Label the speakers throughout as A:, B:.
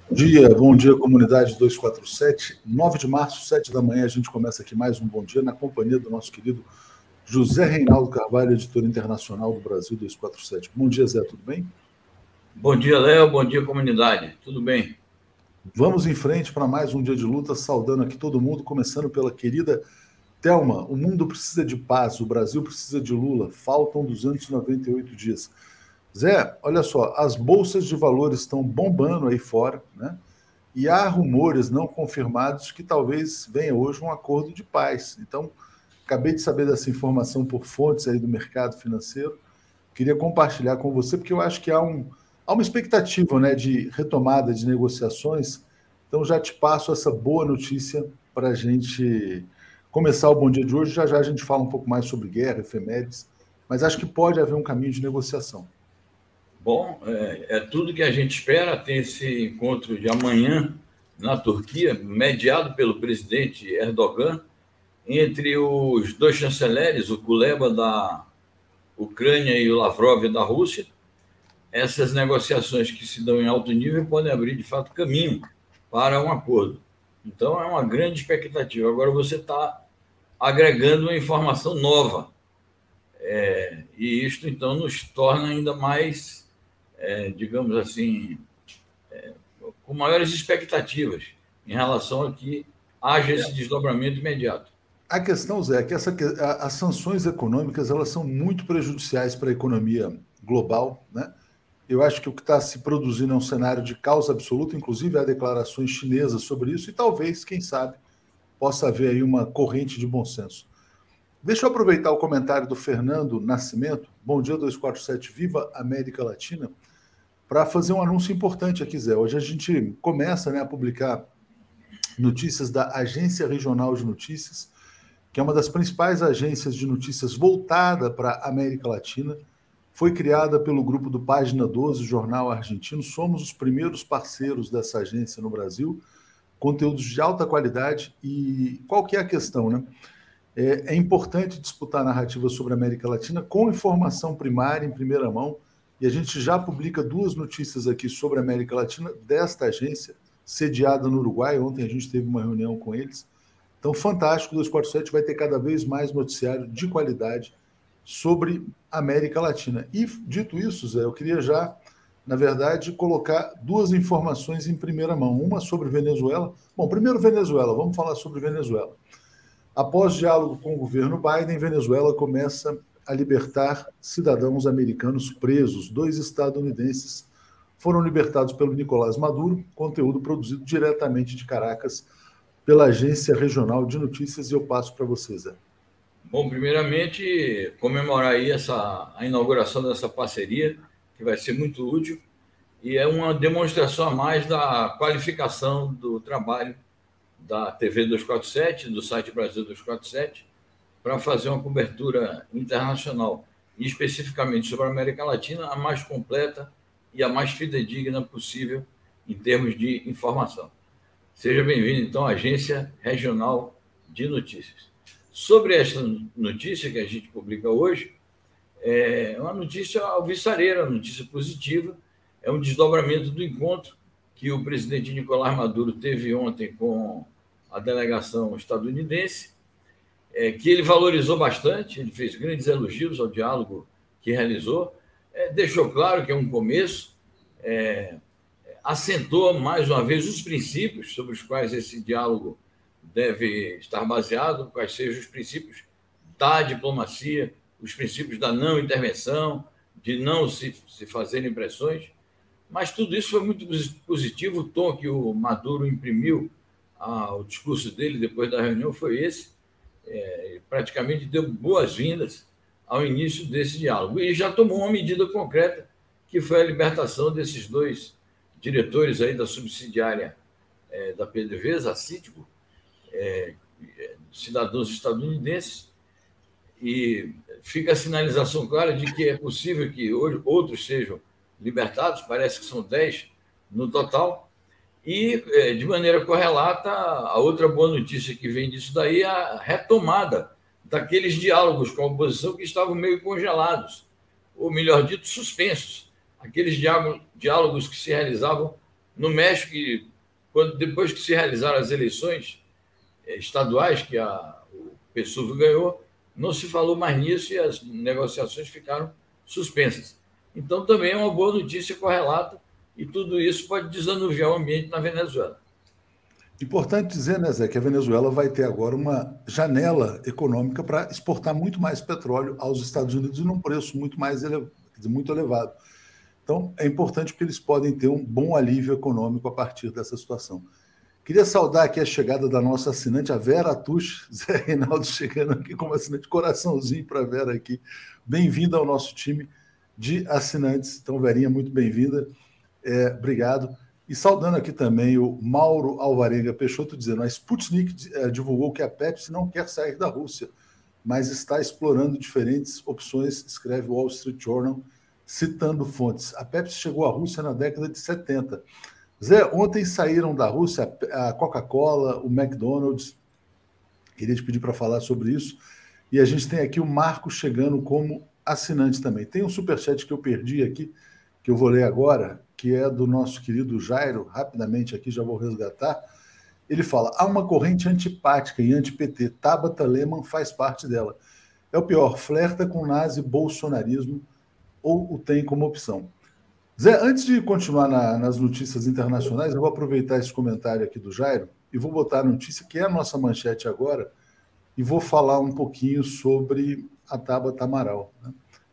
A: Bom dia, comunidade 247. 9 de março, 7 da manhã, a gente começa aqui mais um Bom Dia na companhia do nosso querido José Reinaldo Carvalho, editor internacional do Brasil 247. Bom dia, Zé, tudo bem?
B: Bom dia, Léo. Bom dia, comunidade. Tudo bem?
A: Vamos em frente para mais um dia de luta, saudando aqui todo mundo, começando pela querida Thelma. O mundo precisa de paz, o Brasil precisa de Lula. Faltam 298 dias. Zé, olha só, as bolsas de valores estão bombando aí fora, né? E há rumores não confirmados que talvez venha hoje um acordo de paz. Então, acabei de saber dessa informação por fontes aí do mercado financeiro. Queria compartilhar com você, porque eu acho que há uma expectativa, né, de retomada de negociações. Então, já te passo essa boa notícia para a gente começar o Bom Dia de hoje. Já já a gente fala um pouco mais sobre guerra, efemérides, mas acho que pode haver um caminho de negociação.
B: Bom, é tudo que a gente espera. Tem esse encontro de amanhã na Turquia, mediado pelo presidente Erdogan, entre os dois chanceleres, o Kuleba da Ucrânia e o Lavrov da Rússia. Essas negociações que se dão em alto nível podem abrir, de fato, caminho para um acordo. Então, é uma grande expectativa. Agora, você está agregando uma informação nova. E isto, então, nos torna ainda mais, digamos assim, com maiores expectativas em relação a que haja esse desdobramento imediato.
A: A questão, Zé, é que as sanções econômicas elas são muito prejudiciais para a economia global, né? Eu acho que o que está se produzindo é um cenário de causa absoluta, inclusive há declarações chinesas sobre isso, e talvez, quem sabe, possa haver aí uma corrente de bom senso. Deixa eu aproveitar o comentário do Fernando Nascimento, Bom Dia 247, Viva América Latina, para fazer um anúncio importante aqui, Zé. Hoje a gente começa, né, a publicar notícias da Agência Regional de Notícias, que é uma das principais agências de notícias voltada para a América Latina. Foi criada pelo grupo do Página 12, jornal argentino. Somos os primeiros parceiros dessa agência no Brasil. Conteúdos de alta qualidade. E qual que é a questão, né? É importante disputar narrativas sobre a América Latina com informação primária, em primeira mão. E a gente já publica duas notícias aqui sobre a América Latina desta agência, sediada no Uruguai. Ontem a gente teve uma reunião com eles. Então, fantástico, o 247 vai ter cada vez mais noticiário de qualidade sobre a América Latina. E, dito isso, Zé, eu queria já, na verdade, colocar duas informações em primeira mão. Uma sobre Venezuela. Bom, primeiro Venezuela, vamos falar sobre Venezuela. Após diálogo com o governo Biden, Venezuela começa a libertar cidadãos americanos presos. 2 estadunidenses foram libertados pelo Nicolás Maduro, conteúdo produzido diretamente de Caracas pela Agência Regional de Notícias, e eu passo para vocês, Zé.
B: Bom, primeiramente, comemorar aí a inauguração dessa parceria, que vai ser muito útil, e é uma demonstração a mais da qualificação do trabalho da TV 247, do site Brasil 247, para fazer uma cobertura internacional, e especificamente sobre a América Latina, a mais completa e a mais fidedigna possível em termos de informação. Seja bem-vindo, então, à Agência Regional de Notícias. Sobre esta notícia que a gente publica hoje, é uma notícia alvissareira, uma notícia positiva, é um desdobramento do encontro que o presidente Nicolás Maduro teve ontem com a delegação estadunidense, que ele valorizou bastante, ele fez grandes elogios ao diálogo que realizou, deixou claro que é um começo, assentou mais uma vez os princípios sobre os quais esse diálogo deve estar baseado, quais sejam os princípios da diplomacia, os princípios da não intervenção, de não se fazer impressões, mas tudo isso foi muito positivo. O tom que o Maduro imprimiu ao discurso dele depois da reunião foi esse, praticamente deu boas-vindas ao início desse diálogo e já tomou uma medida concreta, que foi a libertação desses 2 diretores aí da subsidiária da PDVSA, a Citgo, cidadãos estadunidenses, e fica a sinalização clara de que é possível que hoje outros sejam libertados, parece que são 10 no total, e, de maneira correlata, a outra boa notícia que vem disso daí é a retomada daqueles diálogos com a oposição que estavam meio congelados, ou melhor dito, suspensos, aqueles diálogos que se realizavam No México, depois que se realizaram as eleições estaduais, que o PSUV ganhou, não se falou mais nisso e as negociações ficaram suspensas. Então, também é uma boa notícia correlata e tudo isso pode desanuviar o ambiente na Venezuela.
A: Importante dizer, né, Zé, que a Venezuela vai ter agora uma janela econômica para exportar muito mais petróleo aos Estados Unidos e num preço muito mais muito elevado. Então, é importante porque eles podem ter um bom alívio econômico a partir dessa situação. Queria saudar aqui a chegada da nossa assinante, a Vera Atush. Zé Reinaldo chegando aqui como assinante, coraçãozinho para a Vera aqui. Bem-vinda ao nosso time de assinantes. Então, Verinha, muito bem-vinda. Obrigado. E saudando aqui também o Mauro Alvarenga Peixoto, dizendo: a Sputnik divulgou que a Pepsi não quer sair da Rússia, mas está explorando diferentes opções, escreve o Wall Street Journal, citando fontes. A Pepsi chegou à Rússia na década de 70. Zé, ontem saíram da Rússia a Coca-Cola, o McDonald's. Queria te pedir para falar sobre isso. E a gente tem aqui o Marco chegando como assinante também. Tem um superchat que eu perdi aqui, que eu vou ler agora, que é do nosso querido Jairo, rapidamente aqui, já vou resgatar. Ele fala: há uma corrente antipática e anti-PT, Tabata Lehmann faz parte dela. É o pior, flerta com nazi-bolsonarismo ou o tem como opção. Zé, antes de continuar nas notícias internacionais, eu vou aproveitar esse comentário aqui do Jairo e vou botar a notícia, que é a nossa manchete agora, e vou falar um pouquinho sobre a Tabata Amaral, né?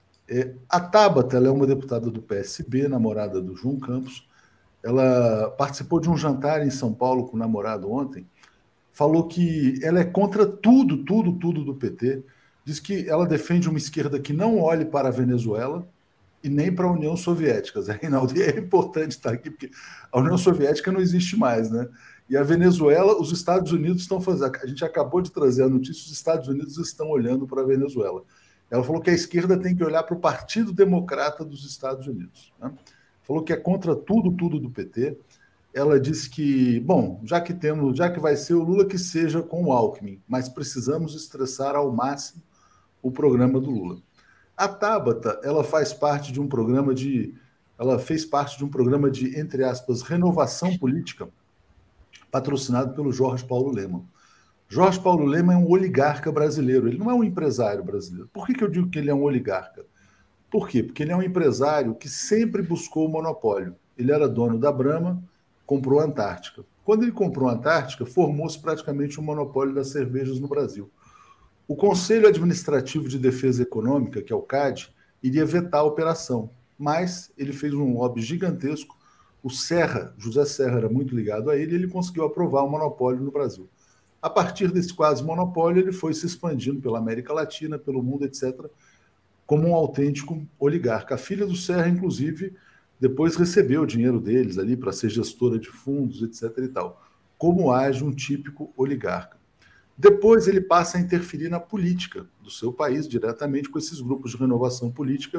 A: A Tabata, ela é uma deputada do PSB, namorada do João Campos. Ela participou de um jantar em São Paulo com o namorado ontem. Falou que ela é contra tudo do PT. Diz que ela defende uma esquerda que não olhe para a Venezuela e nem para a União Soviética, Zé Reinaldo. E é importante estar aqui, porque a União Soviética não existe mais, né? E a Venezuela, os Estados Unidos estão fazendo. A gente acabou de trazer a notícia: os Estados Unidos estão olhando para a Venezuela. Ela falou que a esquerda tem que olhar para o Partido Democrata dos Estados Unidos, né? Falou que é contra tudo do PT. Ela disse que, bom, já que vai ser o Lula, que seja com o Alckmin, mas precisamos estressar ao máximo o programa do Lula. A Tabata, ela faz parte de um programa ela fez parte de um programa de, entre aspas, renovação política, patrocinado pelo Jorge Paulo Lemann. Jorge Paulo Lemann é um oligarca brasileiro, ele não é um empresário brasileiro. Por que eu digo que ele é um oligarca? Por quê? Porque ele é um empresário que sempre buscou o monopólio. Ele era dono da Brahma, comprou a Antártica. Quando ele comprou a Antártica, formou-se praticamente um monopólio das cervejas no Brasil. O Conselho Administrativo de Defesa Econômica, que é o CAD, iria vetar a operação, mas ele fez um lobby gigantesco. O Serra, José Serra, era muito ligado a ele, e ele conseguiu aprovar o monopólio no Brasil. A partir desse quase monopólio, ele foi se expandindo pela América Latina, pelo mundo, etc., como um autêntico oligarca. A filha do Serra, inclusive, depois recebeu o dinheiro deles ali para ser gestora de fundos, etc. e tal. Como age um típico oligarca. Depois ele passa a interferir na política do seu país, diretamente com esses grupos de renovação política,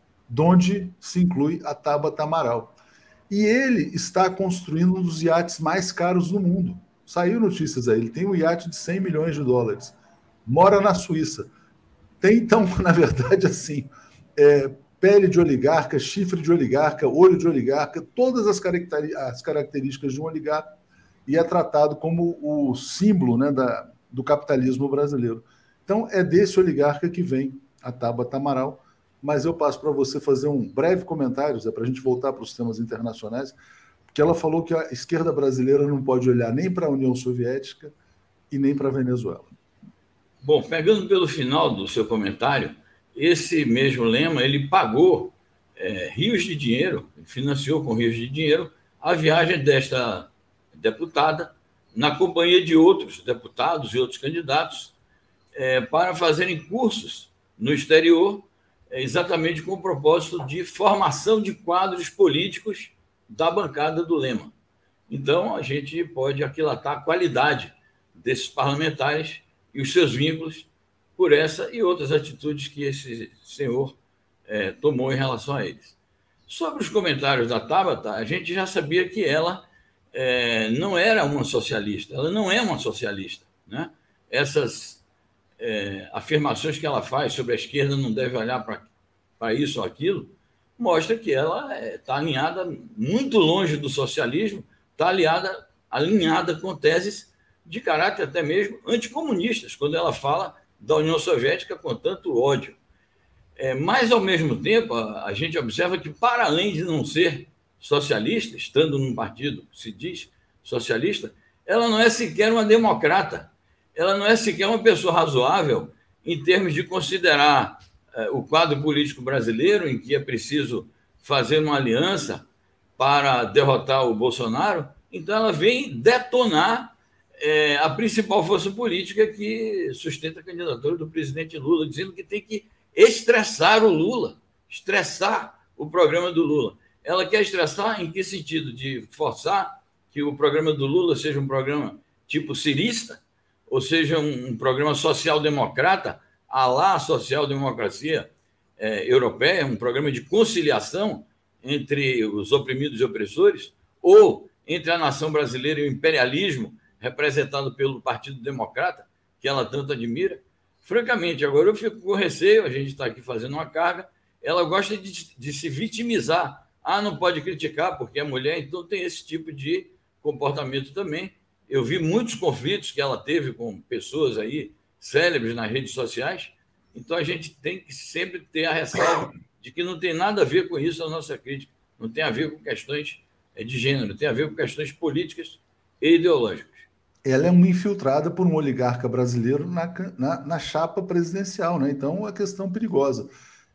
A: onde se inclui a Tabata Amaral. E ele está construindo um dos iates mais caros do mundo. Saiu notícias aí, ele tem um iate de 100 milhões de dólares. Mora na Suíça. Tem, então, na verdade, assim, pele de oligarca, chifre de oligarca, olho de oligarca, todas as características de um oligarca, e é tratado como o símbolo, né, do capitalismo brasileiro. Então, é desse oligarca que vem a Tabata Amaral, mas eu passo para você fazer um breve comentário, Zé, para a gente voltar para os temas internacionais, porque ela falou que a esquerda brasileira não pode olhar nem para a União Soviética e nem para a Venezuela.
B: Bom, pegando pelo final do seu comentário, esse mesmo Lema, ele pagou rios de dinheiro, financiou com rios de dinheiro a viagem desta deputada na companhia de outros deputados e outros candidatos para fazerem cursos no exterior, exatamente com o propósito de formação de quadros políticos da bancada do Lema. Então, a gente pode aquilatar a qualidade desses parlamentares e os seus vínculos por essa e outras atitudes que esse senhor tomou em relação a eles. Sobre os comentários da Tabata, a gente já sabia que ela não era uma socialista, ela não é uma socialista, né? Essas afirmações que ela faz sobre a esquerda não deve olhar para isso ou aquilo, mostra que ela está alinhada muito longe do socialismo, está alinhada com teses de caráter até mesmo anticomunistas, quando ela fala da União Soviética com tanto ódio. Mas, ao mesmo tempo, a gente observa que, para além de não ser socialista, estando num partido que se diz socialista, ela não é sequer uma democrata, ela não é sequer uma pessoa razoável em termos de considerar o quadro político brasileiro, em que é preciso fazer uma aliança para derrotar o Bolsonaro. Então, ela vem detonar a principal força política que sustenta a candidatura do presidente Lula, dizendo que tem que estressar o Lula, estressar o programa do Lula. Ela quer estressar em que sentido? De forçar que o programa do Lula seja um programa tipo cirista, ou seja, um programa social-democrata, à la social-democracia europeia, um programa de conciliação entre os oprimidos e opressores, ou entre a nação brasileira e o imperialismo, representado pelo Partido Democrata, que ela tanto admira. Francamente, agora eu fico com receio, a gente está aqui fazendo uma carga, ela gosta de se vitimizar. Não pode criticar porque é mulher, então tem esse tipo de comportamento também. Eu vi muitos conflitos que ela teve com pessoas aí célebres nas redes sociais, então a gente tem que sempre ter a ressalva de que não tem nada a ver com isso a nossa crítica, não tem a ver com questões de gênero, tem a ver com questões políticas e ideológicas.
A: Ela é uma infiltrada por um oligarca brasileiro na chapa presidencial, né? Então, é uma questão perigosa.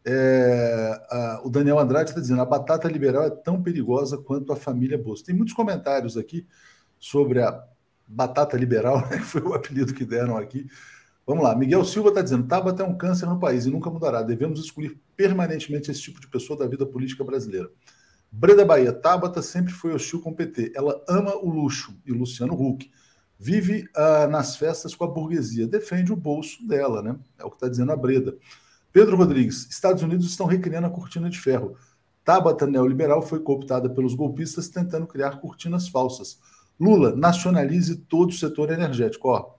A: O Daniel Andrade está dizendo: a batata liberal é tão perigosa quanto a família Bolsa. Tem muitos comentários aqui sobre a batata liberal, né, que foi o apelido que deram aqui. Vamos lá, Miguel Silva está dizendo: Tabata é um câncer no país e nunca mudará. Devemos excluir permanentemente esse tipo de pessoa da vida política brasileira. Breda Bahia: Tabata sempre foi hostil com o PT. Ela ama o luxo. E Luciano Huck: vive nas festas com a burguesia. Defende o bolso dela, né? É o que está dizendo a Breda. Pedro Rodrigues: Estados Unidos estão recriando a cortina de ferro. Tabata neoliberal foi cooptada pelos golpistas tentando criar cortinas falsas. Lula: nacionalize todo o setor energético.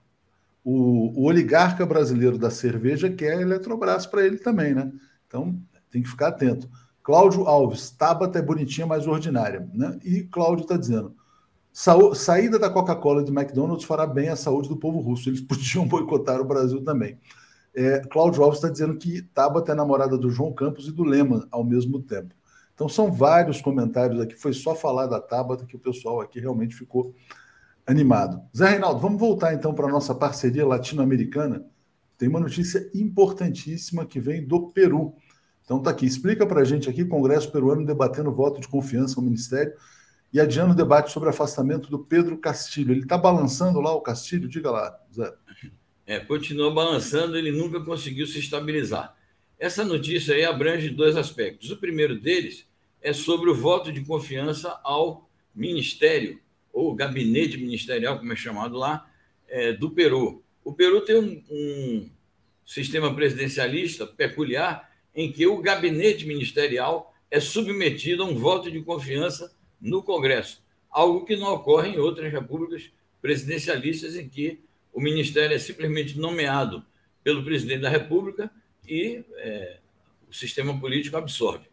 A: O oligarca brasileiro da cerveja quer a Eletrobras para ele também, né? Então, tem que ficar atento. Cláudio Alves: Tabata é bonitinha, mas ordinária, né? E Cláudio está dizendo: saída da Coca-Cola e do McDonald's fará bem à saúde do povo russo. Eles podiam boicotar o Brasil também. Cláudio Alves está dizendo que Tabata é namorada do João Campos e do Lehmann ao mesmo tempo. Então, são vários comentários aqui. Foi só falar da Tabata que o pessoal aqui realmente ficou animado. Zé Reinaldo, vamos voltar então para a nossa parceria latino-americana. Tem uma notícia importantíssima que vem do Peru. Então tá aqui, explica para a gente aqui: Congresso peruano debatendo voto de confiança ao Ministério e adiando o debate sobre afastamento do Pedro Castillo. Ele está balançando lá o Castillo? Diga lá, Zé.
B: Continua balançando, ele nunca conseguiu se estabilizar. Essa notícia aí abrange dois aspectos. O primeiro deles é sobre o voto de confiança ao Ministério, ou Gabinete Ministerial, como é chamado lá, do Peru. O Peru tem um sistema presidencialista peculiar em que o Gabinete Ministerial é submetido a um voto de confiança no Congresso, algo que não ocorre em outras repúblicas presidencialistas em que o Ministério é simplesmente nomeado pelo presidente da República e o sistema político absorve.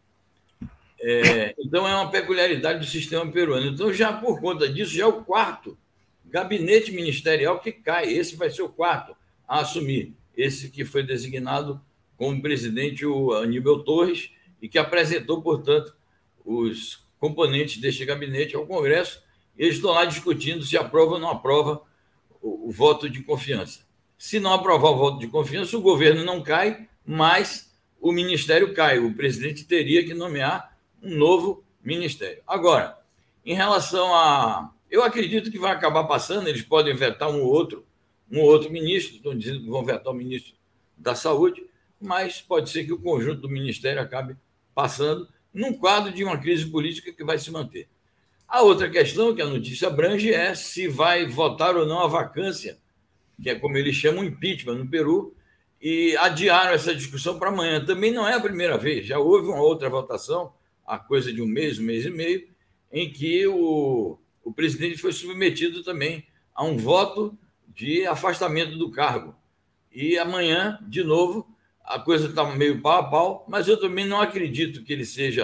B: Então, é uma peculiaridade do sistema peruano. Então, já por conta disso, já é o quarto gabinete ministerial que cai. Esse vai ser o quarto a assumir. Esse que foi designado como presidente o Aníbal Torres e que apresentou, portanto, os componentes deste gabinete ao Congresso. Eles estão lá discutindo se aprova ou não aprova o voto de confiança. Se não aprovar o voto de confiança, o governo não cai, mas o ministério cai. O presidente teria que nomear um novo ministério. Agora, em relação a... Eu acredito que vai acabar passando, eles podem vetar um ou outro ministro, estão dizendo que vão vetar o ministro da Saúde, mas pode ser que o conjunto do ministério acabe passando num quadro de uma crise política que vai se manter. A outra questão que a notícia abrange é se vai votar ou não a vacância, que é como eles chamam impeachment no Peru, e adiaram essa discussão para amanhã. Também não é a primeira vez, já houve uma outra votação, há coisa de um mês e meio, em que o presidente foi submetido também a um voto de afastamento do cargo. E amanhã, de novo, a coisa está meio pau a pau, mas eu também não acredito que ele seja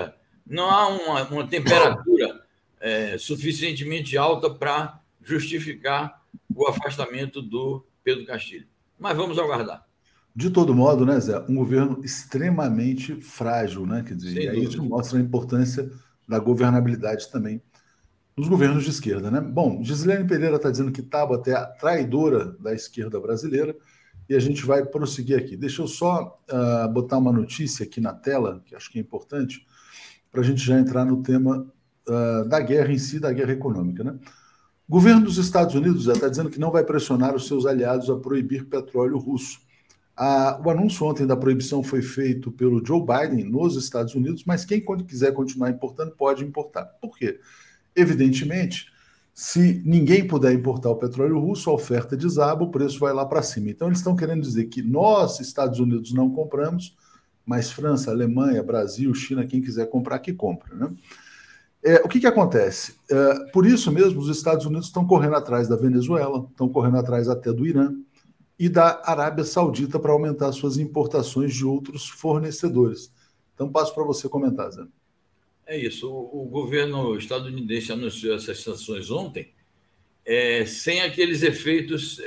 B: não há uma temperatura suficientemente alta para justificar o afastamento do Pedro Castilho. Mas vamos aguardar.
A: De todo modo, né, Zé, um governo extremamente frágil, né? Quer dizer, e
B: Sem
A: aí isso
B: dúvida.
A: mostra a importância da governabilidade também nos governos de esquerda, né? Bom, Gislene Pereira está dizendo que Tabata é a traidora da esquerda brasileira e a gente vai prosseguir aqui. Deixa eu só botar uma notícia aqui na tela, que acho que é importante, para a gente já entrar no tema da guerra em si, da guerra econômica, né? O governo dos Estados Unidos está dizendo que não vai pressionar os seus aliados a proibir petróleo russo. O anúncio ontem da proibição foi feito pelo Joe Biden nos Estados Unidos, mas quem quiser continuar importando pode importar. Por quê? Evidentemente, se ninguém puder importar o petróleo russo, a oferta desaba, o preço vai lá para cima. Então, eles estão querendo dizer que nós, Estados Unidos, não compramos, mas França, Alemanha, Brasil, China, quem quiser comprar, que compra. Né? O que acontece? Por isso mesmo, os Estados Unidos estão correndo atrás da Venezuela, estão correndo atrás até do Irã e da Arábia Saudita para aumentar suas importações de outros fornecedores. Então, passo para você comentar, Zé.
B: É isso. O governo estadunidense anunciou essas sanções ontem, sem aqueles efeitos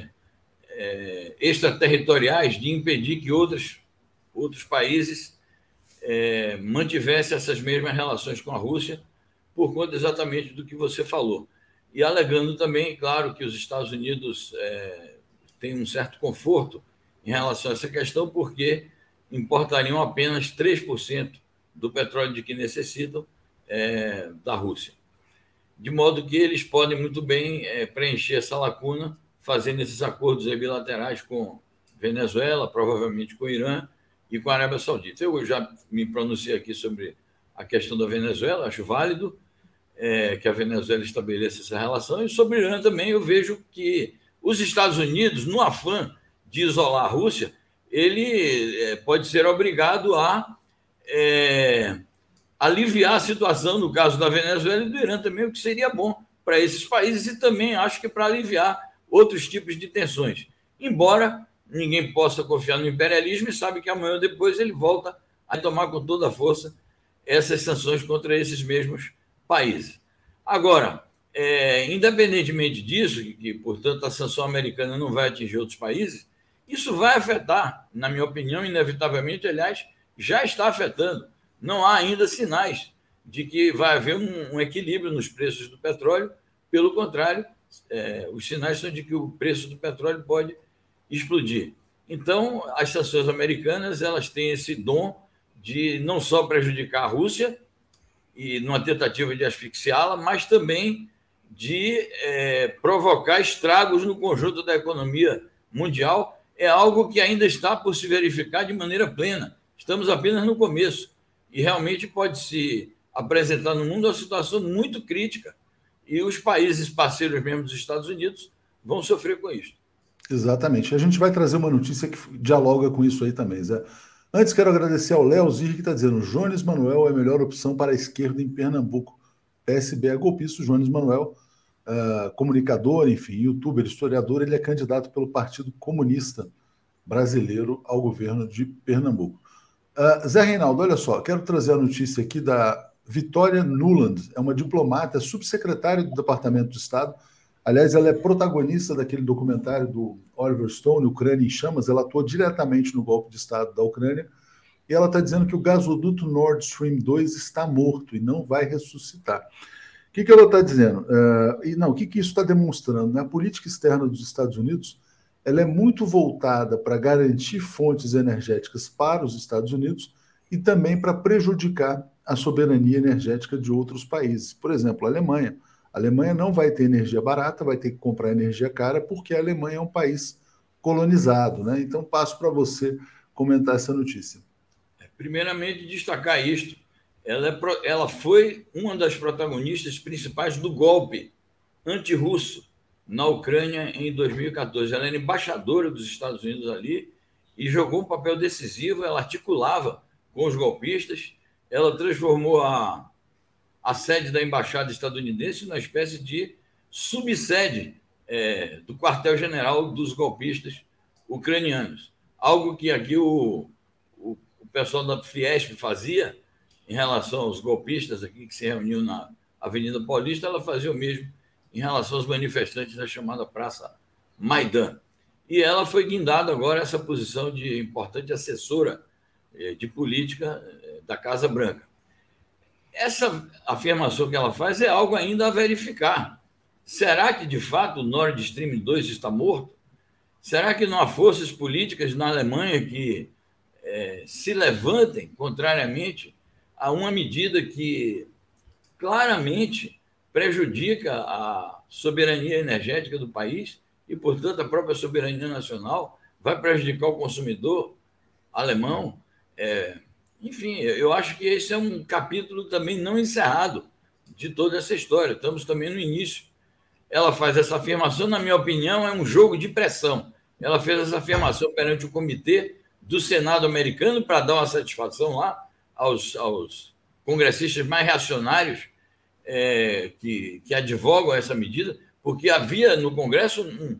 B: extraterritoriais de impedir que outros países mantivessem essas mesmas relações com a Rússia, por conta exatamente do que você falou. E alegando também, claro, que os Estados Unidos têm um certo conforto em relação a essa questão, porque importariam apenas 3% do petróleo de que necessitam da Rússia. De modo que eles podem muito bem preencher essa lacuna, fazendo esses acordos bilaterais com Venezuela, provavelmente com o Irã e com a Arábia Saudita. Eu já me pronunciei aqui sobre a questão da Venezuela, acho válido que a Venezuela estabeleça essa relação, e sobre o Irã também eu vejo que os Estados Unidos, no afã de isolar a Rússia, ele pode ser obrigado a aliviar a situação, no caso da Venezuela e do Irã também, o que seria bom para esses países e também acho que para aliviar outros tipos de tensões. Embora ninguém possa confiar no imperialismo e sabe que amanhã ou depois ele volta a tomar com toda a força essas sanções contra esses mesmos países. Agora, independentemente disso, que, portanto, a sanção americana não vai atingir outros países, isso vai afetar, na minha opinião, inevitavelmente, aliás, já está afetando. Não há ainda sinais de que vai haver um equilíbrio nos preços do petróleo. Pelo contrário, os sinais são de que o preço do petróleo pode explodir. Então, as sanções americanas elas têm esse dom de não só prejudicar a Rússia e numa tentativa de asfixiá-la, mas também de provocar estragos no conjunto da economia mundial. É algo que ainda está por se verificar de maneira plena. Estamos apenas no começo. E realmente pode se apresentar no mundo uma situação muito crítica e os países parceiros mesmo dos Estados Unidos vão sofrer com isso.
A: Exatamente. A gente vai trazer uma notícia que dialoga com isso aí também, Zé. Antes, quero agradecer ao Léo Zir, que está dizendo: Jones Manuel é a melhor opção para a esquerda em Pernambuco. PSB é golpista. Jones Manuel, comunicador, enfim, youtuber, historiador, ele é candidato pelo Partido Comunista Brasileiro ao governo de Pernambuco. Zé Reinaldo, olha só, quero trazer a notícia aqui da Vitória Nuland, é uma diplomata, subsecretária do Departamento de Estado. Aliás, ela é protagonista daquele documentário do Oliver Stone, Ucrânia em Chamas. Ela atuou diretamente no golpe de Estado da Ucrânia. E ela está dizendo que o gasoduto Nord Stream 2 está morto e não vai ressuscitar. O que ela está dizendo? O que isso está demonstrando? Né? A política externa dos Estados Unidos ela é muito voltada para garantir fontes energéticas para os Estados Unidos e também para prejudicar a soberania energética de outros países. Por exemplo, a Alemanha. A Alemanha não vai ter energia barata, vai ter que comprar energia cara, porque a Alemanha é um país colonizado, né? Então, passo para você comentar essa notícia.
B: Primeiramente, destacar isto. Ela foi uma das protagonistas principais do golpe antirrusso na Ucrânia em 2014. Ela era embaixadora dos Estados Unidos ali e jogou um papel decisivo. Ela articulava com os golpistas. Ela transformou a sede da embaixada estadunidense numa espécie de subsede do quartel-general dos golpistas ucranianos. Algo que aqui o pessoal da Fiesp fazia em relação aos golpistas aqui que se reuniam na Avenida Paulista, ela fazia o mesmo em relação aos manifestantes da chamada Praça Maidan. E ela foi guindada agora essa posição de importante assessora de política da Casa Branca. Essa afirmação que ela faz é algo ainda a verificar. Será que, de fato, o Nord Stream 2 está morto? Será que não há forças políticas na Alemanha que se levantem contrariamente a uma medida que claramente prejudica a soberania energética do país e, portanto, a própria soberania nacional, vai prejudicar o consumidor alemão? Enfim, eu acho que esse é um capítulo também não encerrado de toda essa história. Estamos também no início. Ela faz essa afirmação, na minha opinião, é um jogo de pressão. Ela fez essa afirmação perante o comitê do Senado americano para dar uma satisfação lá aos congressistas mais reacionários que advogam essa medida, porque havia no Congresso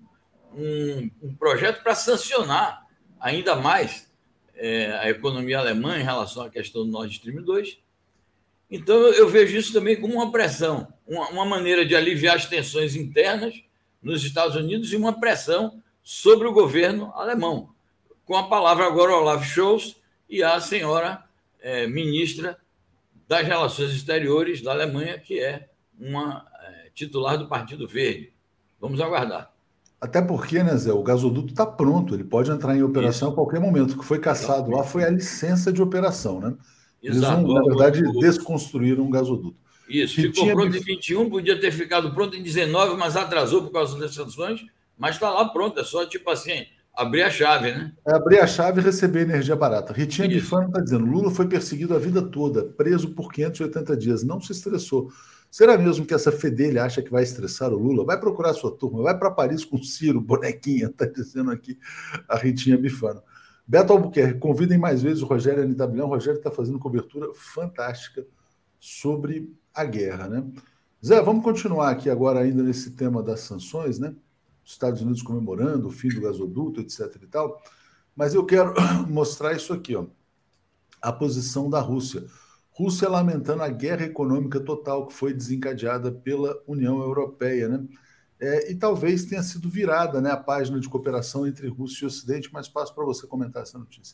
B: um projeto para sancionar ainda mais a economia alemã em relação à questão do Nord Stream 2. Então, eu vejo isso também como uma pressão, uma maneira de aliviar as tensões internas nos Estados Unidos e uma pressão sobre o governo alemão. Com a palavra agora Olaf Scholz e a senhora ministra das Relações Exteriores da Alemanha, que é uma titular do Partido Verde. Vamos aguardar.
A: Até porque, né, Zé, o gasoduto está pronto, ele pode entrar em operação a qualquer momento. O que foi cassado lá foi a licença de operação, né? Eles
B: Exato.
A: na verdade, desconstruíram um gasoduto.
B: Isso, ficou pronto em 21, podia ter ficado pronto em 19, mas atrasou por causa das sanções, mas está lá pronto, é só tipo assim, abrir a chave, né?
A: Abrir a chave e receber energia barata. Ritinha Bifano está dizendo, Lula foi perseguido a vida toda, preso por 580 dias, não se estressou. Será mesmo que essa fedelha acha que vai estressar o Lula? Vai procurar sua turma, vai para Paris com o Ciro, bonequinha, está dizendo aqui a Ritinha Bifano. Beto Albuquerque, convidem mais vezes o Rogério Anidabilhão. O Rogério está fazendo cobertura fantástica sobre a guerra, né? Zé, vamos continuar aqui agora ainda nesse tema das sanções, né? Os Estados Unidos comemorando o fim do gasoduto, etc. e tal. Mas eu quero mostrar isso aqui, ó. A posição da Rússia. Rússia lamentando a guerra econômica total que foi desencadeada pela União Europeia, né? E talvez tenha sido virada, né, a página de cooperação entre Rússia e Ocidente, mas passo para você comentar essa notícia.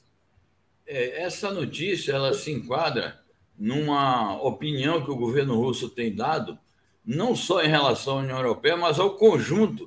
B: Essa notícia ela se enquadra numa opinião que o governo russo tem dado, não só em relação à União Europeia, mas ao conjunto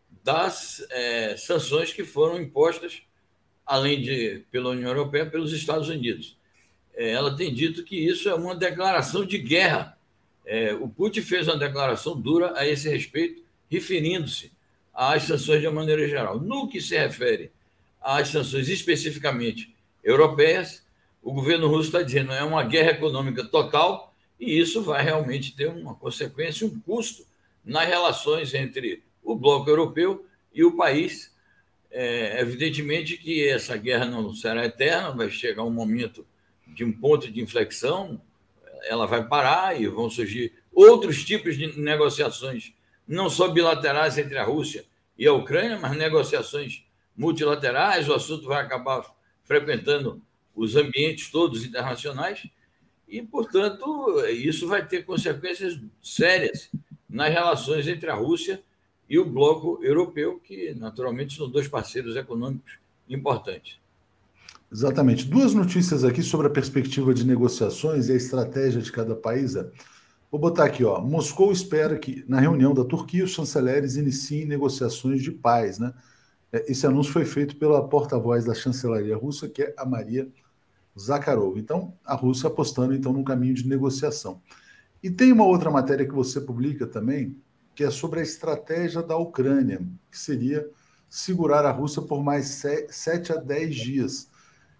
B: das sanções que foram impostas, além de pela União Europeia, pelos Estados Unidos. Ela tem dito que isso é uma declaração de guerra. O Putin fez uma declaração dura a esse respeito, referindo-se às sanções de uma maneira geral. No que se refere às sanções especificamente europeias, o governo russo está dizendo que é uma guerra econômica total e isso vai realmente ter uma consequência, um custo nas relações entre o bloco europeu e o país. Evidentemente que essa guerra não será eterna, vai chegar um momento de um ponto de inflexão, ela vai parar e vão surgir outros tipos de negociações, não só bilaterais entre a Rússia e a Ucrânia, mas negociações multilaterais. O assunto vai acabar frequentando os ambientes todos internacionais e, portanto, isso vai ter consequências sérias nas relações entre a Rússia e o bloco europeu, que naturalmente são dois parceiros econômicos importantes.
A: Exatamente. Duas notícias aqui sobre a perspectiva de negociações e a estratégia de cada país. Vou botar aqui, ó. Moscou espera que, na reunião da Turquia, os chanceleres iniciem negociações de paz, né? Esse anúncio foi feito pela porta-voz da chancelaria russa, que é a Maria Zakharova. Então, a Rússia apostando então num caminho de negociação. E tem uma outra matéria que você publica também, que é sobre a estratégia da Ucrânia, que seria segurar a Rússia por mais 7 a 10 dias.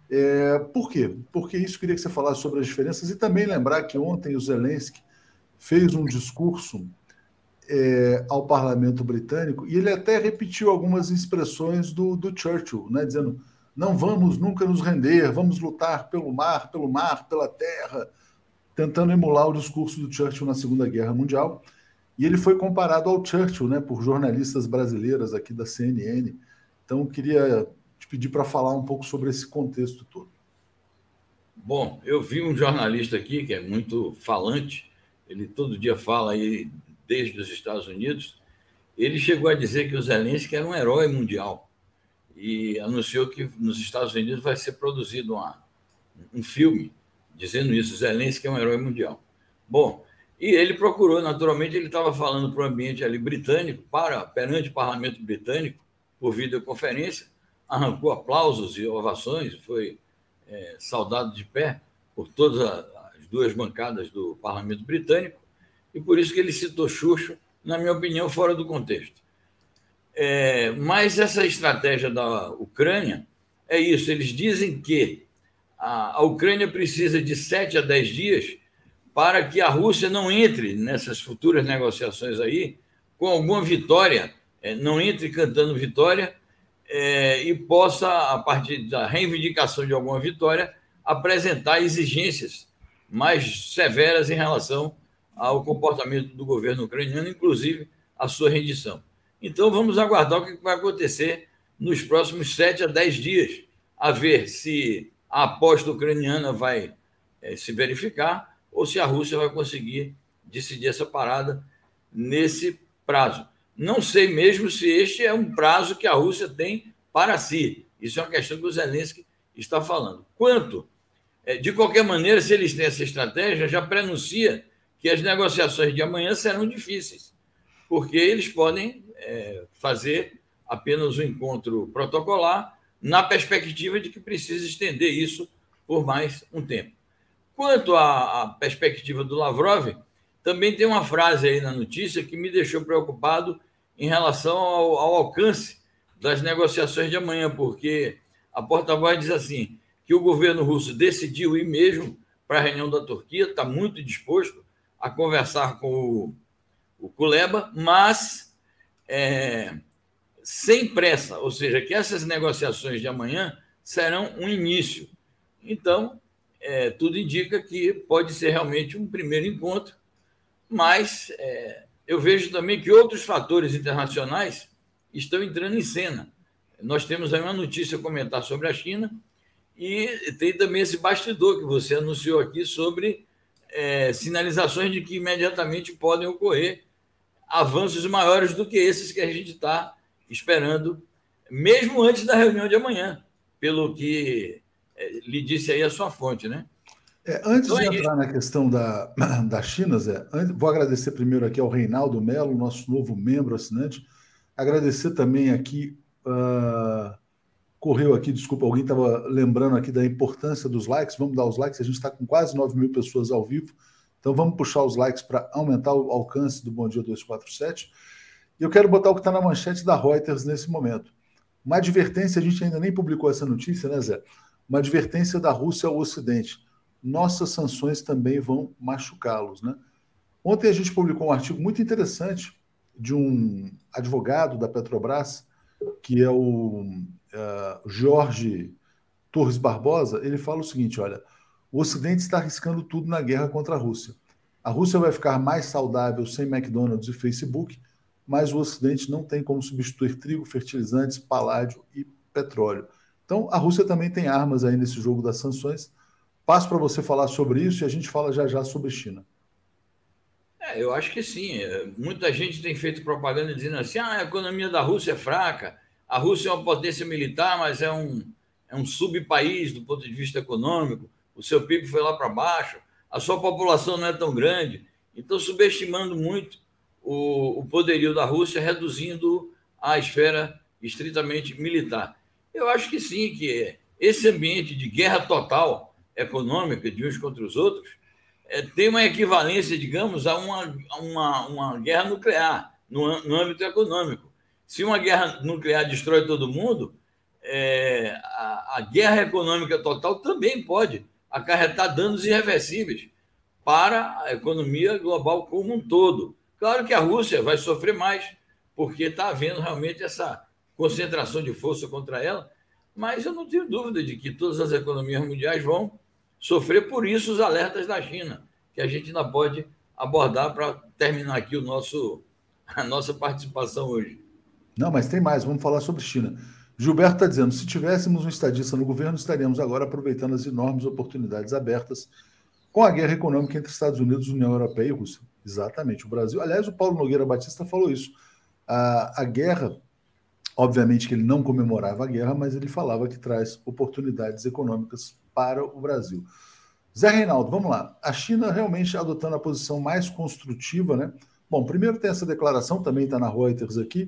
A: Por quê? Porque isso queria que você falasse sobre as diferenças e também lembrar que ontem o Zelensky fez um discurso ao parlamento britânico e ele até repetiu algumas expressões do Churchill, né, dizendo não vamos nunca nos render, vamos lutar pelo mar, pela terra, tentando emular o discurso do Churchill na Segunda Guerra Mundial. E ele foi comparado ao Churchill, né, por jornalistas brasileiras aqui da CNN. Então, eu queria te pedir para falar um pouco sobre esse contexto todo.
B: Bom, eu vi um jornalista aqui que é muito falante, ele todo dia fala aí desde os Estados Unidos. Ele chegou a dizer que o Zelensky era um herói mundial e anunciou que nos Estados Unidos vai ser produzido um filme dizendo isso: Zelensky é um herói mundial. Bom, e ele procurou, naturalmente, ele estava falando para o ambiente ali britânico, perante o parlamento britânico, por videoconferência, arrancou aplausos e ovações, foi saudado de pé por todas as duas bancadas do parlamento britânico, e por isso que ele citou Xuxa, na minha opinião, fora do contexto. Mas essa estratégia da Ucrânia é isso, eles dizem que a Ucrânia precisa de 7 a 10 dias para que a Rússia não entre nessas futuras negociações aí com alguma vitória, não entre cantando vitória, e possa, a partir da reivindicação de alguma vitória, apresentar exigências mais severas em relação ao comportamento do governo ucraniano, inclusive a sua rendição. Então, vamos aguardar o que vai acontecer nos próximos 7 a 10 dias, a ver se a aposta ucraniana vai se verificar ou se a Rússia vai conseguir decidir essa parada nesse prazo. Não sei mesmo se este é um prazo que a Rússia tem para si. Isso é uma questão que o Zelensky está falando. De qualquer maneira, se eles têm essa estratégia, já prenuncia que as negociações de amanhã serão difíceis, porque eles podem fazer apenas um encontro protocolar, na perspectiva de que precisa estender isso por mais um tempo. Quanto à perspectiva do Lavrov, também tem uma frase aí na notícia que me deixou preocupado em relação ao alcance das negociações de amanhã, porque a porta-voz diz assim, que o governo russo decidiu ir mesmo para a reunião da Turquia, está muito disposto a conversar com o Kuleba, mas sem pressa, ou seja, que essas negociações de amanhã serão um início. Então, tudo indica que pode ser realmente um primeiro encontro, mas eu vejo também que outros fatores internacionais estão entrando em cena. Nós temos aí uma notícia a comentar sobre a China e tem também esse bastidor que você anunciou aqui sobre sinalizações de que imediatamente podem ocorrer avanços maiores do que esses que a gente está esperando, mesmo antes da reunião de amanhã, pelo que lhe disse aí a sua fonte, né?
A: Antes então, de entrar na questão da China, Zé, vou agradecer primeiro aqui ao Reinaldo Melo, nosso novo membro assinante. Agradecer também aqui, correu aqui, desculpa, alguém estava lembrando aqui da importância dos likes. Vamos dar os likes, a gente está com quase 9.000 pessoas ao vivo, então vamos puxar os likes para aumentar o alcance do Bom Dia 247. E eu quero botar o que está na manchete da Reuters nesse momento. Uma advertência, a gente ainda nem publicou essa notícia, né, Zé? Uma advertência da Rússia ao Ocidente. Nossas sanções também vão machucá-los, né? Ontem a gente publicou um artigo muito interessante de um advogado da Petrobras, que é o Jorge Torres Barbosa. Ele fala o seguinte, olha, o Ocidente está arriscando tudo na guerra contra a Rússia. A Rússia vai ficar mais saudável sem McDonald's e Facebook, mas o Ocidente não tem como substituir trigo, fertilizantes, paládio e petróleo. Então, a Rússia também tem armas aí nesse jogo das sanções. Passo para você falar sobre isso e a gente fala já sobre China.
B: Eu acho que sim. Muita gente tem feito propaganda dizendo assim, a economia da Rússia é fraca, a Rússia é uma potência militar, mas é um subpaís do ponto de vista econômico, o seu PIB foi lá para baixo, a sua população não é tão grande. Então, subestimando muito o poderio da Rússia, reduzindo a esfera estritamente militar. Eu acho que sim, que esse ambiente de guerra total econômica de uns contra os outros tem uma equivalência, digamos, a uma guerra nuclear no âmbito econômico. Se uma guerra nuclear destrói todo mundo, a guerra econômica total também pode acarretar danos irreversíveis para a economia global como um todo. Claro que a Rússia vai sofrer mais, porque está havendo realmente essa concentração de força contra ela, mas eu não tenho dúvida de que todas as economias mundiais vão sofrer, por isso os alertas da China, que a gente ainda pode abordar para terminar aqui a nossa participação hoje.
A: Não, mas tem mais, vamos falar sobre China. Gilberto está dizendo, se tivéssemos um estadista no governo, estaríamos agora aproveitando as enormes oportunidades abertas com a guerra econômica entre Estados Unidos, União Europeia e Rússia. Exatamente. O Brasil... Aliás, o Paulo Nogueira Batista falou isso. A guerra, obviamente que ele não comemorava a guerra, mas ele falava que traz oportunidades econômicas para o Brasil. Zé Reinaldo, vamos lá. A China realmente adotando a posição mais construtiva, né? Bom, primeiro tem essa declaração, também está na Reuters aqui,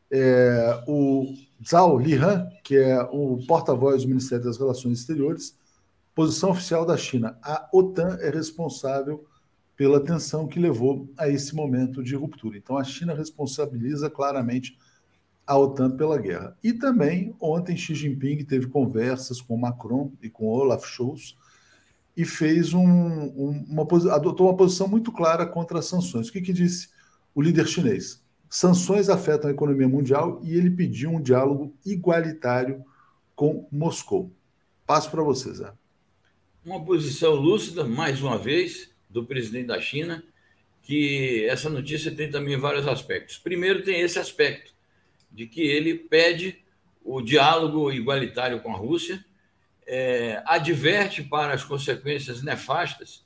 A: o Zhao Lihan, que é o porta-voz do Ministério das Relações Exteriores, posição oficial da China. A OTAN é responsável pela tensão que levou a esse momento de ruptura. Então, a China responsabiliza claramente a OTAN pela guerra. E também, ontem, Xi Jinping teve conversas com Macron e com Olaf Scholz e fez adotou uma posição muito clara contra as sanções. O que disse o líder chinês? Sanções afetam a economia mundial e ele pediu um diálogo igualitário com Moscou. Passo para você, Zé.
B: Uma posição lúcida, mais uma vez, do presidente da China, que essa notícia tem também vários aspectos. Primeiro, tem esse aspecto de que ele pede o diálogo igualitário com a Rússia, adverte para as consequências nefastas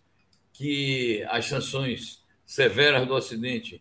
B: que as sanções severas do Ocidente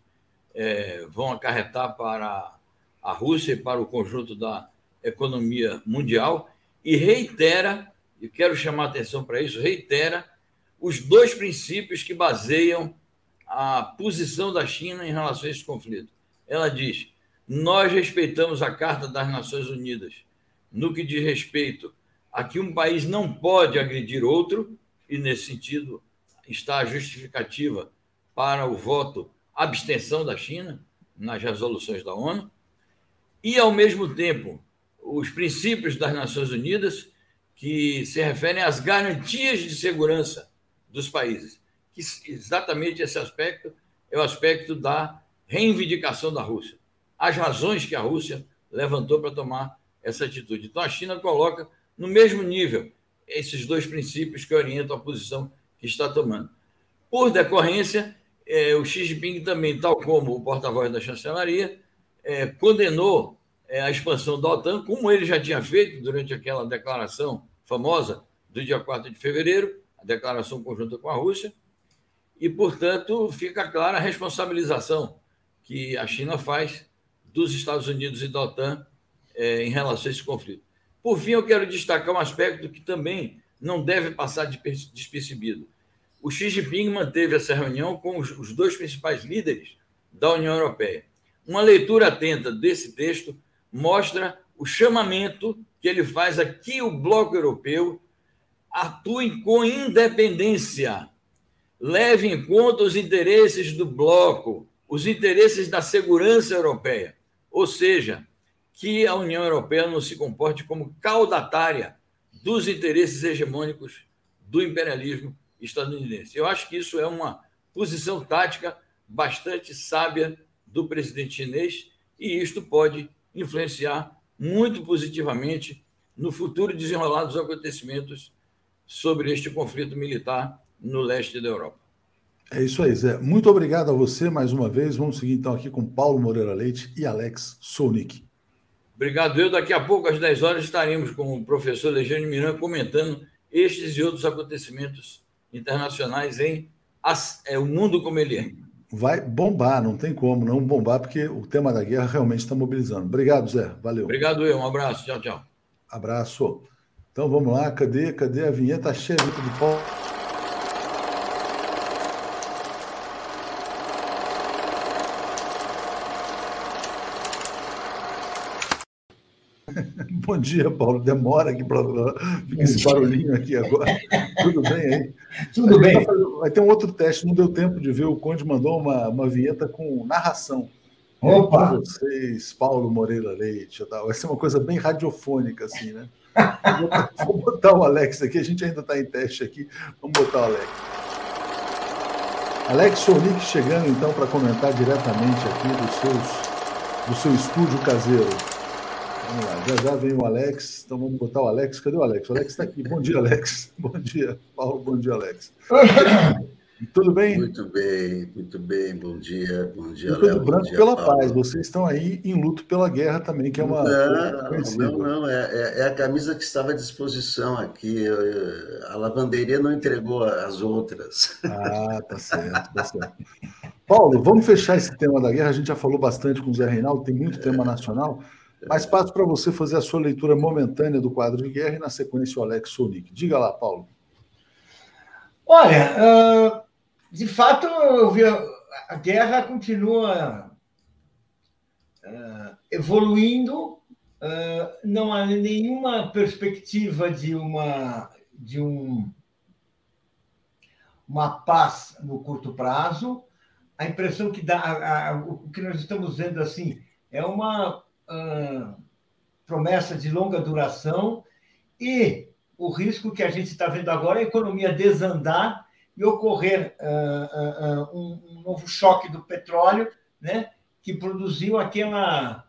B: vão acarretar para a Rússia e para o conjunto da economia mundial, e reitera, e quero chamar a atenção para isso, reitera os dois princípios que baseiam a posição da China em relação a esse conflito. Ela diz, nós respeitamos a Carta das Nações Unidas no que diz respeito a que um país não pode agredir outro, e nesse sentido está a justificativa para o voto abstenção da China nas resoluções da ONU, e, ao mesmo tempo, os princípios das Nações Unidas que se referem às garantias de segurança dos países, que exatamente esse aspecto é o aspecto da reivindicação da Rússia, as razões que a Rússia levantou para tomar essa atitude. Então, a China coloca no mesmo nível esses dois princípios que orientam a posição que está tomando. Por decorrência, o Xi Jinping também, tal como o porta-voz da chancelaria, condenou a expansão da OTAN, como ele já tinha feito durante aquela declaração famosa do dia 4 de fevereiro, a declaração conjunta com a Rússia, e, portanto, fica clara a responsabilização que a China faz dos Estados Unidos e da OTAN em relação a esse conflito. Por fim, eu quero destacar um aspecto que também não deve passar despercebido. O Xi Jinping manteve essa reunião com os dois principais líderes da União Europeia. Uma leitura atenta desse texto mostra o chamamento que ele faz a que o bloco europeu atue com independência, leve em conta os interesses do bloco, os interesses da segurança europeia, ou seja, que a União Europeia não se comporte como caudatária dos interesses hegemônicos do imperialismo estadunidense. Eu acho que isso é uma posição tática bastante sábia do presidente chinês e isto pode influenciar muito positivamente no futuro desenrolar dos acontecimentos sobre este conflito militar no leste da Europa.
A: É isso aí, Zé. Muito obrigado a você mais uma vez. Vamos seguir então aqui com Paulo Moreira Leite e Alex Solnick.
B: Obrigado. Daqui a pouco, às 10 horas, estaremos com o professor Alexandre Miranda comentando estes e outros acontecimentos internacionais em o mundo como ele é.
A: Vai bombar, não tem como não bombar, porque o tema da guerra realmente está mobilizando. Obrigado, Zé. Valeu.
B: Obrigado, um abraço. Tchau, tchau.
A: Abraço. Então vamos lá, cadê a vinheta cheia de Paulo? Bom dia, Paulo. Demora aqui para fica esse barulhinho aqui agora. Tudo bem aí?
C: Tudo bem.
A: Vai ter um outro teste, não deu tempo de ver. O Conde mandou uma vinheta com narração.
C: Opa!
A: Com vocês, Paulo Moreira Leite. Vai ser uma coisa bem radiofônica, assim, né? Vou botar o Alex aqui, a gente ainda está em teste aqui. Vamos botar o Alex. Alex Solnick chegando, então, para comentar diretamente aqui do seu estúdio caseiro. Vamos lá, já vem o Alex, então vamos botar o Alex. Cadê o Alex? O Alex está aqui. Bom dia, Alex. Bom dia, Paulo. Bom dia, Alex. Tudo bem?
C: Muito bem, muito bem. Bom dia,
A: Eu estou de
C: Léo, bom
A: branco
C: dia,
A: pela paz.
C: Paulo.
A: Vocês estão aí em luto pela guerra também, que é uma coisa
C: Não, não,
A: compreensível.
C: não, é a camisa que estava à disposição aqui. A lavanderia não entregou as outras.
A: Ah, tá certo, tá certo. Paulo, vamos fechar esse tema da guerra. A gente já falou bastante com o Zé Reinaldo, tem muito tema nacional, mas passo para você fazer a sua leitura momentânea do quadro de guerra e, na sequência, o Alex Sonic. Diga lá, Paulo.
D: Olha, de fato, eu vi a guerra continua evoluindo, não há nenhuma perspectiva uma paz no curto prazo. A impressão que dá, o que nós estamos vendo assim, é uma promessa de longa duração e o risco que a gente está vendo agora é a economia desandar e ocorrer um novo choque do petróleo, né, que produziu aquela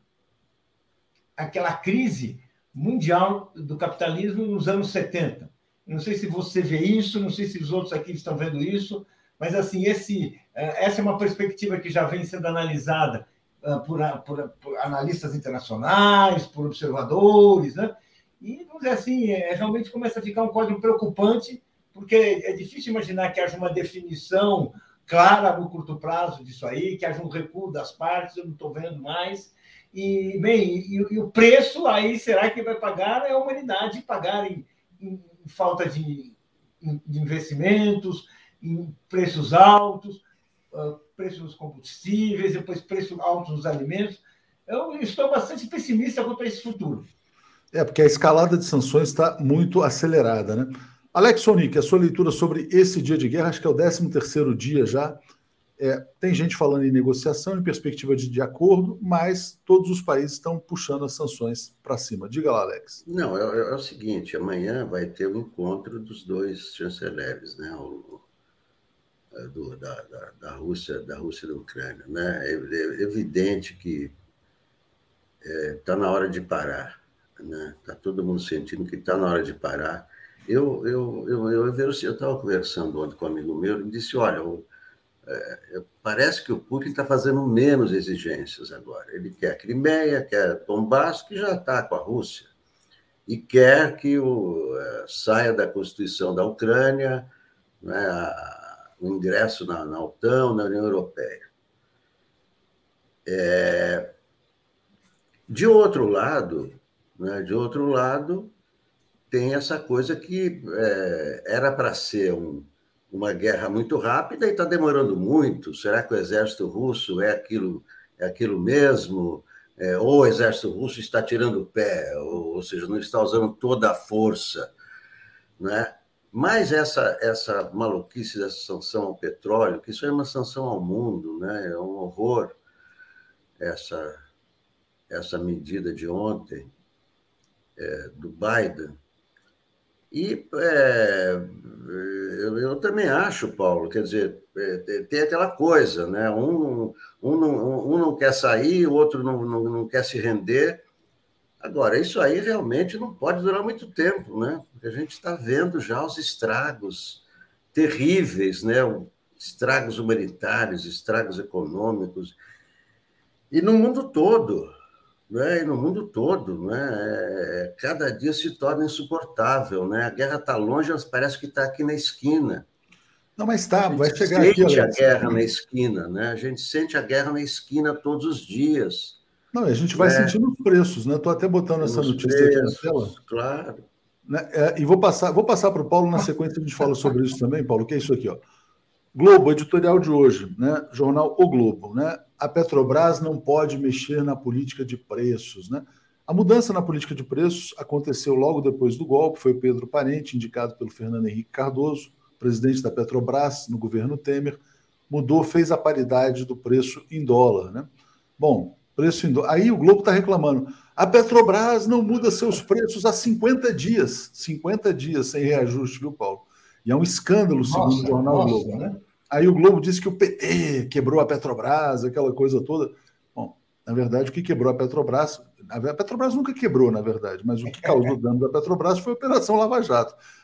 D: crise mundial do capitalismo nos anos 70. Não sei se você vê isso, não sei se os outros aqui estão vendo isso, mas assim essa é uma perspectiva que já vem sendo analisada por analistas internacionais, por observadores, né? E, vamos dizer assim, realmente começa a ficar um quadro preocupante, porque é difícil imaginar que haja uma definição clara no curto prazo disso aí, que haja um recuo das partes, eu não estou vendo mais. E, bem, e o preço aí, será que vai pagar? É a humanidade pagar em falta de investimentos, em preços altos, preços dos combustíveis, depois preços altos dos alimentos. Eu estou bastante pessimista quanto a esse futuro.
A: Porque a escalada de sanções está muito acelerada, né? Alex Sonic, a sua leitura sobre esse dia de guerra, acho que é o 13º dia já. Tem gente falando em negociação, em perspectiva de acordo, mas todos os países estão puxando as sanções para cima. Diga lá, Alex.
C: Não, é o seguinte, amanhã vai ter o encontro dos dois chanceleres, né? Da Rússia e da Ucrânia, né? É evidente que está na hora de parar, né? Está todo mundo sentindo que está na hora de parar. Eu estava conversando ontem com um amigo meu e disse, olha, parece que o Putin está fazendo menos exigências agora. Ele quer Crimeia, quer Donbass, que já está com a Rússia, e quer que saia da Constituição da Ucrânia, né, o ingresso na OTAN, na União Europeia. De outro lado, tem essa coisa que era para ser uma guerra muito rápida e está demorando muito. Será que o exército russo é aquilo mesmo? Ou o exército russo está tirando o pé, ou seja, não está usando toda a força, né? Mas essa maluquice dessa sanção ao petróleo, que isso é uma sanção ao mundo, né? É um horror essa medida de ontem do Biden. E eu também acho, Paulo, quer dizer, tem aquela coisa, né? Um não quer sair, o outro não quer se render. Agora, isso aí realmente não pode durar muito tempo, né? Porque a gente está vendo já os estragos terríveis, né? Estragos humanitários, estragos econômicos, e no mundo todo. Né? Cada dia se torna insuportável, né? A guerra está longe, mas parece que está aqui na esquina.
A: Não, mas vai chegar aqui,
C: Alex. A guerra na esquina, né? A gente sente a guerra na esquina todos os dias.
A: Não, a gente vai sentindo os preços, né? Estou até botando essa notícia aqui na tela.
C: Claro.
A: Né? E vou passar para o Paulo na sequência, a gente fala sobre isso também, Paulo, que é isso aqui, ó. Globo, editorial de hoje, né? Jornal O Globo, né? A Petrobras não pode mexer na política de preços, né? A mudança na política de preços aconteceu logo depois do golpe, foi Pedro Parente, indicado pelo Fernando Henrique Cardoso, presidente da Petrobras no governo Temer, fez a paridade do preço em dólar, né? Bom, preço em dólar. Aí o Globo está reclamando. A Petrobras não muda seus preços há 50 dias. 50 dias sem reajuste, viu, Paulo? E é um escândalo, segundo o jornal O Globo. Né? Aí o Globo disse que o PT quebrou a Petrobras, aquela coisa toda. Bom, na verdade, o que quebrou a Petrobras... A Petrobras nunca quebrou, na verdade, mas o que causou dano da Petrobras foi a Operação Lava Jato.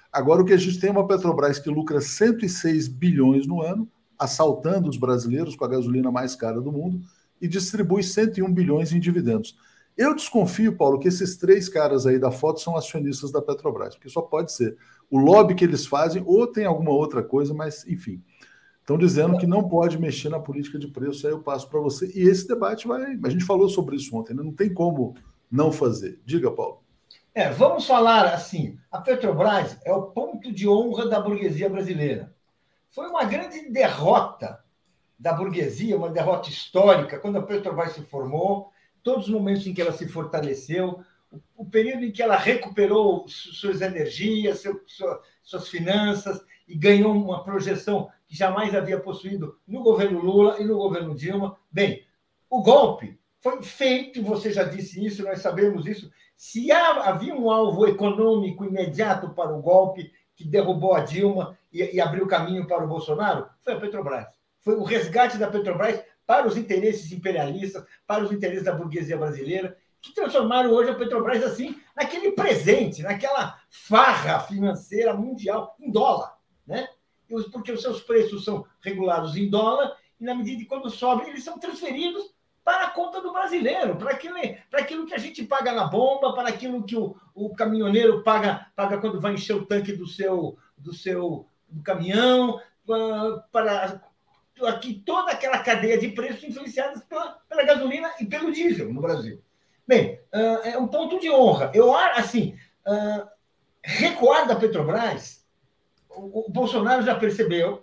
A: Agora, o que a gente tem é uma Petrobras que lucra 106 bilhões no ano, assaltando os brasileiros com a gasolina mais cara do mundo, e distribui 101 bilhões em dividendos. Eu desconfio, Paulo, que esses 3 caras aí da foto são acionistas da Petrobras, porque só pode ser. O lobby que eles fazem, ou tem alguma outra coisa, mas, enfim. Estão dizendo que não pode mexer na política de preço, aí eu passo para você. E esse debate vai... A gente falou sobre isso ontem, né? Não tem como não fazer. Diga, Paulo.
D: Vamos falar assim, a Petrobras é o ponto de honra da burguesia brasileira. Foi uma grande derrota da burguesia, uma derrota histórica, quando a Petrobras se formou, todos os momentos em que ela se fortaleceu, o período em que ela recuperou suas energias, suas finanças, e ganhou uma projeção que jamais havia possuído no governo Lula e no governo Dilma. Bem, o golpe foi feito, você já disse isso, nós sabemos isso. Se havia um alvo econômico imediato para o golpe que derrubou a Dilma e abriu caminho para o Bolsonaro, foi a Petrobras. Foi o resgate da Petrobras para os interesses imperialistas, para os interesses da burguesia brasileira, que transformaram hoje a Petrobras assim naquele presente, naquela farra financeira mundial em dólar, né? Porque os seus preços são regulados em dólar e, na medida que quando sobem, eles são transferidos para a conta do brasileiro, para aquilo que a gente paga na bomba, para aquilo que o caminhoneiro paga quando vai encher o tanque do caminhão, para aqui toda aquela cadeia de preços influenciadas pela gasolina e pelo diesel no Brasil. Bem, é um ponto de honra. Eu acho assim, recuar da Petrobras, o Bolsonaro já percebeu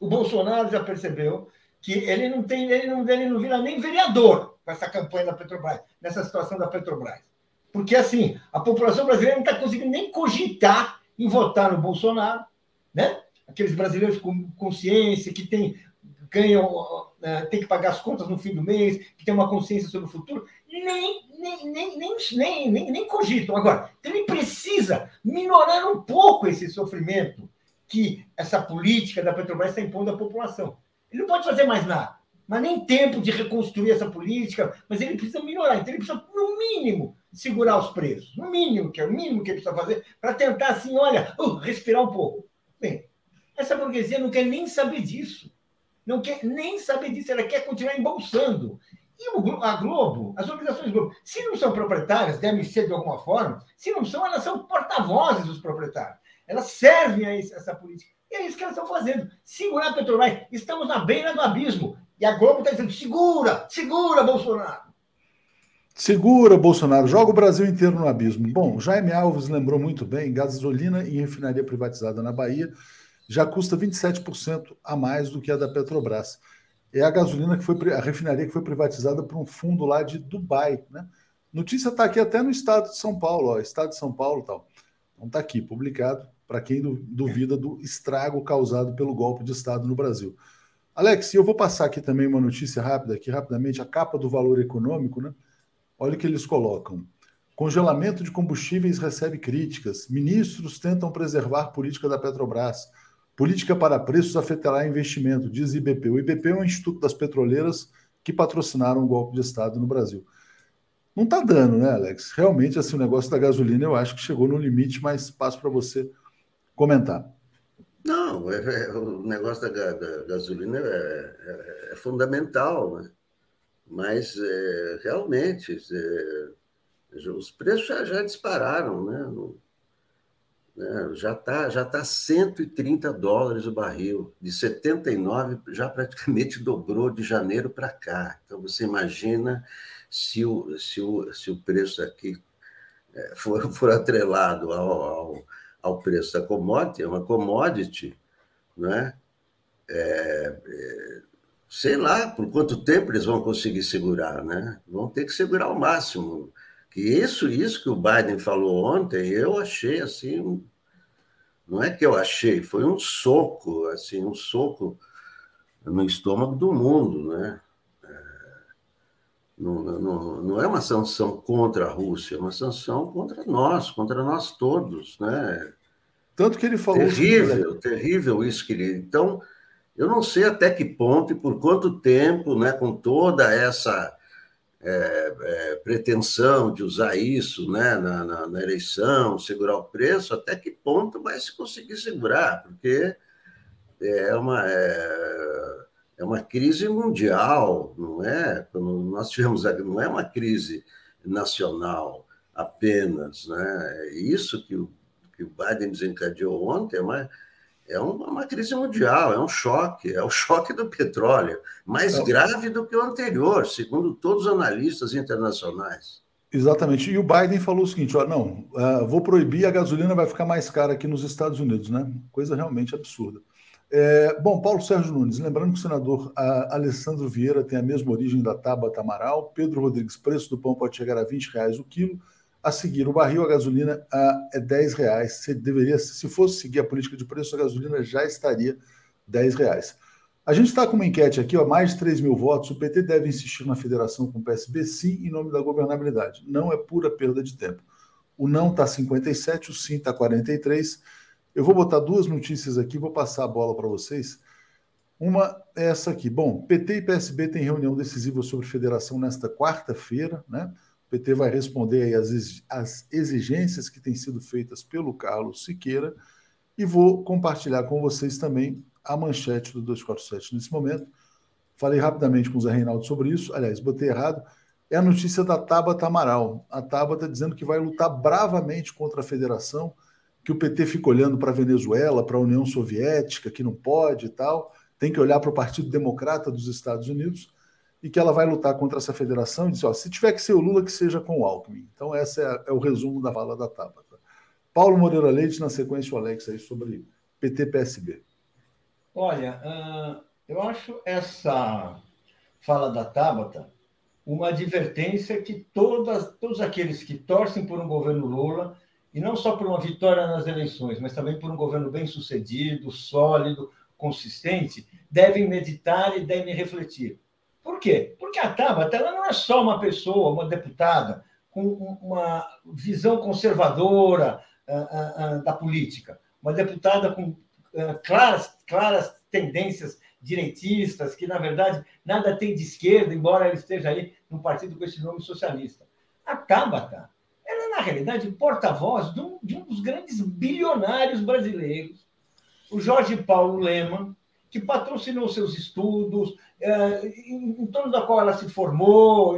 D: que ele não vira nem vereador com essa campanha da Petrobras, nessa situação da Petrobras. Porque, assim, a população brasileira não está conseguindo nem cogitar em votar no Bolsonaro, né? Aqueles brasileiros com consciência, que tem que pagar as contas no fim do mês, que tem uma consciência sobre o futuro, nem cogitam. Agora, ele precisa minorar um pouco esse sofrimento que essa política da Petrobras está impondo à população. Ele não pode fazer mais nada, mas nem tempo de reconstruir essa política, mas ele precisa melhorar. Então, ele precisa, no mínimo, segurar os preços. No mínimo, que é o mínimo que ele precisa fazer, para tentar, assim, respirar um pouco. Bem, essa burguesia não quer nem saber disso. Não quer nem saber disso, ela quer continuar embolsando. E a Globo, as organizações Globo, se não são proprietárias, devem ser de alguma forma, se não são, elas são porta-vozes dos proprietários. Elas servem a essa política. E é isso que elas estão fazendo. Segurar a Petrobras. Estamos na beira do abismo. E a Globo está dizendo, segura, Bolsonaro.
A: Segura, Bolsonaro. Joga o Brasil inteiro no abismo. Bom, Jaime Alves lembrou muito bem, gasolina em refinaria privatizada na Bahia já custa 27% a mais do que a da Petrobras. É a gasolina a refinaria que foi privatizada por um fundo lá de Dubai, né? Notícia está aqui até no estado de São Paulo, estado de São Paulo e tal. Então está aqui, publicado, para quem duvida do estrago causado pelo golpe de Estado no Brasil. Alex, eu vou passar aqui também uma notícia rápida, aqui rapidamente, a capa do Valor Econômico, né? Olha o que eles colocam. Congelamento de combustíveis recebe críticas. Ministros tentam preservar política da Petrobras. Política para preços afetará investimento, diz IBP. O IBP é um instituto das petroleiras que patrocinaram o golpe de Estado no Brasil. Não está dando, né, Alex? Realmente, assim, o negócio da gasolina eu acho que chegou no limite, mas passo para você comentar.
C: Não, o negócio da gasolina é fundamental, né? Mas realmente os preços já dispararam, né? Já tá $130 o barril, de 79 já praticamente dobrou de janeiro para cá. Então você imagina se o preço aqui for atrelado ao preço da commodity, é uma commodity, né? Sei lá por quanto tempo eles vão conseguir segurar, né? Vão ter que segurar ao máximo. Que isso que o Biden falou ontem, eu achei assim, não é que eu achei, foi um soco no estômago do mundo, né? Não é uma sanção contra a Rússia, é uma sanção contra nós todos, né?
A: Tanto que ele falou...
C: Terrível isso que ele... Então, eu não sei até que ponto e por quanto tempo, né, com toda essa pretensão de usar isso, né, na eleição, segurar o preço, até que ponto vai se conseguir segurar? Porque é uma crise mundial, não é? Quando nós tivemos, não é uma crise nacional apenas, né? Isso que o Biden desencadeou ontem é uma crise mundial, é um choque do petróleo, mais grave do que o anterior, segundo todos os analistas internacionais.
A: Exatamente. E o Biden falou o seguinte, não, vou proibir, a gasolina vai ficar mais cara aqui nos Estados Unidos, né? Coisa realmente absurda. Bom, Paulo Sérgio Nunes, lembrando que o senador Alessandro Vieira tem a mesma origem da Tabata Amaral. Pedro Rodrigues, preço do pão pode chegar a R$20 o quilo. A seguir, o barril, a gasolina é R$10. Se fosse seguir a política de preço, a gasolina já estaria R$10. A gente está com uma enquete aqui, mais de 3 mil votos. O PT deve insistir na federação com o PSB, sim, em nome da governabilidade. Não é pura perda de tempo. O não está 57, o sim está 43. Eu vou botar 2 notícias aqui, vou passar a bola para vocês. Uma é essa aqui. Bom, PT e PSB têm reunião decisiva sobre federação nesta quarta-feira, né? O PT vai responder aí às exigências que têm sido feitas pelo Carlos Siqueira e vou compartilhar com vocês também a manchete do 247 nesse momento. Falei rapidamente com o Zé Reinaldo sobre isso. Aliás, botei errado. É a notícia da Tabata Amaral. A Tabata dizendo que vai lutar bravamente contra a federação, que o PT fica olhando para a Venezuela, para a União Soviética, que não pode e tal, tem que olhar para o Partido Democrata dos Estados Unidos, e que ela vai lutar contra essa federação e diz, se tiver que ser o Lula, que seja com o Alckmin. Então, esse é o resumo da fala da Tabata. Paulo Moreira Leite, na sequência, o Alex aí sobre PT-PSB.
D: Olha, eu acho essa fala da Tabata uma advertência que todos aqueles que torcem por um governo Lula, e não só por uma vitória nas eleições, mas também por um governo bem-sucedido, sólido, consistente, devem meditar e devem refletir. Por quê? Porque a Tabata ela não é só uma pessoa, uma deputada, com uma visão conservadora da política, uma deputada com claras tendências direitistas, que, na verdade, nada tem de esquerda, embora ela esteja aí num partido com esse nome socialista. A Tabata, ela é, na realidade, porta-voz de um dos grandes bilionários brasileiros, o Jorge Paulo Lemann, que patrocinou seus estudos, em torno da qual ela se formou,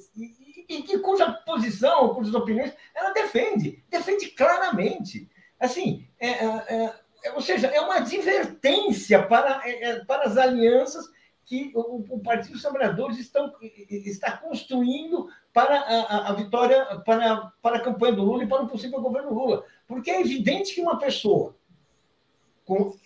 D: e cuja posição, cujas opiniões, ela defende claramente. Assim, ou seja, é uma advertência para as alianças que o Partido dos Trabalhadores está construindo para a vitória, para a campanha do Lula e para o possível governo Lula. Porque é evidente que uma pessoa com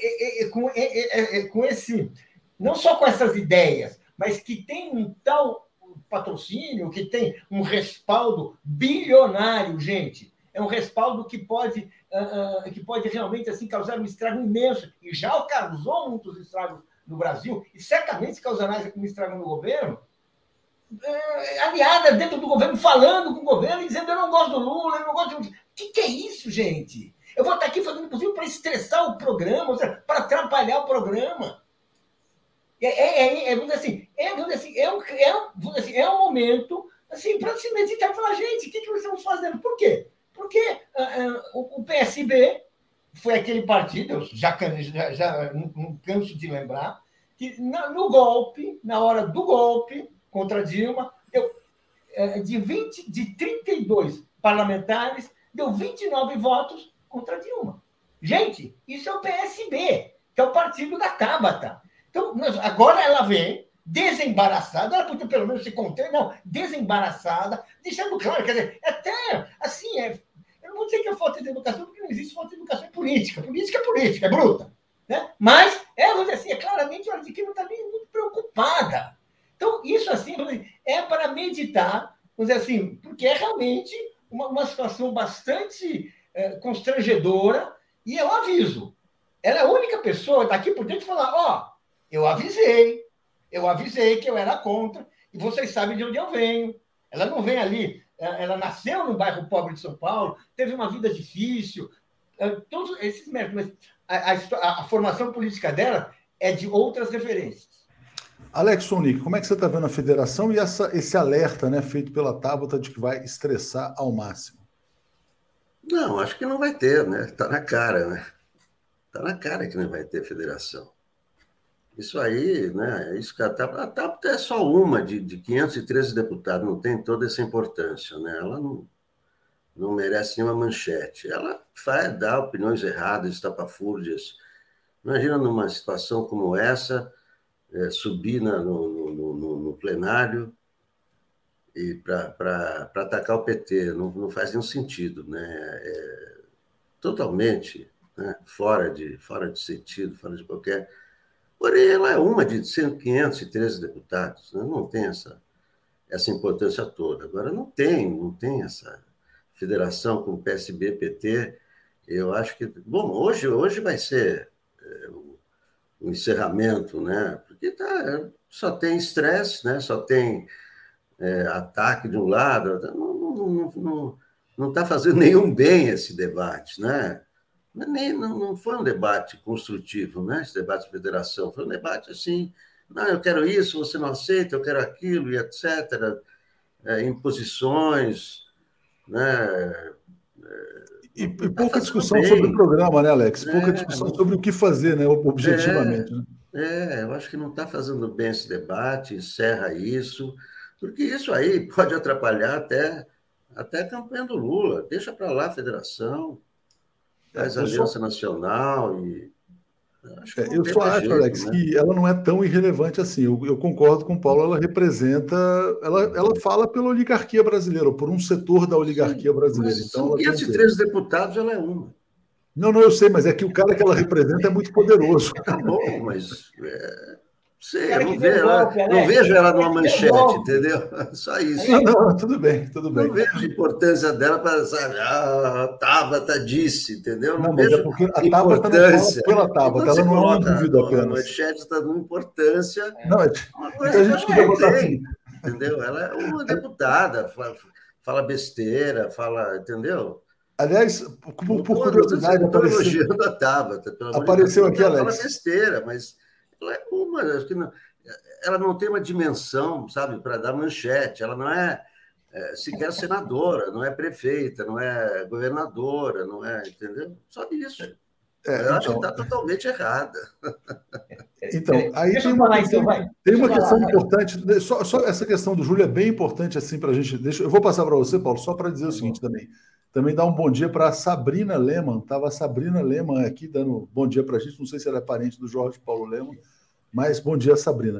D: esse, não só com essas ideias, mas que tem um tal patrocínio, que tem um respaldo bilionário, gente, é um respaldo que pode realmente assim causar um estrago imenso, e já causou muitos estragos no Brasil, e certamente causará um estrago no governo, aliada dentro do governo, falando com o governo e dizendo eu não gosto do Lula, eu não gosto de... O que é isso, gente? Eu vou estar aqui fazendo o possível para estressar o programa, ou seja, para atrapalhar o programa. Vamos dizer assim, é um momento assim, para se meditar e falar, gente, o que nós estamos fazendo? Por quê? Porque o PSB foi aquele partido, eu já não canso de lembrar, que no golpe, na hora do golpe contra Dilma, de 32 parlamentares, deu 29 votos contra Dilma. Gente, isso é o PSB, que é o partido da Tabata. Então, agora ela vem desembaraçada, ela podia pelo menos se conter, não, desembaraçada, deixando claro, quer dizer, até assim, eu não vou dizer que é falta de educação, porque não existe falta de educação política. Política é política, é bruta. Né? Mas, vamos dizer assim, claramente ela que não está nem muito preocupada. Então, isso assim, é para meditar, vamos dizer assim, porque é realmente uma situação bastante constrangedora, e eu aviso, ela é a única pessoa daqui por dentro falar, eu avisei que eu era contra, e vocês sabem de onde eu venho. Ela não vem ali, ela nasceu num bairro pobre de São Paulo, teve uma vida difícil, todos esses méritos, mas a formação política dela é de outras referências.
A: Alex Sonic, como é que você está vendo a federação e esse alerta, né, feito pela Tabata de que vai estressar ao máximo?
C: Não, acho que não vai ter, né? Está na cara, né? Está na cara que não vai ter federação. Isso aí, né? Isso que a Tabata é só uma de 513 deputados, não tem toda essa importância, né? Ela não merece nenhuma manchete. Ela vai dar opiniões erradas, estapafúrdias. Imagina numa situação como essa, subir no plenário e para atacar o PT. Não faz nenhum sentido, né? Totalmente, né? fora de sentido, fora de qualquer... Porém, ela é uma de 513 deputados, né? Não tem essa importância toda. Agora, não tem essa federação com PSB, PT. Eu acho que... Bom, hoje vai ser o encerramento, né? Porque só tem estresse, né? Só tem ataque de um lado. Não está fazendo nenhum bem esse debate, né? Não foi um debate construtivo, né? Esse debate de federação. Foi um debate assim, não, eu quero isso, você não aceita, eu quero aquilo, e etc. Imposições, né?
A: E pouca discussão sobre o programa, né, Alex? Pouca discussão sobre o que fazer, né, objetivamente. Né?
C: Eu acho que não está fazendo bem esse debate, encerra isso, porque isso aí pode atrapalhar até a campanha do Lula. Deixa para lá a federação, faz aliança nacional e...
A: Eu só acho, Alex, né? Que ela não é tão irrelevante assim. Eu concordo com o Paulo, ela representa... Ela fala pela oligarquia brasileira, ou por um setor da oligarquia brasileira.
C: Então, são 513 deputados, ela é uma.
A: Não, eu sei, mas é que o cara que ela representa é muito poderoso.
C: Tá bom, mas... Sei, eu não vejo ela numa manchete, entendeu? Só isso.
A: Não, tudo bem.
C: Não vejo a importância dela para, sabe, a Tabata disse, entendeu?
A: Não vejo
C: porque
A: a importância. Pela Tabata, ela não é um indivíduo apenas.
C: A manchete está dando importância.
A: Não,
C: uma coisa então a gente podia botar assim. Entendeu? Ela é uma deputada, fala besteira, entendeu?
A: Aliás, por curiosidade,
C: apareceu... elogiando a Tabata.
A: Apareceu aqui, Alex.
C: Ela fala besteira, mas... Ela é uma, acho que ela não tem uma dimensão, sabe, para dar manchete. Ela não é sequer senadora, não é prefeita, não é governadora, não é, entendeu? Só isso. Eu acho que está totalmente errada.
A: Então, aí tem uma questão importante. Só essa questão do Júlio é bem importante assim para a gente. Eu vou passar para você, Paulo, só para dizer o seguinte também. Também dar um bom dia para a Sabrina Lehmann. Estava a Sabrina Lehmann aqui dando bom dia para a gente. Não sei se ela é parente do Jorge Paulo Lehmann, mas bom dia, Sabrina.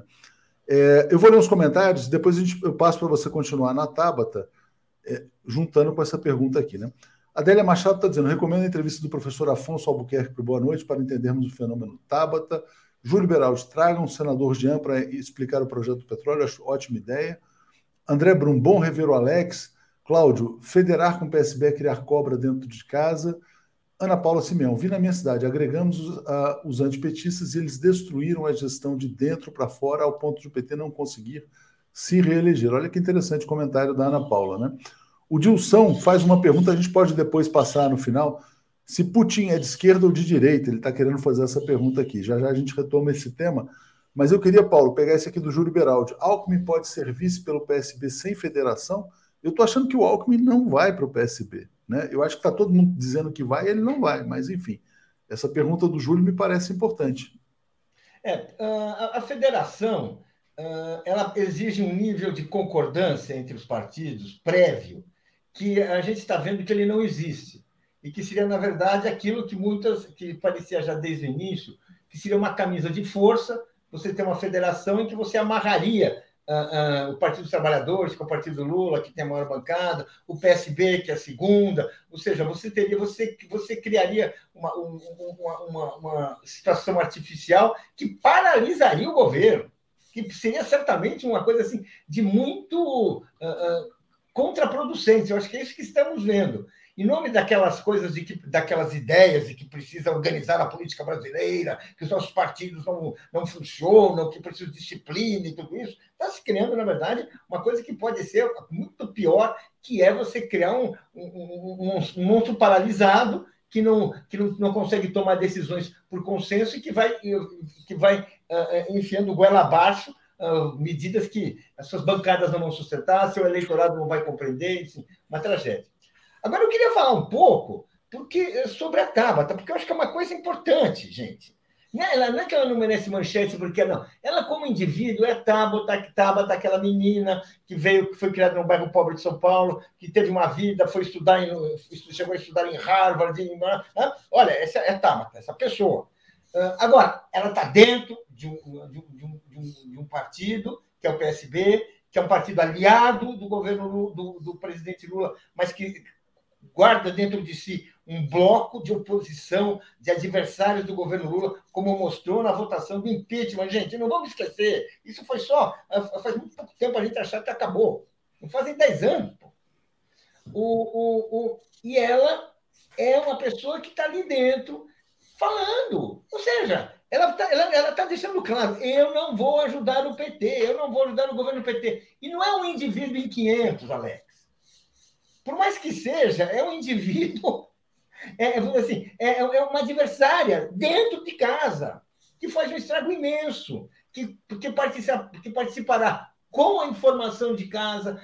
A: Eu vou ler uns comentários, depois eu passo para você continuar na Tabata, juntando com essa pergunta aqui. Né? Adélia Machado está dizendo, recomendo a entrevista do professor Afonso Albuquerque para Boa Noite para entendermos o fenômeno Tabata. Júlio Beraldi, tragam o senador Jean para explicar o projeto do petróleo, acho ótima ideia. André Brum, bom rever o Alex. Cláudio, federar com o PSB é criar cobra dentro de casa. Ana Paula Simeão, vi na minha cidade, agregamos os antipetistas e eles destruíram a gestão de dentro para fora ao ponto de o PT não conseguir se reeleger. Olha que interessante o comentário da Ana Paula, né? O Dilson faz uma pergunta, a gente pode depois passar no final, se Putin é de esquerda ou de direita, ele está querendo fazer essa pergunta aqui. Já a gente retoma esse tema, mas eu queria, Paulo, pegar esse aqui do Júlio Beraldi. Alckmin pode ser vice pelo PSB sem federação? Eu estou achando que o Alckmin não vai para o PSB. Né? Eu acho que está todo mundo dizendo que vai, ele não vai, mas enfim. Essa pergunta do Júlio me parece importante.
D: A federação ela exige um nível de concordância entre os partidos prévio, que a gente está vendo que ele não existe. E que seria, na verdade, aquilo que parecia já desde o início, que seria uma camisa de força, você ter uma federação em que você amarraria o Partido dos Trabalhadores, que é o Partido do Lula, que tem a maior bancada, o PSB, que é a segunda, ou seja, você criaria uma situação artificial que paralisaria o governo, que seria certamente uma coisa assim de muito contraproducente. Eu acho que é isso que estamos vendo. Em nome daquelas coisas, daquelas ideias de que precisa organizar a política brasileira, que os nossos partidos não funcionam, que precisa de disciplina e tudo isso, está se criando, na verdade, uma coisa que pode ser muito pior, que é você criar um monstro paralisado que não consegue tomar decisões por consenso e que vai enfiando goela abaixo medidas que as suas bancadas não vão sustentar, seu eleitorado não vai compreender, enfim, uma tragédia. Agora, eu queria falar um pouco sobre a Tabata, porque eu acho que é uma coisa importante, gente. Não é que ela não merece manchete, porque não. Ela, como indivíduo, é Tabata, aquela menina que foi criada num bairro pobre de São Paulo, que teve uma vida, chegou a estudar em Harvard. Olha, essa é Tabata, essa pessoa. Agora, ela está dentro de um partido, que é o PSB, que é um partido aliado do governo do presidente Lula, mas que guarda dentro de si um bloco de oposição, de adversários do governo Lula, como mostrou na votação do impeachment. Gente, não vamos esquecer, isso foi faz muito pouco tempo a gente achar que acabou. Não fazem 10 anos. E ela é uma pessoa que está ali dentro falando. Ou seja, ela está deixando claro, eu não vou ajudar o PT, eu não vou ajudar o governo PT. E não é um indivíduo em 500, Alex. Por mais que seja, é um indivíduo, é uma adversária dentro de casa, que faz um estrago imenso, que participará com a informação de casa,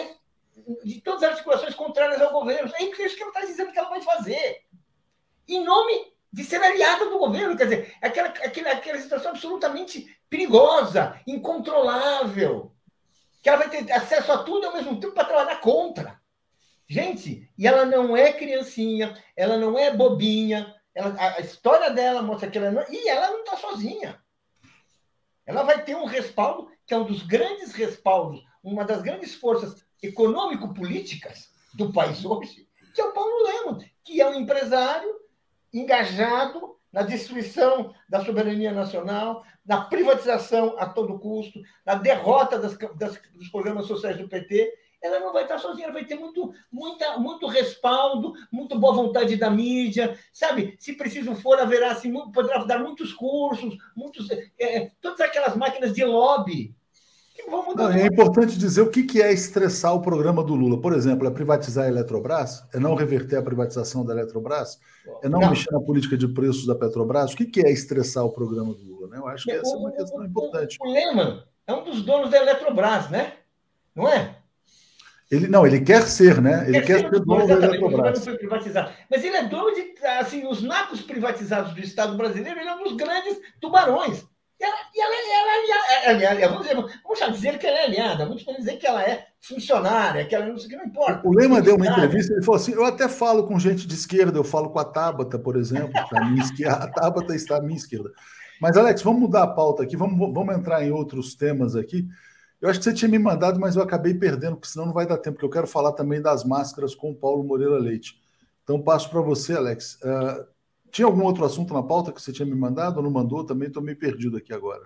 D: de todas as articulações contrárias ao governo. É isso que ela está dizendo que ela vai fazer. Em nome de ser aliada do governo, quer dizer, aquela situação absolutamente perigosa, incontrolável, que ela vai ter acesso a tudo ao mesmo tempo para trabalhar contra. Gente, e ela não é criancinha, ela não é bobinha, a história dela mostra que ela não... E ela não está sozinha. Ela vai ter um respaldo, que é um dos grandes respaldos, uma das grandes forças econômico-políticas do país hoje, que é o Paulo Lemann, que é um empresário engajado na destruição da soberania nacional, na privatização a todo custo, na derrota dos programas sociais do PT. Ela não vai estar sozinha, ela vai ter muito respaldo, muito boa vontade da mídia, sabe? Se preciso for, haverá, assim, poderá dar muitos cursos, todas aquelas máquinas de lobby.
A: Não, é importante dizer o que é estressar o programa do Lula. Por exemplo, é privatizar a Eletrobras? É não reverter a privatização da Eletrobras? É não mexer na política de preços da Petrobras? O que é estressar o programa do Lula? Né? Eu acho que essa é uma questão importante.
D: O Lemann é um dos donos da Eletrobras, né? Não é?
A: Ele quer ser, né? Ele quer ser dono da Eletrobras.
D: Não foi privatizado. Mas ele é dono de, assim, os nacos privatizados do Estado brasileiro, ele é um dos grandes tubarões. E ela é aliada. Vamos já dizer que ela é aliada, vamos dizer que ela é funcionária, que ela não sei o que, não importa.
A: O Lemann deu uma entrevista, ele falou assim, eu até falo com gente de esquerda, eu falo com a Tabata, por exemplo, tá à minha esquerda, a Tabata está à minha esquerda. Mas, Alex, vamos mudar a pauta aqui, vamos entrar em outros temas aqui. Eu acho que você tinha me mandado, mas eu acabei perdendo, porque senão não vai dar tempo, porque eu quero falar também das máscaras com o Paulo Moreira Leite. Então, passo para você, Alex. Tinha algum outro assunto na pauta que você tinha me mandado ou não mandou? Também estou meio perdido aqui agora.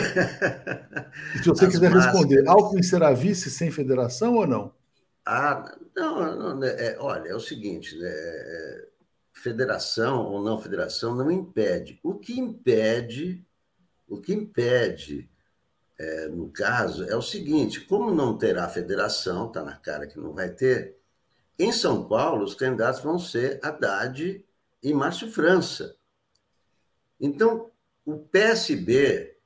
A: E se você quiser responder, Alckmin será vice sem federação ou não?
C: Não, olha, é o seguinte, né? Federação ou não federação não impede. O que impede, no caso, é o seguinte: como não terá federação, está na cara que não vai ter, em São Paulo os candidatos vão ser Haddad e Márcio França. Então, o PSB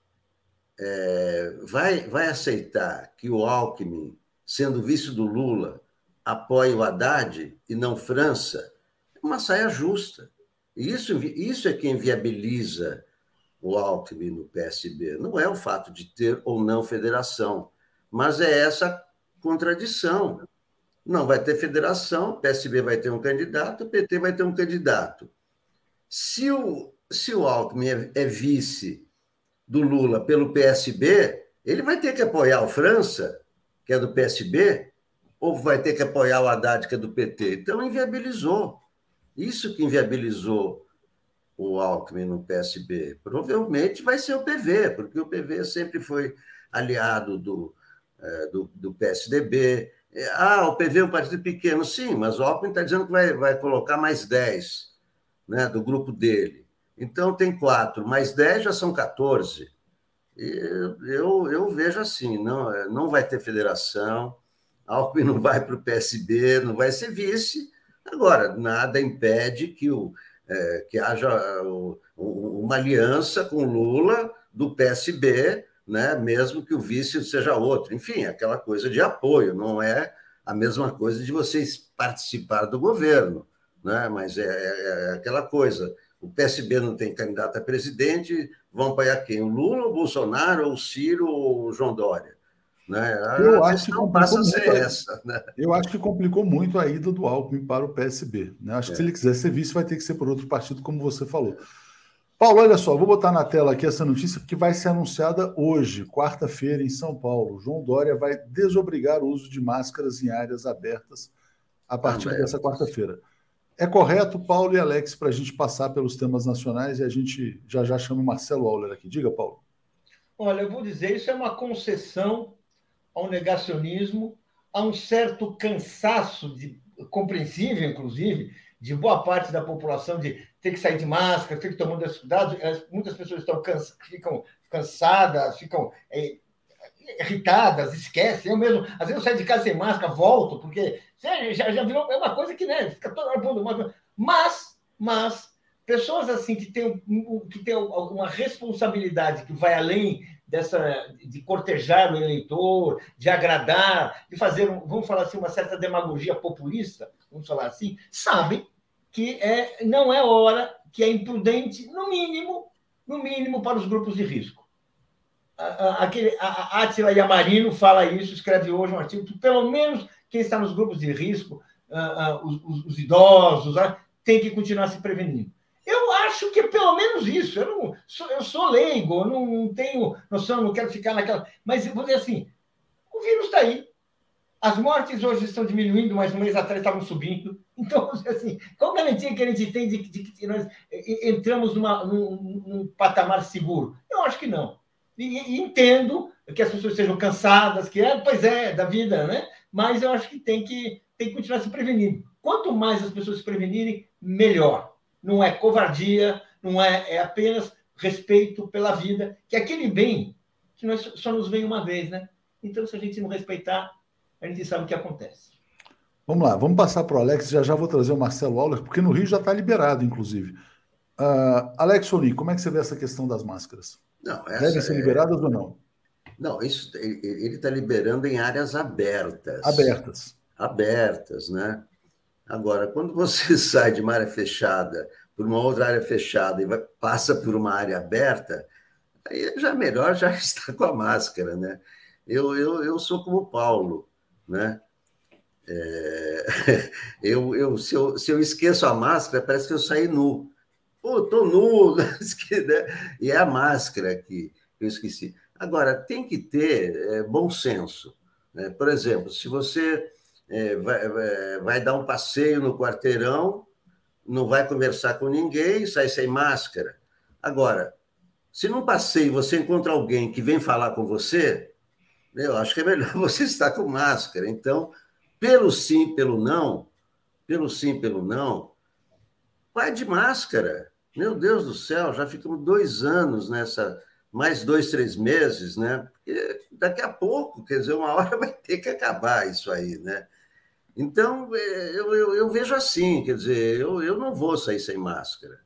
C: vai aceitar que o Alckmin, sendo vice do Lula, apoie o Haddad e não França? É uma saia justa. E isso é que inviabiliza o Alckmin no PSB. Não é o fato de ter ou não federação, mas é essa contradição. Não vai ter federação, o PSB vai ter um candidato, o PT vai ter um candidato. Se o Alckmin é vice do Lula pelo PSB, ele vai ter que apoiar o França, que é do PSB, ou vai ter que apoiar o Haddad, que é do PT. Então, inviabilizou. Isso que inviabilizou o Alckmin no PSB. Provavelmente vai ser o PV, porque o PV sempre foi aliado do PSDB. O PV é um partido pequeno, sim, mas o Alckmin está dizendo que vai colocar mais 10, né, do grupo dele. Então, tem 4, mais 10 já são 14. Eu vejo assim, não vai ter federação, Alckmin não vai para o PSB, não vai ser vice. Agora, nada impede que haja uma aliança com Lula do PSB, né? Mesmo que o vice seja outro. Enfim, aquela coisa de apoio, não é a mesma coisa de vocês participar do governo, né? Mas é aquela coisa, o PSB não tem candidato a presidente, vão apoiar quem? O Lula, o Bolsonaro, o Ciro ou o João Dória? Né?
A: Eu acho que complicou
C: passa a ser
A: muito
C: essa. Né?
A: Eu acho que complicou muito a ida do Alckmin para o PSB. Né? Acho que se ele quiser ser vice, vai ter que ser por outro partido, como você falou. Paulo, olha só, vou botar na tela aqui essa notícia que vai ser anunciada hoje, quarta-feira, em São Paulo. João Dória vai desobrigar o uso de máscaras em áreas abertas a partir dessa quarta-feira. É correto, Paulo e Alex, para a gente passar pelos temas nacionais e a gente já chama o Marcelo Auler aqui. Diga, Paulo.
D: Olha, eu vou dizer, isso é uma concessão ao negacionismo, a um certo cansaço, compreensível, inclusive, de boa parte da população de ter que sair de máscara, ter que tomar esses cuidados. Muitas pessoas ficam cansadas, ficam irritadas, esquecem. Eu mesmo, às vezes eu saio de casa sem máscara, volto, porque já virou uma coisa que, né, fica toda hora pondo máscara. Mas pessoas assim que têm uma responsabilidade que vai além de cortejar o eleitor, de agradar, de fazer, vamos falar assim, uma certa demagogia populista, vamos falar assim, sabem que não é hora, que é imprudente, no mínimo para os grupos de risco. A Átila Yamarino fala isso, escreve hoje um artigo que, pelo menos, quem está nos grupos de risco, os idosos, tem que continuar se prevenindo. Eu acho que é pelo menos isso. Eu sou leigo, eu não tenho noção, não quero ficar naquela... Mas vou dizer assim, o vírus está aí. As mortes hoje estão diminuindo, mas um mês atrás estavam subindo. Então, assim, qual garantia que a gente tem de que nós entramos num patamar seguro? Eu acho que não. E entendo que as pessoas sejam cansadas, pois é, da vida, né? Mas eu acho que tem que continuar se prevenindo. Quanto mais as pessoas se prevenirem, melhor. Não é covardia, não é apenas respeito pela vida, que é aquele bem que só nos vem uma vez, né? Então, se a gente não respeitar, a gente sabe o que acontece.
A: Vamos lá, vamos passar para o Alex, já vou trazer o Marcelo Auler, porque no Rio já está liberado, inclusive. Alex Oni, como é que você vê essa questão das máscaras?
C: Não,
A: devem ser liberadas ou não?
C: Não, isso ele está liberando em áreas abertas. Abertas, né? Agora, quando você sai de uma área fechada por uma outra área fechada e passa por uma área aberta, aí já melhor já estar com a máscara, né? Eu sou como o Paulo, né? Se eu esqueço a máscara, parece que eu saí nu. Pô, tô nu, né? E é a máscara que eu esqueci. Agora, tem que ter bom senso, né? Por exemplo, se você vai dar um passeio no quarteirão, não vai conversar com ninguém, sai sem máscara. Agora, se num passeio você encontra alguém que vem falar com você, eu acho que é melhor você estar com máscara. Então, pelo sim, pelo não, vai de máscara. Meu Deus do céu, já ficamos 2 anos nessa, mais 2, 3 meses, né? Porque daqui a pouco, quer dizer, uma hora vai ter que acabar isso aí, né? Então, eu vejo assim, quer dizer, eu não vou sair sem máscara.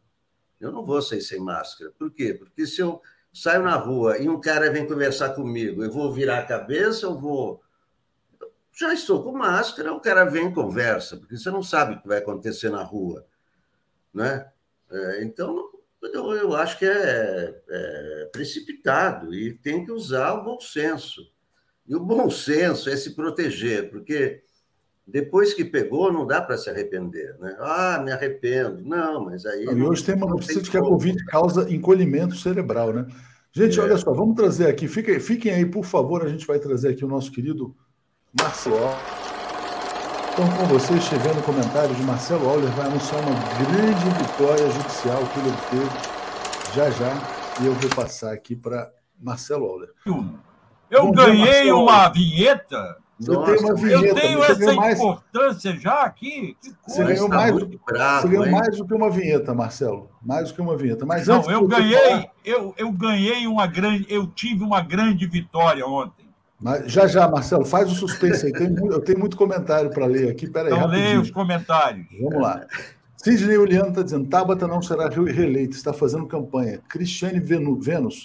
C: Por quê? Porque se eu saio na rua e um cara vem conversar comigo, eu vou virar a cabeça, já estou com máscara, o cara vem e conversa, porque você não sabe o que vai acontecer na rua, né? Então, eu acho que é precipitado e tem que usar o bom senso. E o bom senso é se proteger, porque depois que pegou, não dá para se arrepender, né? Me arrependo. Não, mas aí...
A: E hoje tem uma notícia de que a Covid causa encolhimento cerebral, né? Gente, olha só, vamos trazer aqui, fiquem aí, por favor, a gente vai trazer aqui o nosso querido Marcelo. Então, com vocês, chegando o comentário de Marcelo Auler, vai anunciar uma grande vitória judicial que ele obteve já, e eu vou passar aqui para Marcelo Auler.
E: Eu ganhei uma vinheta.
A: Você tem uma vinheta.
E: Eu tenho essa importância já aqui.
A: Você ganhou mais do que uma vinheta, Marcelo. Mais do que uma vinheta. Mas
E: não, eu ganhei uma grande. Eu tive uma grande vitória ontem.
A: Mas já, Marcelo, faz o suspense aí. Eu tenho muito comentário para ler aqui. Peraí,
E: então, leia os comentários.
A: Vamos lá. Sidney Uliano está dizendo: Tabata não será reeleita, está fazendo campanha. Cristiane Vênus,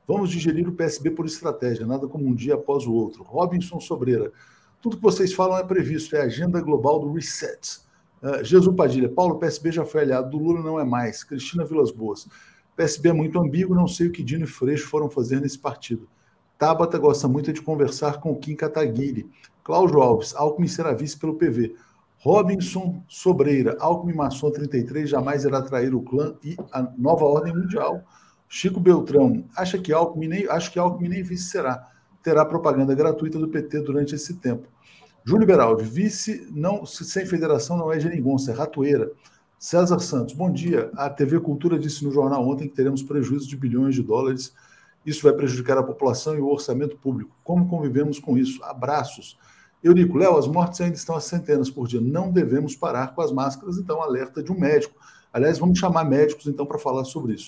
A: Vamos digerir o PSB por estratégia, nada como um dia após o outro. Robinson Sobreira. Tudo que vocês falam é previsto, é a agenda global do reset. Jesus Padilha. Paulo, o PSB já foi aliado do Lula, não é mais. Cristina Vilas Boas. PSB é muito ambíguo, não sei o que Dino e Freixo foram fazer nesse partido. Tabata gosta muito de conversar com o Kim Kataguiri. Cláudio Alves. Alckmin será vice pelo PV. Robinson Sobreira. Alckmin Maçom 33 jamais irá trair o clã e a nova ordem mundial. Chico Beltrão, acho que Alckmin nem vice será. Terá propaganda gratuita do PT durante esse tempo. Júlio Beraldi, vice não, sem federação não é geringonça, é ratoeira. César Santos, bom dia. A TV Cultura disse no jornal ontem que teremos prejuízo de bilhões de dólares. Isso vai prejudicar a população e o orçamento público. Como convivemos com isso? Abraços. Eurico, Léo, as mortes ainda estão a centenas por dia. Não devemos parar com as máscaras, então alerta de um médico. Aliás, vamos chamar médicos então para falar sobre isso.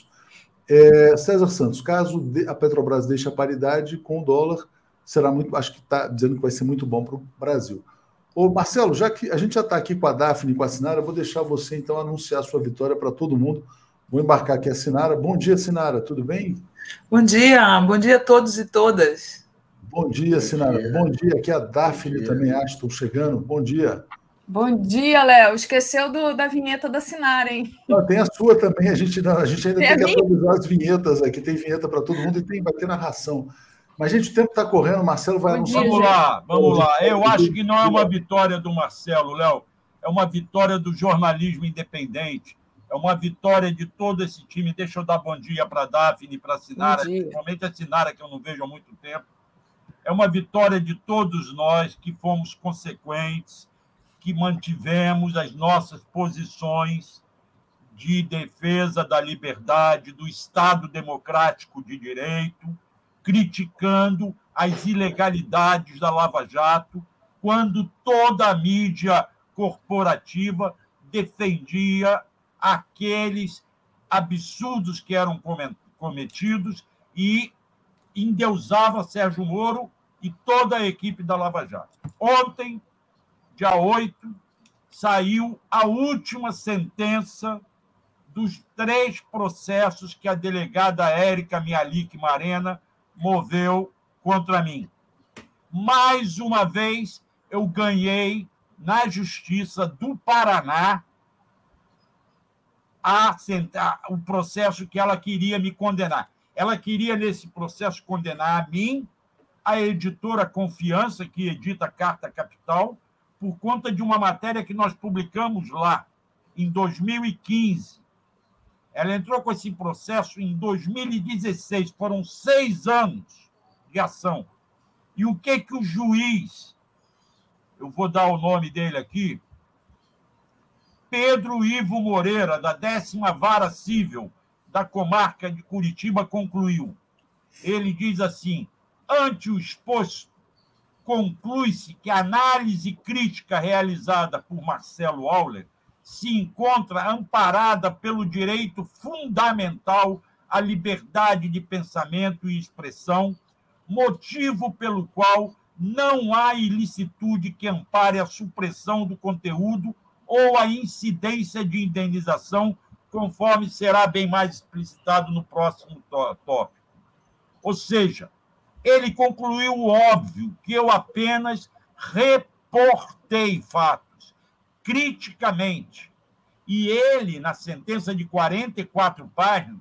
A: César Santos, caso a Petrobras deixe a paridade com o dólar, será muito, acho que está dizendo que vai ser muito bom para o Brasil. Ô Marcelo, já que a gente já está aqui com a Daphne e com a Sinara, vou deixar você então anunciar a sua vitória para todo mundo. Vou embarcar aqui a Sinara. Bom dia, Sinara, tudo bem?
F: Bom dia a todos e todas.
A: Bom dia, Sinara. Bom dia, aqui a Daphne também, Aston, chegando. Bom dia.
G: Bom dia, Léo. Esqueceu da vinheta da Sinara, hein?
A: Não, tem a sua também. A gente ainda tem que atualizar as vinhetas aqui. Tem vinheta para todo mundo e vai ter narração. Mas, gente, o tempo está correndo. O Marcelo vai
E: anunciar. Vamos lá. Eu acho que não é uma vitória do Marcelo, Léo. É uma vitória do jornalismo independente. É uma vitória de todo esse time. Deixa eu dar bom dia para a Daphne e para a Sinara, principalmente a Sinara, que eu não vejo há muito tempo. É uma vitória de todos nós que fomos consequentes, que mantivemos as nossas posições de defesa da liberdade, do Estado democrático de direito, criticando as ilegalidades da Lava Jato, quando toda a mídia corporativa defendia aqueles absurdos que eram cometidos e endeusava Sérgio Moro e toda a equipe da Lava Jato. Ontem, dia 8, saiu a última sentença dos 3 processos que a delegada Érica Mialik Marena moveu contra mim. Mais uma vez, eu ganhei na Justiça do Paraná o processo que ela queria me condenar. Ela queria, nesse processo, condenar a mim, a editora Confiança, que edita Carta Capital, por conta de uma matéria que nós publicamos lá, em 2015. Ela entrou com esse processo em 2016. Foram 6 anos de ação. E o que o juiz, eu vou dar o nome dele aqui, Pedro Ivo Moreira, da 10ª Vara Cível da comarca de Curitiba, concluiu. Ele diz assim: ante o exposto, conclui-se que a análise crítica realizada por Marcelo Auler se encontra amparada pelo direito fundamental à liberdade de pensamento e expressão, motivo pelo qual não há ilicitude que ampare a supressão do conteúdo ou a incidência de indenização, conforme será bem mais explicitado no próximo tópico. Ou seja, ele concluiu o óbvio, que eu apenas reportei fatos criticamente. E ele, na sentença de 44 páginas,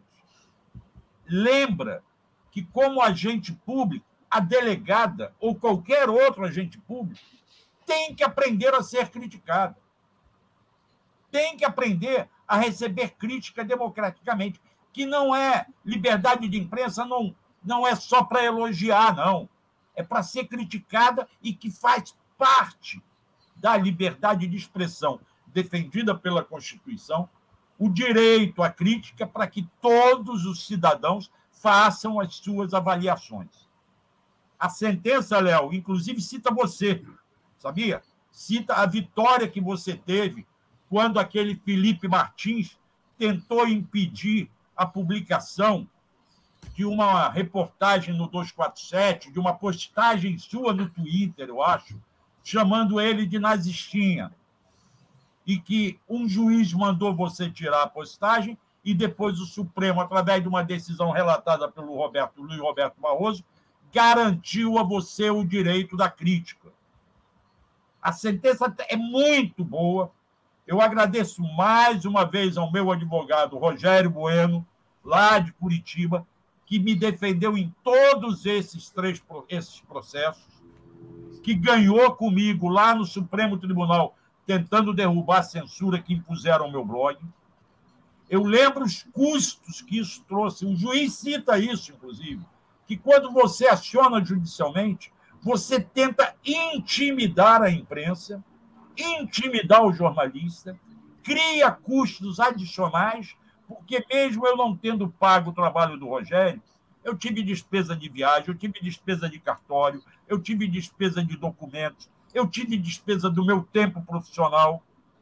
E: lembra que, como agente público, a delegada ou qualquer outro agente público tem que aprender a ser criticado. Tem que aprender a receber crítica democraticamente, que não é liberdade de imprensa, não é só para elogiar, não. É para ser criticada e que faz parte da liberdade de expressão defendida pela Constituição, o direito à crítica para que todos os cidadãos façam as suas avaliações. A sentença, Léo, inclusive cita você, sabia? Cita a vitória que você teve quando aquele Felipe Martins tentou impedir a publicação de uma reportagem no 247, de uma postagem sua no Twitter, eu acho, chamando ele de nazistinha. E que um juiz mandou você tirar a postagem e depois o Supremo, através de uma decisão relatada pelo Luiz Roberto Barroso, garantiu a você o direito da crítica. A sentença é muito boa. Eu agradeço mais uma vez ao meu advogado, Rogério Bueno, lá de Curitiba, que me defendeu em todos esses processos, que ganhou comigo lá no Supremo Tribunal, tentando derrubar a censura que impuseram ao meu blog. Eu lembro os custos que isso trouxe. O juiz cita isso, inclusive, que quando você aciona judicialmente, você tenta intimidar a imprensa, intimidar o jornalista, cria custos adicionais, porque mesmo eu não tendo pago o trabalho do Rogério, eu tive despesa de viagem, eu tive despesa de cartório, eu tive despesa de documentos, eu tive despesa do meu tempo profissional.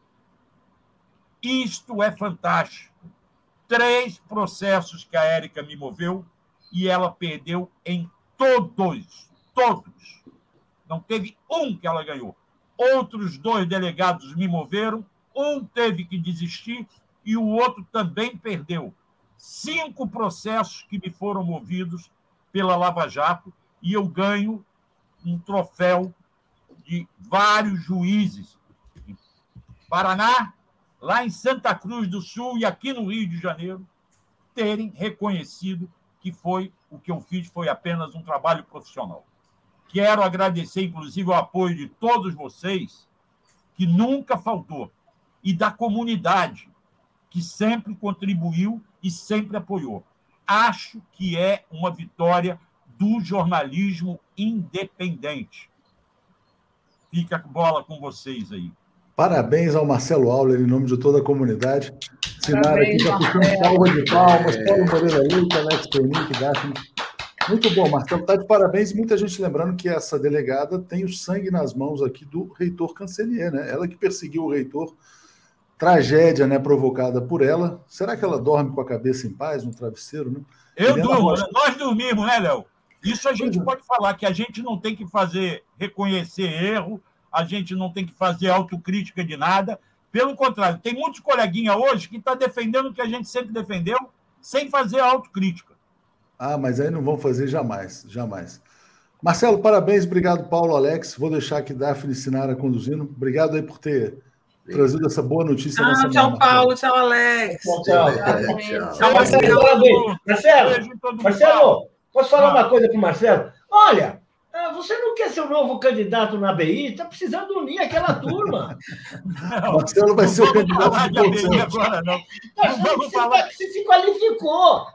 E: Isto é fantástico. 3 processos que a Érica me moveu e ela perdeu em todos. Não teve um que ela ganhou. Outros 2 delegados me moveram, um teve que desistir e o outro também perdeu. 5 processos que me foram movidos pela Lava Jato e eu ganho um troféu de vários juízes. Em Paraná, lá em Santa Cruz do Sul e aqui no Rio de Janeiro, terem reconhecido que o que eu fiz foi apenas um trabalho profissional. Quero agradecer, inclusive, o apoio de todos vocês, que nunca faltou, e da comunidade, que sempre contribuiu e sempre apoiou. Acho que é uma vitória do jornalismo independente. Fica a bola com vocês aí.
A: Parabéns ao Marcelo Auler, em nome de toda a comunidade. Sinara aqui, já puxando palma de palmas, Paulo Moreira Leite, Alex Pernic, Daphne. Muito bom, Marcelo, está de parabéns. Muita gente lembrando que essa delegada tem o sangue nas mãos aqui do reitor Cancelier, né? Ela que perseguiu o reitor, tragédia, né, provocada por ela. Será que ela dorme com a cabeça em paz, no travesseiro, né?
E: Eu durmo, nós dormimos, né, Léo? Isso a gente pode falar, que a gente não tem que reconhecer erro, a gente não tem que fazer autocrítica de nada. Pelo contrário, tem muitos coleguinhas hoje que estão defendendo o que a gente sempre defendeu, sem fazer autocrítica.
A: Ah, mas aí não vão fazer jamais. Marcelo, parabéns, obrigado, Paulo, Alex. Vou deixar aqui Daphne e Sinara conduzindo. Obrigado aí por ter trazido essa boa notícia.
F: Tchau, Paulo, tchau, Alex.
D: Tchau, Marcelo. Marcelo, posso falar uma coisa para o Marcelo? Olha, você não quer ser o novo candidato na ABI? Está precisando unir aquela turma.
A: Marcelo vai ser o candidato
E: de ABI agora, não.
D: Você se qualificou.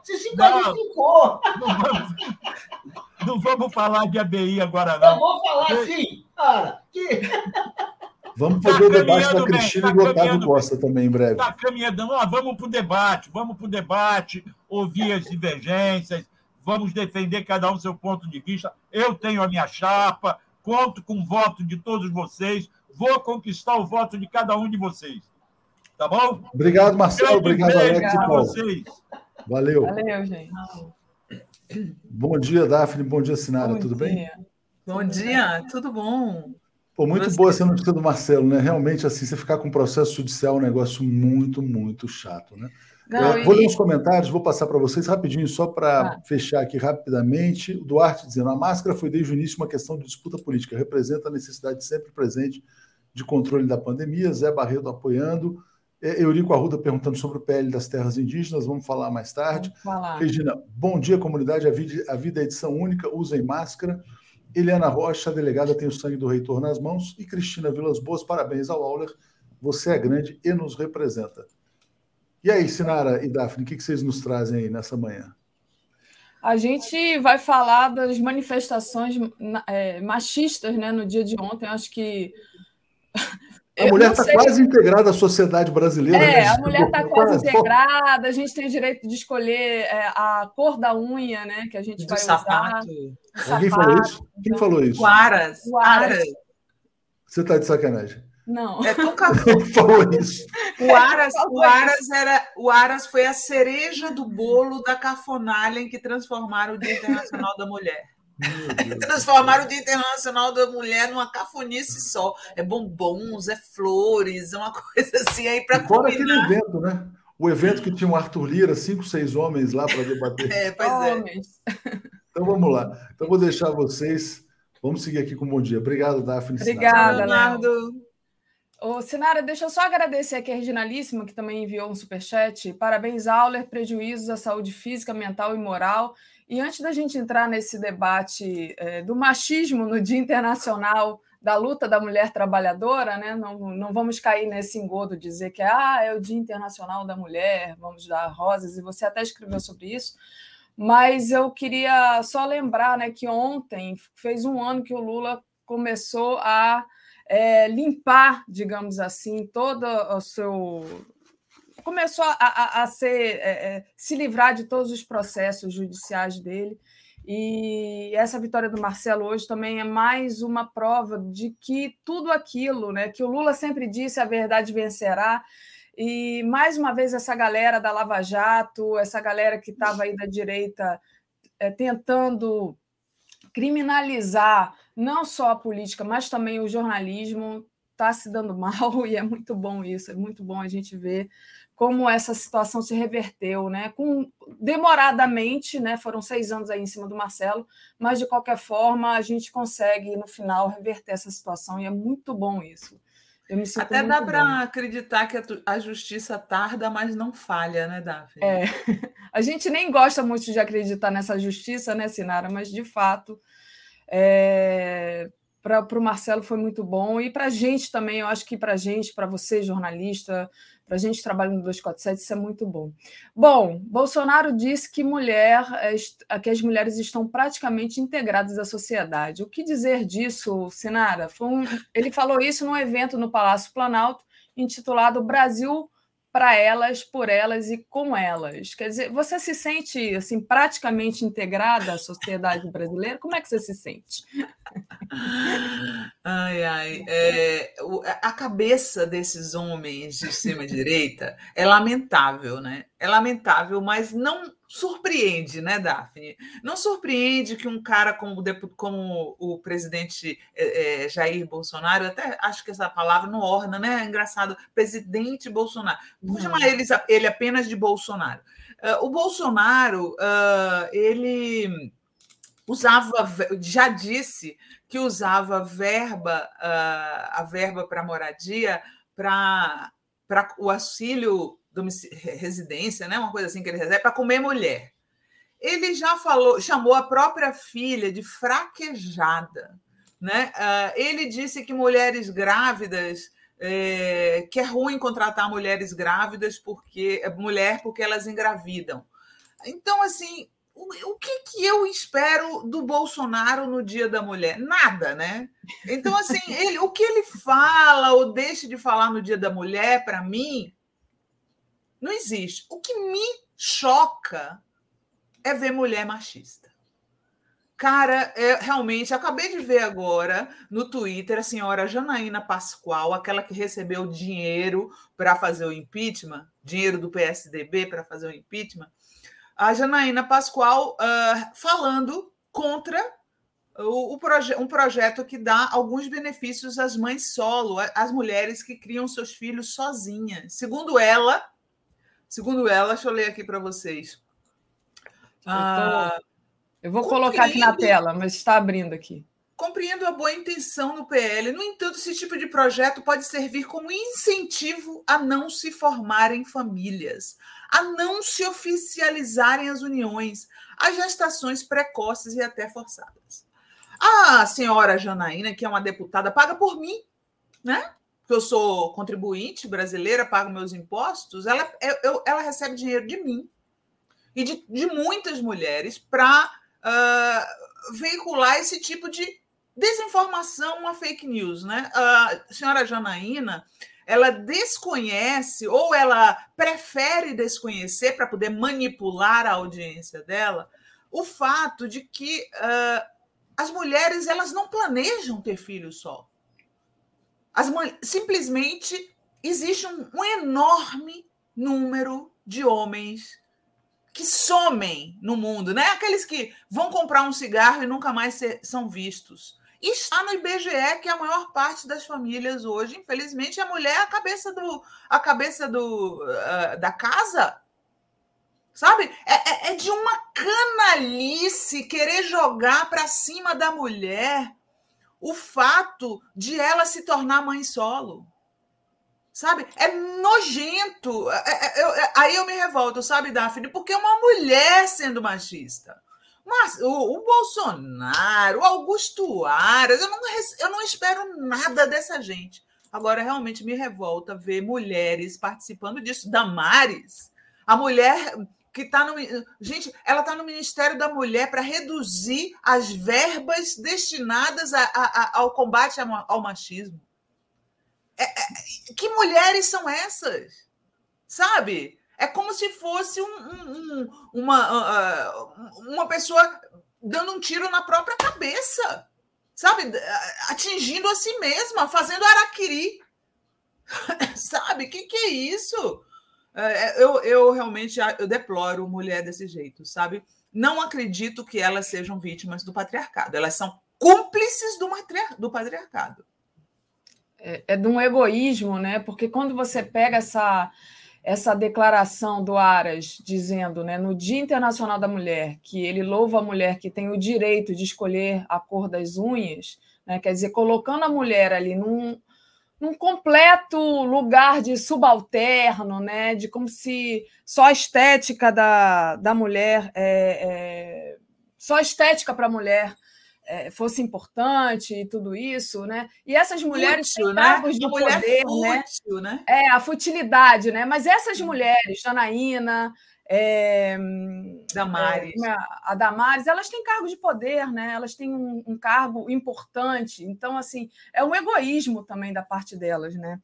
E: Não vamos falar de ABI agora, não.
D: Eu vou falar sim, cara.
A: Vamos fazer o debate da Cristina e do Otávio Costa também, em breve.
E: Está caminhando. Vamos para o debate, ouvir as divergências, vamos defender cada um seu ponto de vista. Eu tenho a minha chapa, conto com o voto de todos vocês, vou conquistar o voto de cada um de vocês. Tá bom?
A: Obrigado, Marcelo. Obrigado, Alex e Paulo.
E: Vocês.
A: Valeu.
G: Valeu, gente.
A: Bom dia, Daphne. Bom dia, Sinara. Tudo bem?
F: Bom dia, tudo bom?
A: Pô, muito boa essa notícia do Marcelo, né? Realmente, assim, você ficar com um processo judicial é um negócio muito, muito chato, né? Vou ler os comentários, vou passar para vocês rapidinho, só para fechar aqui rapidamente. O Duarte dizendo, a máscara foi desde o início uma questão de disputa política, representa a necessidade sempre presente de controle da pandemia. Zé Barreto apoiando. Eurico Arruda perguntando sobre o PL das terras indígenas, vamos falar mais tarde. Regina, bom dia, comunidade, a vida é edição única, usem máscara. Eliana Rocha, a delegada, tem o sangue do reitor nas mãos. E Cristina Vilas Boas, parabéns ao Auler, você é grande e nos representa. E aí, Sinara e Daphne, o que vocês nos trazem aí nessa manhã?
G: A gente vai falar das manifestações machistas, né, no dia de ontem. Acho que...
A: A mulher está quase integrada à sociedade brasileira. Né?
G: A mulher está quase integrada, a gente tem o direito de escolher a cor da unha, né, que a gente vai usar.
A: Alguém falou isso? Quem falou isso?
F: O Aras.
A: Você está de sacanagem.
G: Não.
F: É tão café.
A: Falou isso.
F: O Aras foi a cereja do bolo da cafonalha em que transformaram o Dia Internacional da Mulher. Transformaram o Dia Internacional da Mulher numa cafonice só. É bombons, é flores, é uma coisa assim aí para
A: fora aquele evento, né? o evento que tinha o Arthur Lira, 5, 6 homens lá para debater.
F: Pois é.
G: Homens.
A: Então vamos lá. Então vou deixar vocês. Vamos seguir aqui com o Bom Dia. Obrigado, Daphne.
G: Obrigada,
F: Leonardo.
G: Ô, Sinara, deixa eu só agradecer aqui a Reginalíssima, que também enviou um superchat. Parabéns, Auler. Prejuízos à saúde física, mental e moral. E antes da gente entrar nesse debate do machismo no Dia Internacional da Luta da Mulher Trabalhadora, né? Não vamos cair nesse engodo de dizer que é o Dia Internacional da Mulher, vamos dar rosas, e você até escreveu sobre isso. Mas eu queria só lembrar, né, que ontem fez um ano que o Lula começou a limpar, digamos assim, todo o seu... Começou a se livrar de todos os processos judiciais dele. E essa vitória do Marcelo hoje também é mais uma prova de que tudo aquilo, né, que o Lula sempre disse, a verdade vencerá. E, mais uma vez, essa galera da Lava Jato, essa galera que estava aí da direita tentando criminalizar não só a política, mas também o jornalismo, está se dando mal, e é muito bom isso, é muito bom a gente ver como essa situação se reverteu, né? Demoradamente, né? Foram 6 anos aí em cima do Marcelo, mas, de qualquer forma, a gente consegue, no final, reverter essa situação, e é muito bom isso. Eu me sinto
F: Até
G: muito
F: dá para
G: bem.
F: acreditar que a justiça tarda, mas não falha, né, Daphne?
G: A gente nem gosta muito de acreditar nessa justiça, né, Sinara? Mas, de fato, para o Marcelo foi muito bom, e para a gente também, eu acho que para a gente, para você, jornalista, para a gente que trabalha no 247, isso é muito bom. Bom, Bolsonaro disse que as mulheres estão praticamente integradas à sociedade. O que dizer disso, Sinara? Ele falou isso num evento no Palácio Planalto, intitulado Brasil para elas, por elas e com elas. Quer dizer, você se sente assim, praticamente integrada à sociedade brasileira? Como é que você se sente?
F: A cabeça desses homens de extrema-direita é lamentável, né? É lamentável, mas não surpreende, né, Daphne? Não surpreende que um cara como o presidente Jair Bolsonaro, eu até acho que essa palavra não orna, né? É engraçado, presidente Bolsonaro. Vou chamar ele apenas de Bolsonaro. O Bolsonaro, ele já disse que usava a verba para moradia para o auxílio residência, né? Uma coisa assim que ele recebe, para comer mulher. Ele já chamou a própria filha de fraquejada, né? Ele disse que mulheres grávidas, que é ruim contratar mulheres grávidas porque elas engravidam. Então, assim, o que eu espero do Bolsonaro no Dia da Mulher? Nada, né? Então, assim, o que ele fala ou deixa de falar no Dia da Mulher, para mim, não existe. O que me choca é ver mulher machista. Cara, realmente, acabei de ver agora no Twitter a senhora Janaína Pascoal, aquela que recebeu dinheiro para fazer o impeachment, dinheiro do PSDB para fazer o impeachment, a Janaína Pascoal falando contra um projeto que dá alguns benefícios às mães solo, às mulheres que criam seus filhos sozinhas. Segundo ela, deixa eu ler aqui para vocês.
G: Eu vou colocar aqui na tela, mas está abrindo aqui.
F: Compreendo a boa intenção no PL. No entanto, esse tipo de projeto pode servir como incentivo a não se formarem famílias, a não se oficializarem as uniões, as gestações precoces e até forçadas. A senhora Janaína, que é uma deputada, paga por mim, né? Porque eu sou contribuinte brasileira, pago meus impostos, ela recebe dinheiro de mim e de muitas mulheres para veicular esse tipo de desinformação, uma fake news, né? A senhora Janaína, ela desconhece ou ela prefere desconhecer para poder manipular a audiência dela o fato de que as mulheres elas não planejam ter filhos só. Simplesmente existe um enorme número de homens que somem no mundo, né? Aqueles que vão comprar um cigarro e nunca mais são vistos. está no IBGE, que é a maior parte das famílias hoje. Infelizmente, a mulher é a cabeça da casa. Sabe? É de uma canalice querer jogar para cima da mulher o fato de ela se tornar mãe solo. Sabe? É nojento. Aí eu me revolto, sabe, Daphne? Porque é uma mulher sendo machista. Mas o Bolsonaro, o Augusto Aras, eu não espero nada dessa gente. Agora, realmente me revolta ver mulheres participando disso. Damares, a mulher que está no... Gente, ela está no Ministério da Mulher para reduzir as verbas destinadas ao combate ao machismo. Que mulheres são essas? Sabe? É como se fosse uma pessoa dando um tiro na própria cabeça, sabe? Atingindo a si mesma, fazendo araquiri. Sabe? Que é isso? Eu realmente deploro mulher desse jeito, sabe? Não acredito que elas sejam vítimas do patriarcado. Elas são cúmplices do patriarcado.
G: É de um egoísmo, né? Porque quando você pega essa declaração do Aras dizendo, né, no Dia Internacional da Mulher, que ele louva a mulher que tem o direito de escolher a cor das unhas, né, quer dizer, colocando a mulher ali num completo lugar de subalterno, né, de como se só a estética da mulher, só a estética para a mulher fosse importante e tudo isso, né? E essas mulheres têm cargos de poder,
F: fútil, né?
G: A futilidade, né? Mas essas mulheres, Janaína,
F: Damares.
G: A Damares, elas têm cargo de poder, né? Elas têm um cargo importante. Então, assim, é um egoísmo também da parte delas, né?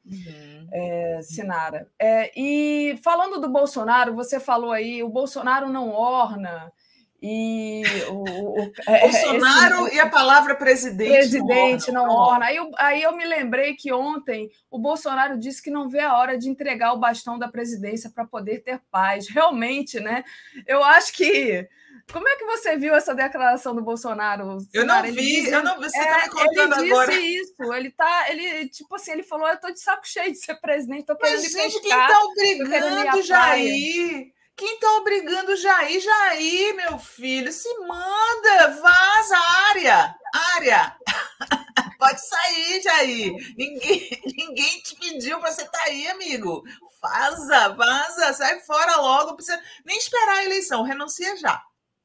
G: Sinara. E falando do Bolsonaro, você falou aí, o Bolsonaro não orna. E
F: Bolsonaro e a palavra presidente
G: não orna. Aí eu me lembrei que ontem o Bolsonaro disse que não vê a hora de entregar o bastão da presidência para poder ter paz. Realmente, né? Eu acho que... Como é que você viu essa declaração do Bolsonaro?
F: Eu não vi. Você está me contando agora.
G: Ele disse isso. Ele falou, eu estou de saco cheio de ser presidente, estou querendo ir pescar.
F: Gente, quem está obrigando Jair? Quem está obrigando Jair? Jair, meu filho, se manda, vaza, área. Pode sair, Jair. Ninguém te pediu para você estar aí, amigo. Vaza, sai fora logo. Não precisa nem esperar a eleição, renuncia já.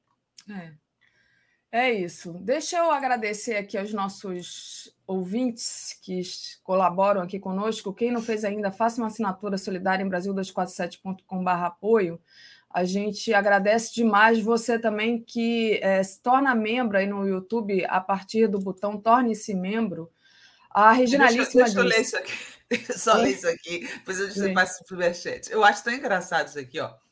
G: É isso. Deixa eu agradecer aqui aos nossos ouvintes que colaboram aqui conosco. Quem não fez ainda, faça uma assinatura solidária em Brasil247.com/apoio. A gente agradece demais você também que se torna membro aí no YouTube a partir do botão Torne-se Membro. A Reginalíssima
F: Deixa eu ler isso aqui. Só ler isso aqui, depois eu te passo o superchat. Eu acho tão engraçado isso aqui, ó.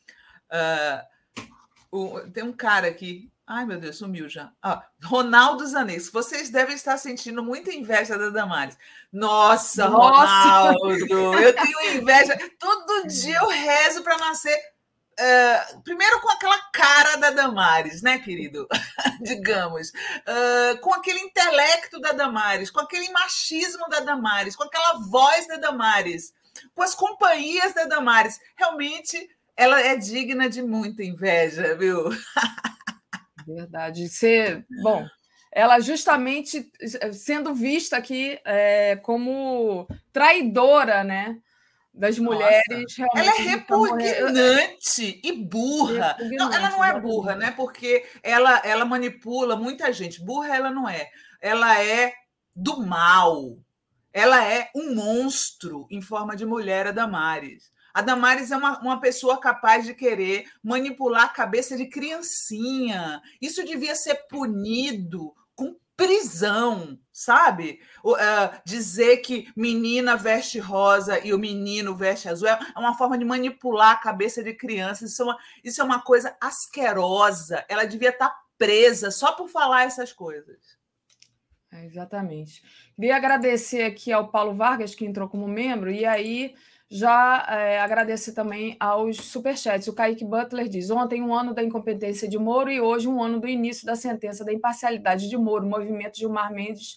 F: Tem um cara aqui. Ai, meu Deus, sumiu já. Ronaldo Zanetti. Vocês devem estar sentindo muita inveja da Damares. Nossa, Ronaldo! Eu tenho inveja. Todo dia eu rezo para nascer. Primeiro com aquela cara da Damares, né, querido? Digamos. Com aquele intelecto da Damares, com aquele machismo da Damares, com aquela voz da Damares, com as companhias da Damares. Realmente, ela é digna de muita inveja, viu?
G: Verdade. Bom, ela justamente sendo vista aqui como traidora, né, das mulheres. Realmente,
F: ela é repugnante e burra. Não, ela não é burra, né? Porque ela manipula muita gente. Burra ela não é. Ela é do mal. Ela é um monstro em forma de mulher, a Damares. A Damares é uma pessoa capaz de querer manipular a cabeça de criancinha. Isso devia ser punido com prisão, sabe? Dizer que menina veste rosa e o menino veste azul é uma forma de manipular a cabeça de criança. Isso é uma coisa asquerosa. Ela devia estar presa só por falar essas coisas.
G: Exatamente. Queria agradecer aqui ao Paulo Vargas, que entrou como membro, e aí... Já agradecer também aos superchats. O Kaique Butler diz: ontem 1 ano da incompetência de Moro e hoje 1 ano do início da sentença da imparcialidade de Moro. O movimento Gilmar Mendes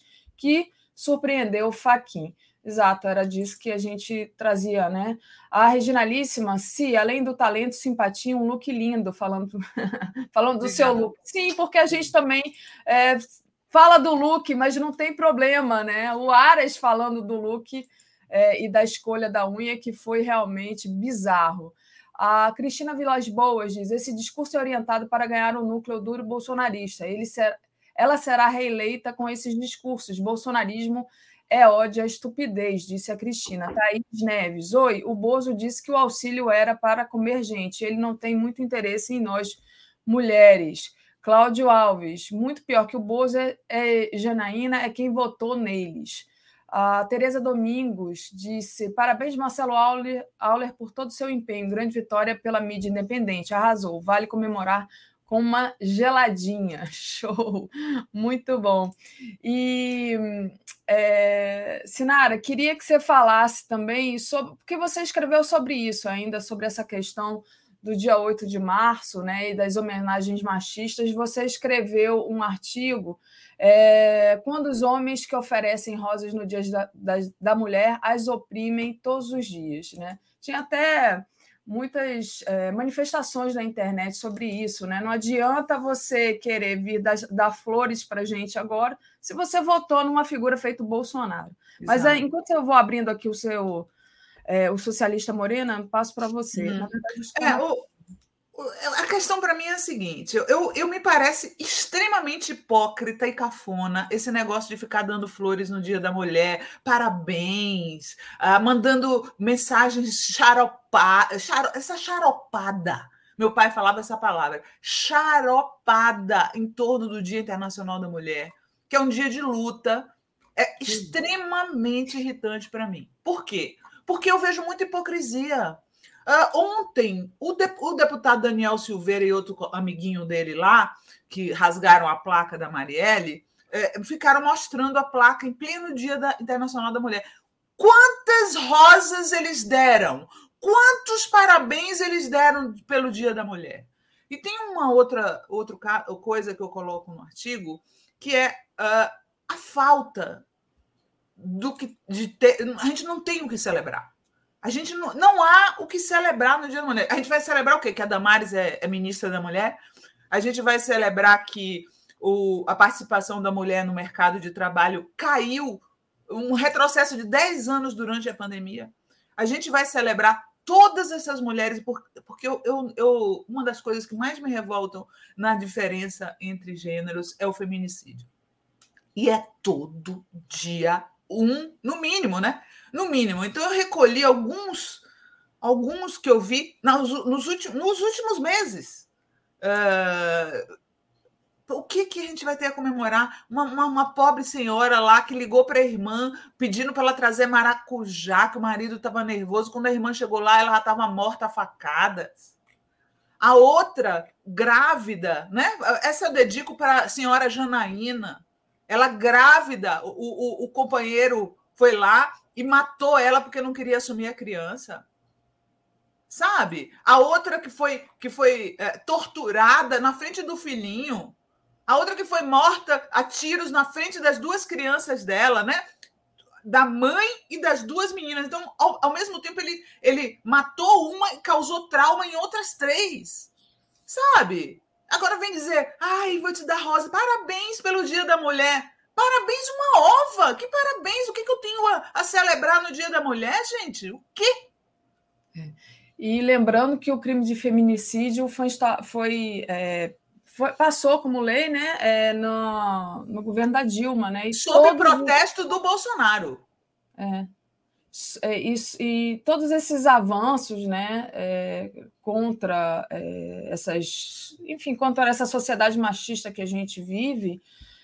G: que surpreendeu o Fachin. Exato, era disso que a gente trazia, né? A Reginalíssima, sim, além do talento, simpatia, um look lindo, falando do seu look. Sim, porque a gente também fala do look, mas não tem problema, né? O Aras falando do look e da escolha da unha, que foi realmente bizarro. A Cristina Vilas Boas diz: esse discurso é orientado para ganhar um núcleo duro bolsonarista. Ela será reeleita com esses discursos. Bolsonarismo é ódio à estupidez, disse a Cristina. Thaís Neves: oi, o Bozo disse que o auxílio era para comer gente. Ele não tem muito interesse em nós, mulheres. Cláudio Alves: muito pior que o Bozo Janaína é quem votou neles. A Tereza Domingos disse: parabéns, Marcelo Auler, por todo o seu empenho. Grande vitória pela mídia independente. Arrasou. Vale comemorar com uma geladinha. Show! Muito bom. E, Sinara, queria que você falasse também sobre... Porque você escreveu sobre isso ainda, sobre essa questão do dia 8 de março, né, e das homenagens machistas. Você escreveu um artigo quando os homens que oferecem rosas no Dia da Mulher as oprimem todos os dias, né? Tinha até muitas manifestações na internet sobre isso, né? Não adianta você querer vir dar flores para a gente agora se você votou numa figura feita o Bolsonaro. Exato. Mas enquanto eu vou abrindo aqui o Socialista Morena, passo para você. Na verdade,
F: a questão para mim é a seguinte: eu me parece extremamente hipócrita e cafona esse negócio de ficar dando flores no Dia da Mulher, parabéns, mandando mensagens essa xaropada. Meu pai falava essa palavra, xaropada, em torno do Dia Internacional da Mulher, que é um dia de luta. É extremamente irritante para mim. Por quê? Porque eu vejo muita hipocrisia. Ontem, o deputado Daniel Silveira e outro amiguinho dele lá, que rasgaram a placa da Marielle, ficaram mostrando a placa em pleno Dia Internacional da Mulher. Quantas rosas eles deram? Quantos parabéns eles deram pelo Dia da Mulher? E tem uma outra coisa que eu coloco no artigo, que é a falta de ter... A gente não tem o que celebrar. A gente não há o que celebrar no Dia da Mulher. A gente vai celebrar o quê? Que a Damares é ministra da Mulher? A gente vai celebrar que a participação da mulher no mercado de trabalho caiu, um retrocesso de 10 anos durante a pandemia? A gente vai celebrar todas essas mulheres, porque uma das coisas que mais me revoltam na diferença entre gêneros é o feminicídio. E é todo dia no mínimo, né? No mínimo. Então, eu recolhi alguns que eu vi nos últimos meses. O que a gente vai ter a comemorar? Uma pobre senhora lá que ligou para a irmã pedindo para ela trazer maracujá, que o marido estava nervoso. Quando a irmã chegou lá, ela já estava morta a facadas. A outra, grávida, né? Essa eu dedico para a senhora Janaína. Ela grávida, o companheiro foi lá e matou ela porque não queria assumir a criança. Sabe? A outra que foi torturada na frente do filhinho. A outra que foi morta a tiros na frente das duas crianças dela, né? Da mãe e das duas meninas. Então, ao mesmo tempo, ele matou uma e causou trauma em outras 3. Sabe? Agora vem dizer, vou te dar rosa. Parabéns pelo Dia da Mulher. Parabéns uma ova. Que parabéns? O que eu tenho a celebrar no Dia da Mulher, gente? O quê?
G: E lembrando que o crime de feminicídio passou como lei, né, no governo da Dilma, né? E
F: sob protesto do Bolsonaro.
G: E todos esses avanços, né, contra contra essa sociedade machista que a gente vive,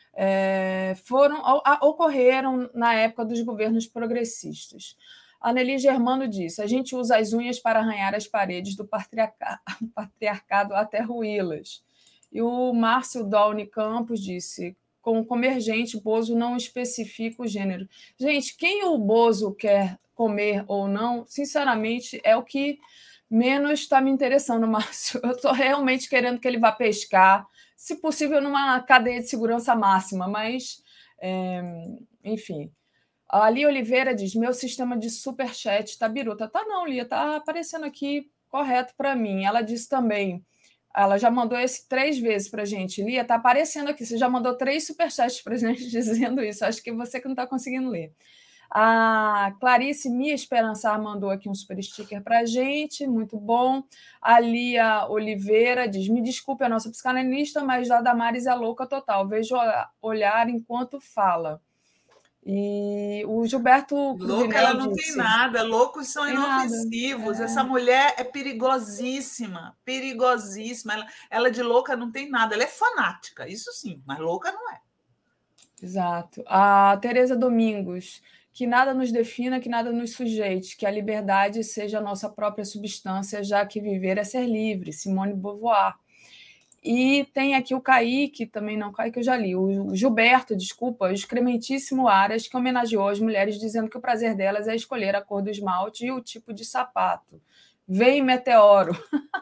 G: ocorreram na época dos governos progressistas. A Nelly Germano disse: a gente usa as unhas para arranhar as paredes do patriarcado até ruí-las. E o Márcio Dolny Campos disse: com comer gente, Bozo não especifica o gênero. Gente, quem o Bozo quer comer ou não, sinceramente, é o que menos está me interessando, Márcio. Eu estou realmente querendo que ele vá pescar, se possível, numa cadeia de segurança máxima, mas Enfim. A Lia Oliveira diz, meu sistema de superchat está biruta. Tá não, Lia, tá aparecendo aqui correto para mim. Ela disse também, ela já mandou esse 3 vezes para a gente. Lia, tá aparecendo aqui, você já mandou 3 superchats para a gente dizendo isso. Acho que você que não está conseguindo ler. A Clarice Mia Esperançar mandou aqui um super sticker para a gente, muito bom. A Lia Oliveira diz, me desculpe a nossa psicanalista, mas a Damares é louca total, vejo olhar enquanto fala. E o Gilberto
F: louca, ela não tem nada, loucos são inofensivos. Essa mulher é perigosíssima, perigosíssima. Ela de louca não tem nada, ela é fanática, isso sim, mas louca não é.
G: Exato. A Tereza Domingos, que nada nos defina, que nada nos sujeite, que a liberdade seja a nossa própria substância, já que viver é ser livre. Simone de Beauvoir. E tem aqui o Kaique, também não, Kaique eu já li, o Gilberto, desculpa, o excrementíssimo Aras, que homenageou as mulheres dizendo que o prazer delas é escolher a cor do esmalte e o tipo de sapato. Vem meteoro.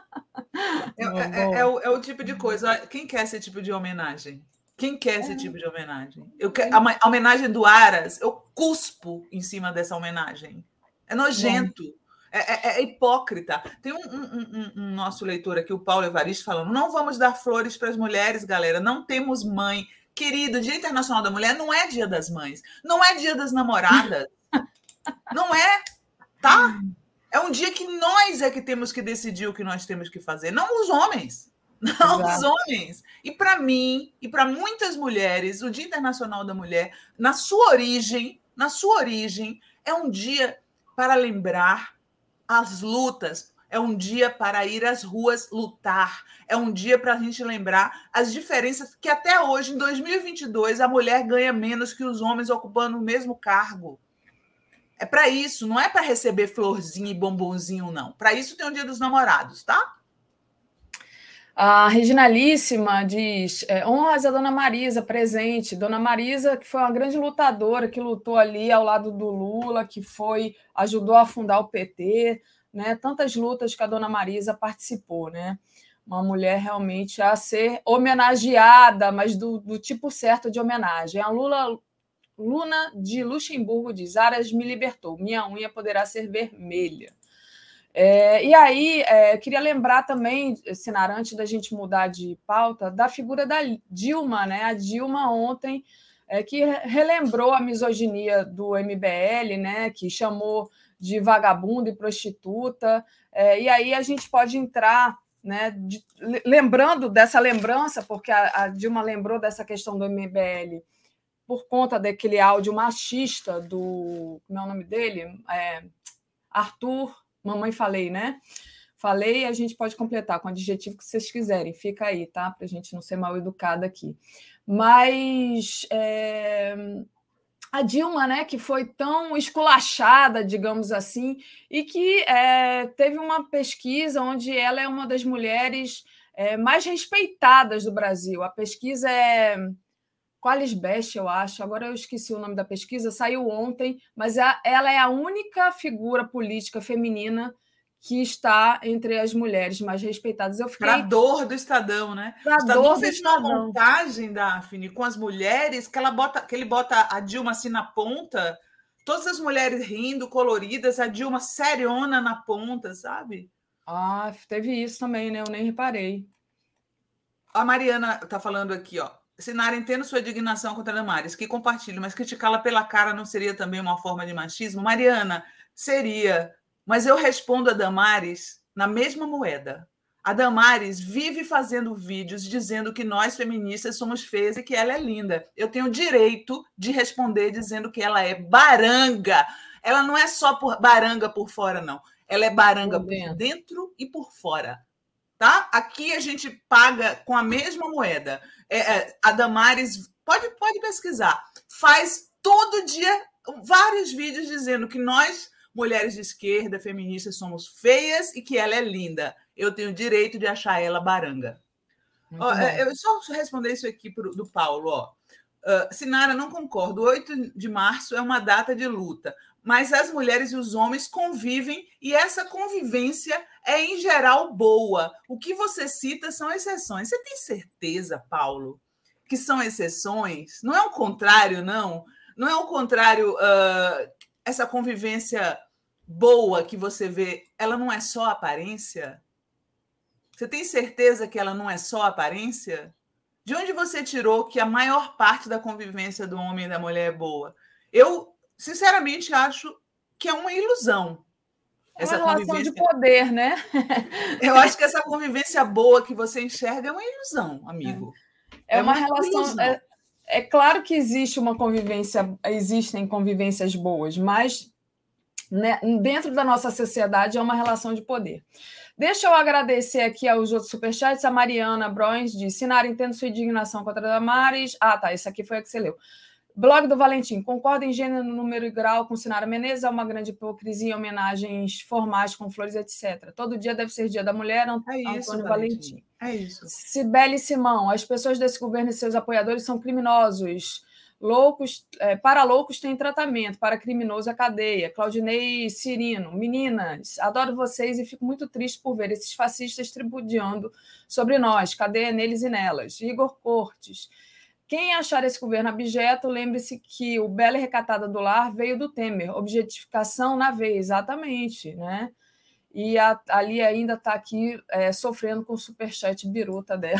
F: É o tipo de coisa. Quem quer esse tipo de homenagem? Quem quer esse tipo de homenagem? A homenagem do Aras, eu cuspo em cima dessa homenagem. É nojento. É hipócrita. Tem um nosso leitor aqui, o Paulo Evaristo, falando, não vamos dar flores para as mulheres, galera, não temos mãe. Querido, Dia Internacional da Mulher não é Dia das Mães, não é Dia das Namoradas, não é, tá? É um dia que nós é que temos que decidir o que nós temos que fazer, não os homens. Não, os homens. E para mim, e para muitas mulheres, o Dia Internacional da Mulher, na sua origem, é um dia para lembrar as lutas, é um dia para ir às ruas lutar, é um dia para a gente lembrar as diferenças que até hoje, em 2022, a mulher ganha menos que os homens ocupando o mesmo cargo. É para isso, não é para receber florzinha e bombonzinho, não. Para isso tem o Dia dos Namorados, tá?
G: A Reginalíssima diz, honras a Dona Marisa, presente. Dona Marisa, que foi uma grande lutadora, que lutou ali ao lado do Lula, que ajudou a fundar o PT, né? Tantas lutas que a Dona Marisa participou, né? Uma mulher realmente a ser homenageada, mas do tipo certo de homenagem. A Luna de Luxemburgo diz, Aras me libertou, minha unha poderá ser vermelha. E aí, queria lembrar também, Sinara, antes da gente mudar de pauta, da figura da Dilma, né? A Dilma ontem, que relembrou a misoginia do MBL, né? Que chamou de vagabunda e prostituta. E aí a gente pode entrar, né? Lembrando dessa lembrança, porque a Dilma lembrou dessa questão do MBL por conta daquele áudio machista do... Como é o nome dele? Arthur... Mamãe falei, né? Falei, a gente pode completar com o adjetivo que vocês quiserem. Fica aí, tá? Para a gente não ser mal educada aqui. Mas a Dilma, né, que foi tão esculachada, digamos assim, e que teve uma pesquisa onde ela é uma das mulheres mais respeitadas do Brasil. A pesquisa é Qualisbest, eu acho, agora eu esqueci o nome da pesquisa, saiu ontem, mas ela é a única figura política feminina que está entre as mulheres mais respeitadas. Eu fiquei...
F: Para dor do Estadão, né? O Estadão fez uma montagem, Daphne, com as mulheres, que ele bota a Dilma assim na ponta, todas as mulheres rindo, coloridas, a Dilma seriona na ponta, sabe?
G: Ah, teve isso também, né? Eu nem reparei.
F: A Mariana está falando aqui, ó. Sinara, entendo sua indignação contra a Damares, que compartilho, mas criticá-la pela cara não seria também uma forma de machismo? Mariana, seria, mas eu respondo a Damares na mesma moeda. A Damares vive fazendo vídeos dizendo que nós feministas somos feias e que ela é linda. Eu tenho o direito de responder dizendo que ela é baranga. Ela não é só baranga por fora, não. Ela é baranga por dentro e por fora. Tá? Aqui a gente paga com a mesma moeda. A Damares, pode pesquisar, faz todo dia vários vídeos dizendo que nós, mulheres de esquerda, feministas, somos feias e que ela é linda. Eu tenho o direito de achar ela baranga. Eu só responder isso aqui do Paulo. Sinara, não concordo. 8 de março é uma data de luta, mas as mulheres e os homens convivem e essa convivência é, em geral, boa. O que você cita são exceções. Você tem certeza, Paulo, que são exceções, não é o contrário, não. Não é o contrário, essa convivência boa que você vê, ela não é só aparência? Você tem certeza que ela não é só aparência? De onde você tirou que a maior parte da convivência do homem e da mulher é boa? Eu, sinceramente, acho que é uma ilusão.
G: É uma relação de poder, né?
F: Eu acho que essa convivência boa que você enxerga é uma ilusão, amigo.
G: É uma relação. É claro que existe uma convivência, existem convivências boas, mas né, dentro da nossa sociedade é uma relação de poder. Deixa eu agradecer aqui aos outros superchats. A Mariana Broins diz: Sinara, entendo sua indignação contra a Damares. Ah, tá, esse aqui foi a que você leu. Blog do Valentim: concordo em gênero, número e grau com Sinara Menezes, é uma grande hipocrisia em homenagens formais com flores, etc. Todo dia deve ser dia da mulher, Antônio Valentim.
F: É isso.
G: Cibele Simão: as pessoas desse governo e seus apoiadores são criminosos. Loucos, para loucos tem tratamento, para criminoso é cadeia. Claudinei Cirino: meninas, adoro vocês e fico muito triste por ver esses fascistas tripudiando sobre nós. Cadeia neles e nelas. Igor Cortes: quem achar esse governo abjeto, lembre-se que o Bela e Recatada do Lar veio do Temer. Objetificação na veia, exatamente, né? E ali ainda está aqui sofrendo com o superchat biruta dela.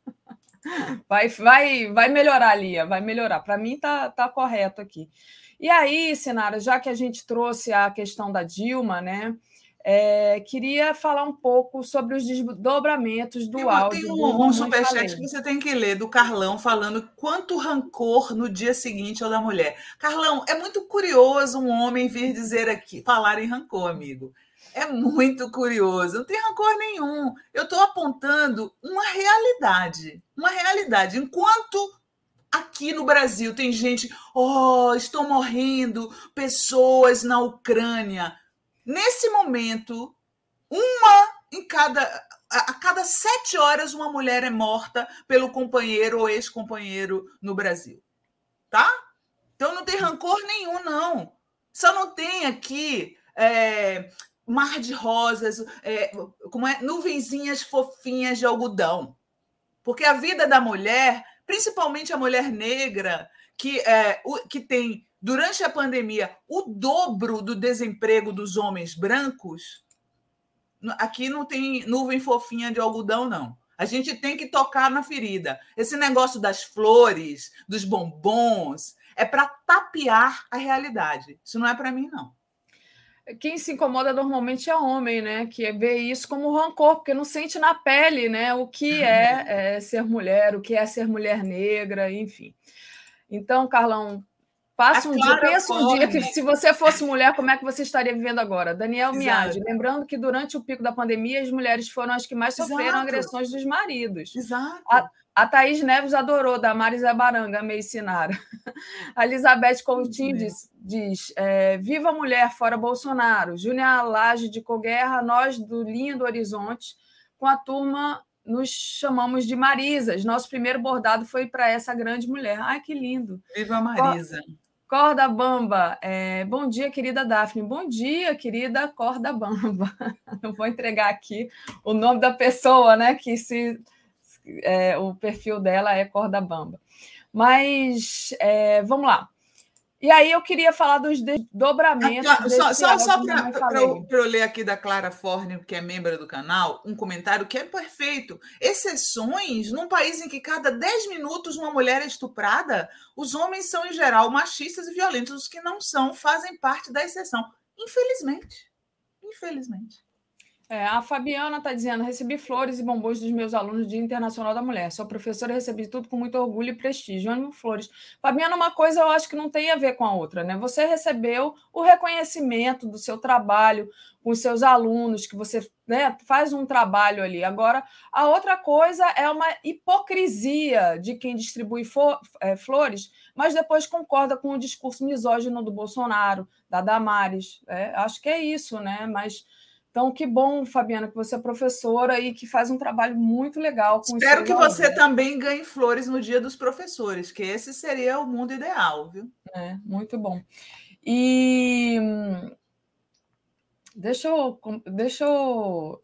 G: Vai melhorar, Lia, vai melhorar. Para mim tá correto aqui. E aí, Sinara, já que a gente trouxe a questão da Dilma, né? Queria falar um pouco sobre os desdobramentos do áudio.
F: Tem um superchat que você tem que ler, do Carlão, falando quanto rancor no dia seguinte ao da mulher. Carlão, é muito curioso um homem vir dizer aqui, falar em rancor, amigo. É muito curioso, não tem rancor nenhum. Eu estou apontando uma realidade. Enquanto aqui no Brasil tem gente, estão morrendo pessoas na Ucrânia. Nesse momento, a cada 7 horas, uma mulher é morta pelo companheiro ou ex-companheiro no Brasil. Tá? Então não tem rancor nenhum, não. Só não tem aqui mar de rosas, nuvenzinhas fofinhas de algodão. Porque a vida da mulher, principalmente a mulher negra, que tem, durante a pandemia, o dobro do desemprego dos homens brancos, aqui não tem nuvem fofinha de algodão, não. A gente tem que tocar na ferida. Esse negócio das flores, dos bombons, é para tapear a realidade. Isso não é para mim, não.
G: Quem se incomoda normalmente é homem, né? Que vê isso como rancor, porque não sente na pele, né? O que é ser mulher, o que é ser mulher negra, enfim. Então, Carlão, pensa um dia que se você fosse mulher, como é que você estaria vivendo agora? Daniel Miadi, lembrando que durante o pico da pandemia, as mulheres foram as que mais sofreram agressões dos maridos.
F: Exato.
G: A Thaís Neves adorou, Damares Abaranga, meio Sinara. A Elizabeth Coutinho diz viva a mulher, fora Bolsonaro. Júlia Lage de Coguerra, nós do Lindo Horizonte, com a turma nos chamamos de Marisas. Nosso primeiro bordado foi para essa grande mulher. Ai, que lindo.
F: Viva a Marisa.
G: Corda Bamba. Bom dia, querida Daphne. Bom dia, querida Corda Bamba. Eu vou entregar aqui o nome da pessoa, né? Que o perfil dela é Corda Bamba. Mas vamos lá. E aí eu queria falar dos desdobramentos.
F: Só para eu ler aqui da Clara Forne, que é membro do canal, um comentário que é perfeito. Exceções num país em que cada 10 minutos uma mulher é estuprada, os homens são, em geral, machistas e violentos. Os que não são fazem parte da exceção. Infelizmente.
G: A Fabiana está dizendo: recebi flores e bombons dos meus alunos do Dia Internacional da Mulher. Sou professora e recebi tudo com muito orgulho e prestígio. Ânimo, flores. Fabiana, uma coisa eu acho que não tem a ver com a outra, né? Você recebeu o reconhecimento do seu trabalho com os seus alunos, que você faz um trabalho ali. Agora, a outra coisa é uma hipocrisia de quem distribui flores, mas depois concorda com o discurso misógino do Bolsonaro, da Damares. Acho que é isso, né? Mas... Então, que bom, Fabiana, que você é professora e que faz um trabalho muito legal.
F: Espero que você também ganhe flores no Dia dos Professores, que esse seria o mundo ideal, viu?
G: Muito bom. E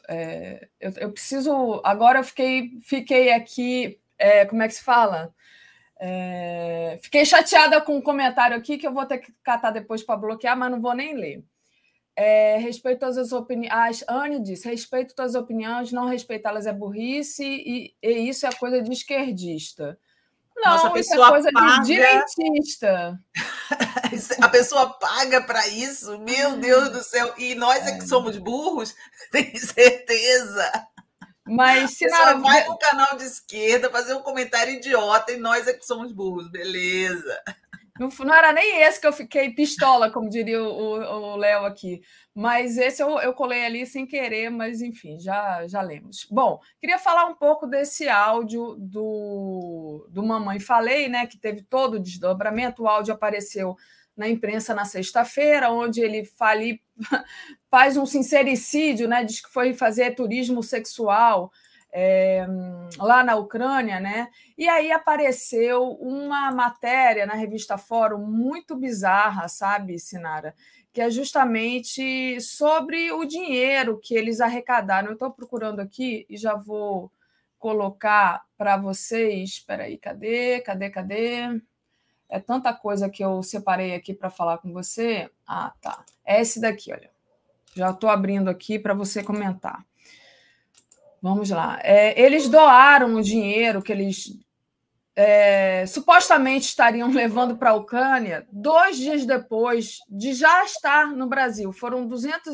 G: eu preciso... Agora eu fiquei aqui... como é que se fala? Fiquei chateada com um comentário aqui que eu vou ter que catar depois para bloquear, mas não vou nem ler. Respeito todas as opiniões. A Anne diz: respeito todas as opiniões, não respeitá-las é burrice e isso é coisa de esquerdista. Não,
F: Nossa,
G: isso é coisa de direitista.
F: A pessoa paga para isso? Meu Deus do céu! E nós é que somos burros? Tenho certeza.
G: Mas, Sinara,
F: vai no canal de esquerda fazer um comentário idiota e nós é que somos burros. Beleza.
G: Não era nem esse que eu fiquei pistola, como diria o Léo aqui. Mas esse eu colei ali sem querer, mas enfim, já lemos. Bom, queria falar um pouco desse áudio do Mamãe Falei, né? Que teve todo o desdobramento. O áudio apareceu na imprensa na sexta-feira, onde ele faz um sincericídio, né? Diz que foi fazer turismo sexual lá na Ucrânia, né? E aí apareceu uma matéria na revista Fórum muito bizarra, sabe, Sinara? Que é justamente sobre o dinheiro que eles arrecadaram. Eu estou procurando aqui e já vou colocar para vocês. Espera aí, cadê? É tanta coisa que eu separei aqui para falar com você. Ah, tá. É esse daqui, olha. Já estou abrindo aqui para você comentar. Vamos lá. Eles doaram o dinheiro que eles supostamente estariam levando para a Ucrânia 2 dias depois de já estar no Brasil. Foram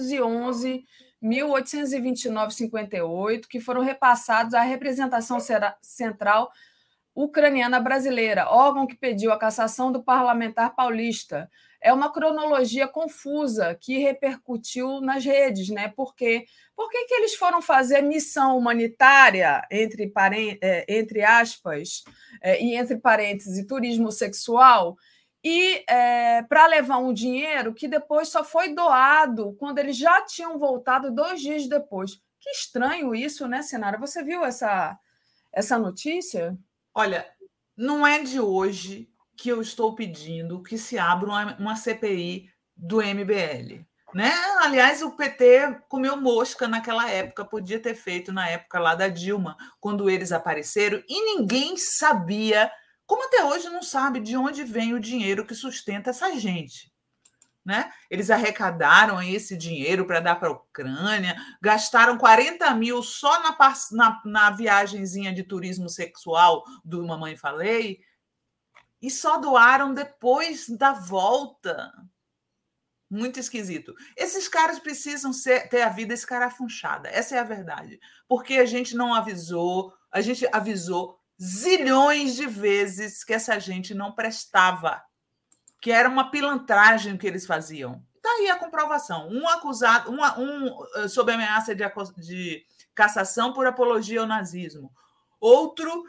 G: 211.829,58 que foram repassados à representação central ucraniana brasileira, órgão que pediu a cassação do parlamentar paulista. É uma cronologia confusa que repercutiu nas redes, né? Por que eles foram fazer missão humanitária, entre aspas, e entre parênteses, turismo sexual, e para levar um dinheiro que depois só foi doado quando eles já tinham voltado 2 dias depois? Que estranho isso, né, Sinara? Você viu essa notícia?
F: Olha, não é de hoje que eu estou pedindo que se abra uma CPI do MBL. Né? Aliás, o PT comeu mosca naquela época, podia ter feito na época lá da Dilma, quando eles apareceram, e ninguém sabia, como até hoje não sabe, de onde vem o dinheiro que sustenta essa gente. Né? Eles arrecadaram esse dinheiro para dar para a Ucrânia, gastaram 40 mil só na viagenzinha de turismo sexual do Mamãe Falei, e só doaram depois da volta. Muito esquisito. Esses caras precisam ter a vida escarafunchada, essa é a verdade. Porque a gente não avisou, a gente avisou zilhões de vezes que essa gente não prestava, que era uma pilantragem que eles faziam. Está aí a comprovação. Um acusado, sob ameaça de cassação por apologia ao nazismo. Outro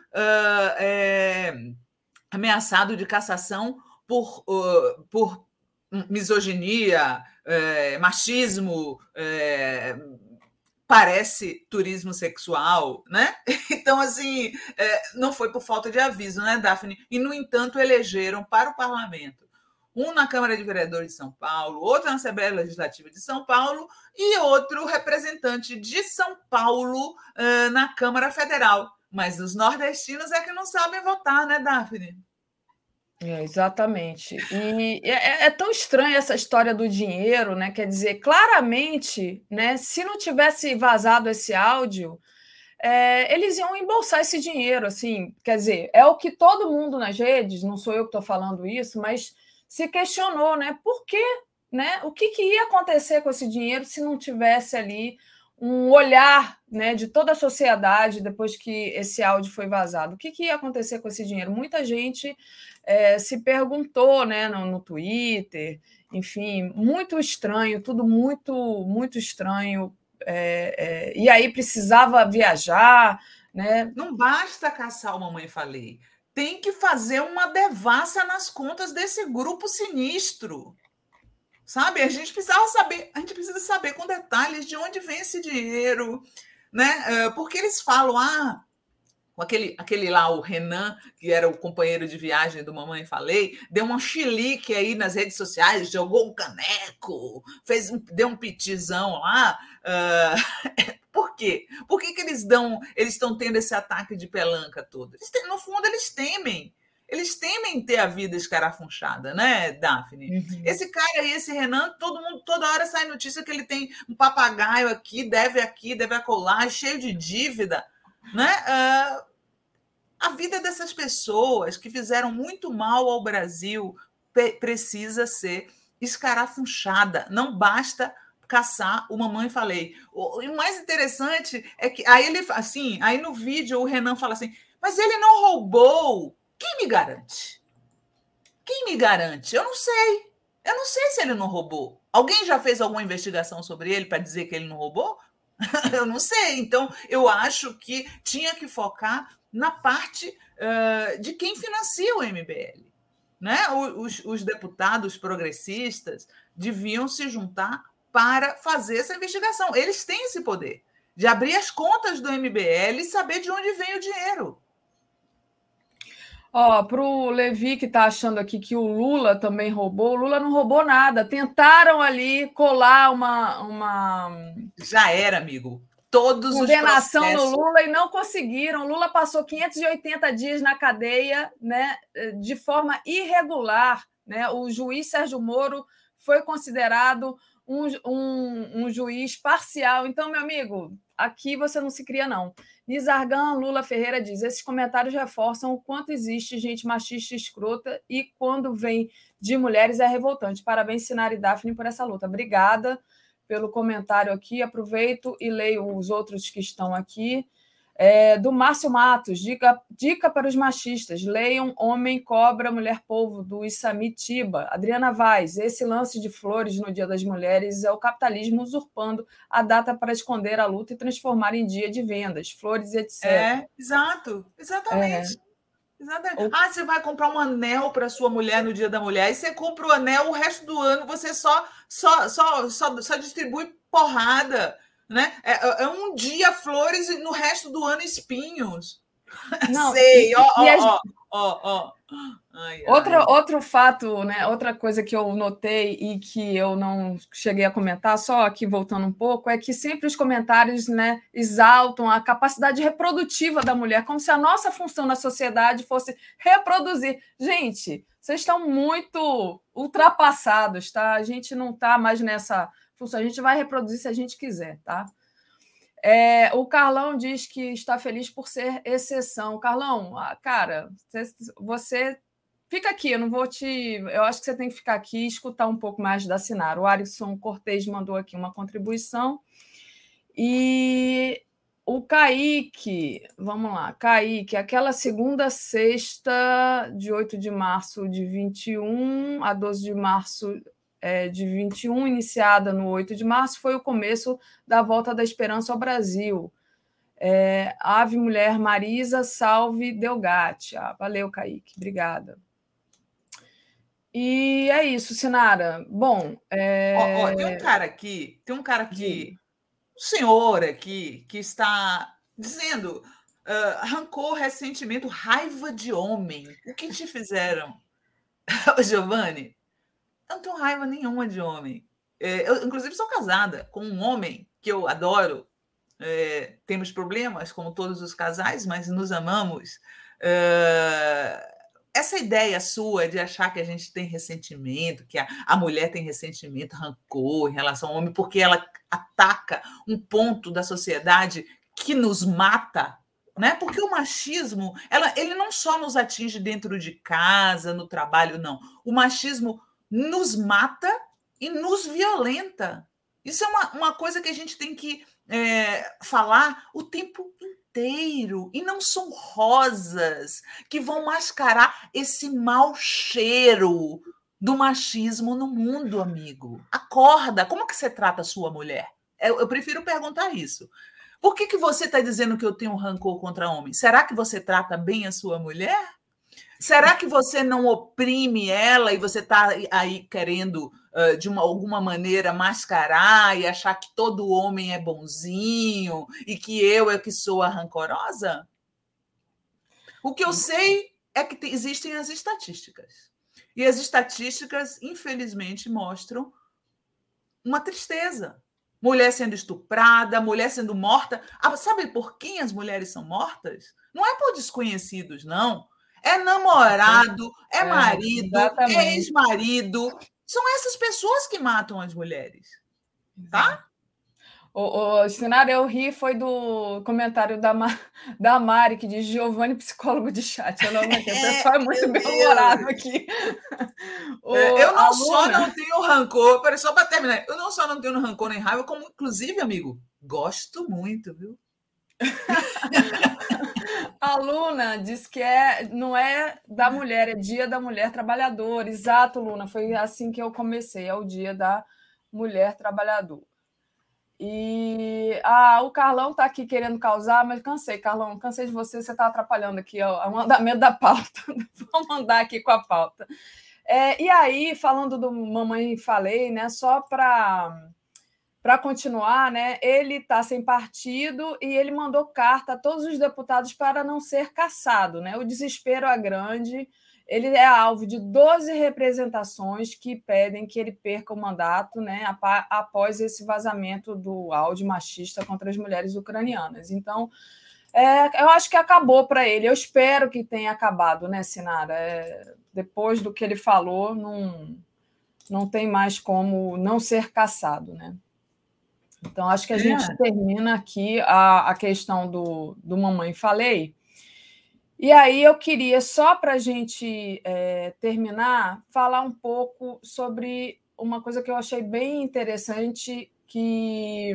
F: ameaçado de cassação por misoginia, machismo, parece turismo sexual, né? Então, assim, não foi por falta de aviso, né, Daphne? E, no entanto, elegeram para o parlamento um na Câmara de Vereadores de São Paulo, outro na Assembleia Legislativa de São Paulo e outro representante de São Paulo na Câmara Federal. Mas os nordestinos é que não sabem votar, né, Daphne?
G: Exatamente. E é tão estranha essa história do dinheiro, né? Quer dizer, claramente, né, se não tivesse vazado esse áudio, eles iam embolsar esse dinheiro, assim, quer dizer, é o que todo mundo nas redes, não sou eu que estou falando isso, mas se questionou, né? Por quê? Né? O que ia acontecer com esse dinheiro se não tivesse ali um olhar, né, de toda a sociedade depois que esse áudio foi vazado? O que ia acontecer com esse dinheiro? Muita gente se perguntou, né, no Twitter, enfim, muito estranho, tudo muito, muito estranho. E aí precisava viajar, né?
F: Não basta caçar o Mamãe Falei, tem que fazer uma devassa nas contas desse grupo sinistro. Sabe? A gente precisa saber com detalhes de onde vem esse dinheiro, né? Porque eles falam, aquele lá, o Renan, que era o companheiro de viagem do Mamãe Falei, deu um chilique aí nas redes sociais, jogou um caneco, deu um pitizão lá. Por quê? Por que eles estão tendo esse ataque de pelanca todo? No fundo, eles temem. eles temem ter a vida escarafunchada, né, Daphne?
G: Uhum.
F: Esse cara aí, esse Renan, todo mundo, toda hora sai notícia que ele tem um papagaio aqui, deve acolá, cheio de dívida, né? A vida dessas pessoas que fizeram muito mal ao Brasil precisa ser escarafunchada. Não basta caçar o mamãe falei. O mais interessante é que aí no vídeo o Renan fala assim, mas ele não roubou. Quem me garante? Quem me garante? Eu não sei se ele não roubou. Alguém já fez alguma investigação sobre ele para dizer que ele não roubou? Eu não sei. Então, eu acho que tinha que focar na parte de quem financia o MBL. Né? Os deputados progressistas deviam se juntar para fazer essa investigação. Eles têm esse poder de abrir as contas do MBL e saber de onde vem o dinheiro.
G: Para o Levi, que está achando aqui que o Lula também roubou, o Lula não roubou nada. Tentaram ali colar uma...
F: Já era, amigo. Todos
G: condenação
F: os processos...
G: no Lula e não conseguiram. O Lula passou 580 dias na cadeia, né, de forma irregular. Né? O juiz Sérgio Moro foi considerado um juiz parcial. Então, meu amigo, aqui você não se cria, não. Nizargan Lula Ferreira diz, esses comentários reforçam o quanto existe gente machista e escrota e quando vem de mulheres é revoltante. Parabéns, Sinara e Daphne, por essa luta. Obrigada pelo comentário aqui. Aproveito e leio os outros que estão aqui. Do Márcio Matos, dica para os machistas, leiam Homem, Cobra, Mulher, Polvo, do Isami Tiba. Adriana Vaz, esse lance de flores no Dia das Mulheres é o capitalismo usurpando a data para esconder a luta e transformar em dia de vendas, flores, etc.
F: Exatamente. Você vai comprar um anel para sua mulher no Dia da Mulher e você compra o anel, o resto do ano você só distribui porrada. Né? É um dia flores e no resto do ano espinhos.
G: Não,
F: sei,
G: Outro fato, né? Outra coisa que eu notei e que eu não cheguei a comentar, só aqui voltando um pouco, é que sempre os comentários, né, exaltam a capacidade reprodutiva da mulher, como se a nossa função na sociedade fosse reproduzir. Gente, vocês estão muito ultrapassados, tá? A gente não está mais nessa função, a gente vai reproduzir se a gente quiser, tá? O Carlão diz que está feliz por ser exceção. Carlão, cara, você fica aqui, eu não vou eu acho que você tem que ficar aqui e escutar um pouco mais da Sinara. O Arisson Cortez mandou aqui uma contribuição. E o Kaique, vamos lá, Kaique, aquela segunda sexta de 8 de março de 21 a 12 de março de 21, iniciada no 8 de março, foi o começo da volta da esperança ao Brasil. Ave Mulher Marisa, salve Delgatti. Valeu, Kaique, obrigada. E é isso, Sinara. Bom,
F: tem um cara aqui, um senhor aqui, que está dizendo rancor, ressentimento, raiva de homem. O que te fizeram? Giovanni, eu não tenho raiva nenhuma de homem. Eu, inclusive, sou casada com um homem que eu adoro. Temos problemas, como todos os casais, mas nos amamos. Essa ideia sua de achar que a gente tem ressentimento, que a mulher tem ressentimento, rancor em relação ao homem, porque ela ataca um ponto da sociedade que nos mata, né? Porque o machismo, ele não só nos atinge dentro de casa, no trabalho, não. O machismo nos mata e nos violenta. Isso é uma coisa que a gente tem que falar o tempo inteiro. E não são rosas que vão mascarar esse mau cheiro do machismo no mundo, amigo. Acorda. Como que você trata a sua mulher? Eu prefiro perguntar isso. Por que você está dizendo que eu tenho rancor contra homem? Será que você trata bem a sua mulher? Será que você não oprime ela e você está aí querendo, de alguma maneira, mascarar e achar que todo homem é bonzinho e que eu é que sou a rancorosa? O que eu sei é que existem as estatísticas. E as estatísticas, infelizmente, mostram uma tristeza. Mulher sendo estuprada, mulher sendo morta. Sabe por quem as mulheres são mortas? Não é por desconhecidos, não. é namorado, é marido,
G: exatamente.
F: é ex-marido. São essas pessoas que matam as mulheres, tá?
G: O cenário eu ri foi do comentário da Mari, que diz Giovanni, psicólogo de chat. Eu não aguentei. O pessoal é muito bem-humorado aqui.
F: Eu não só não tenho rancor, peraí, só para terminar, eu não só não tenho rancor nem raiva, como, inclusive, amigo, gosto muito, viu?
G: A Luna diz que não é da mulher, é Dia da Mulher Trabalhadora. Exato, Luna, foi assim que eu comecei, é o Dia da Mulher Trabalhadora. E o Carlão está aqui querendo causar, mas cansei, Carlão, cansei de você está atrapalhando aqui o andamento da pauta. Vamos andar aqui com a pauta. E aí, falando do Mamãe Falei, né, só para continuar, né, ele está sem partido e ele mandou carta a todos os deputados para não ser cassado. Né? O desespero é grande. Ele é alvo de 12 representações que pedem que ele perca o mandato, né, após esse vazamento do áudio machista contra as mulheres ucranianas. Então, eu acho que acabou para ele. Eu espero que tenha acabado, né, Sinara? Depois do que ele falou, não tem mais como não ser cassado, né? Então, acho que a gente termina aqui a questão do Mamãe Falei. E aí eu queria, só para a gente terminar, falar um pouco sobre uma coisa que eu achei bem interessante, que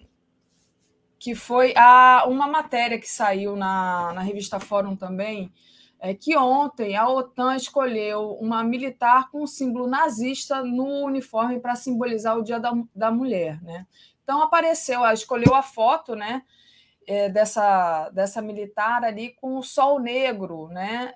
G: foi uma matéria que saiu na revista Fórum também, que ontem a OTAN escolheu uma militar com o símbolo nazista no uniforme para simbolizar o Dia da Mulher. Né? Então escolheu a foto, né, dessa militar ali com o sol negro, né?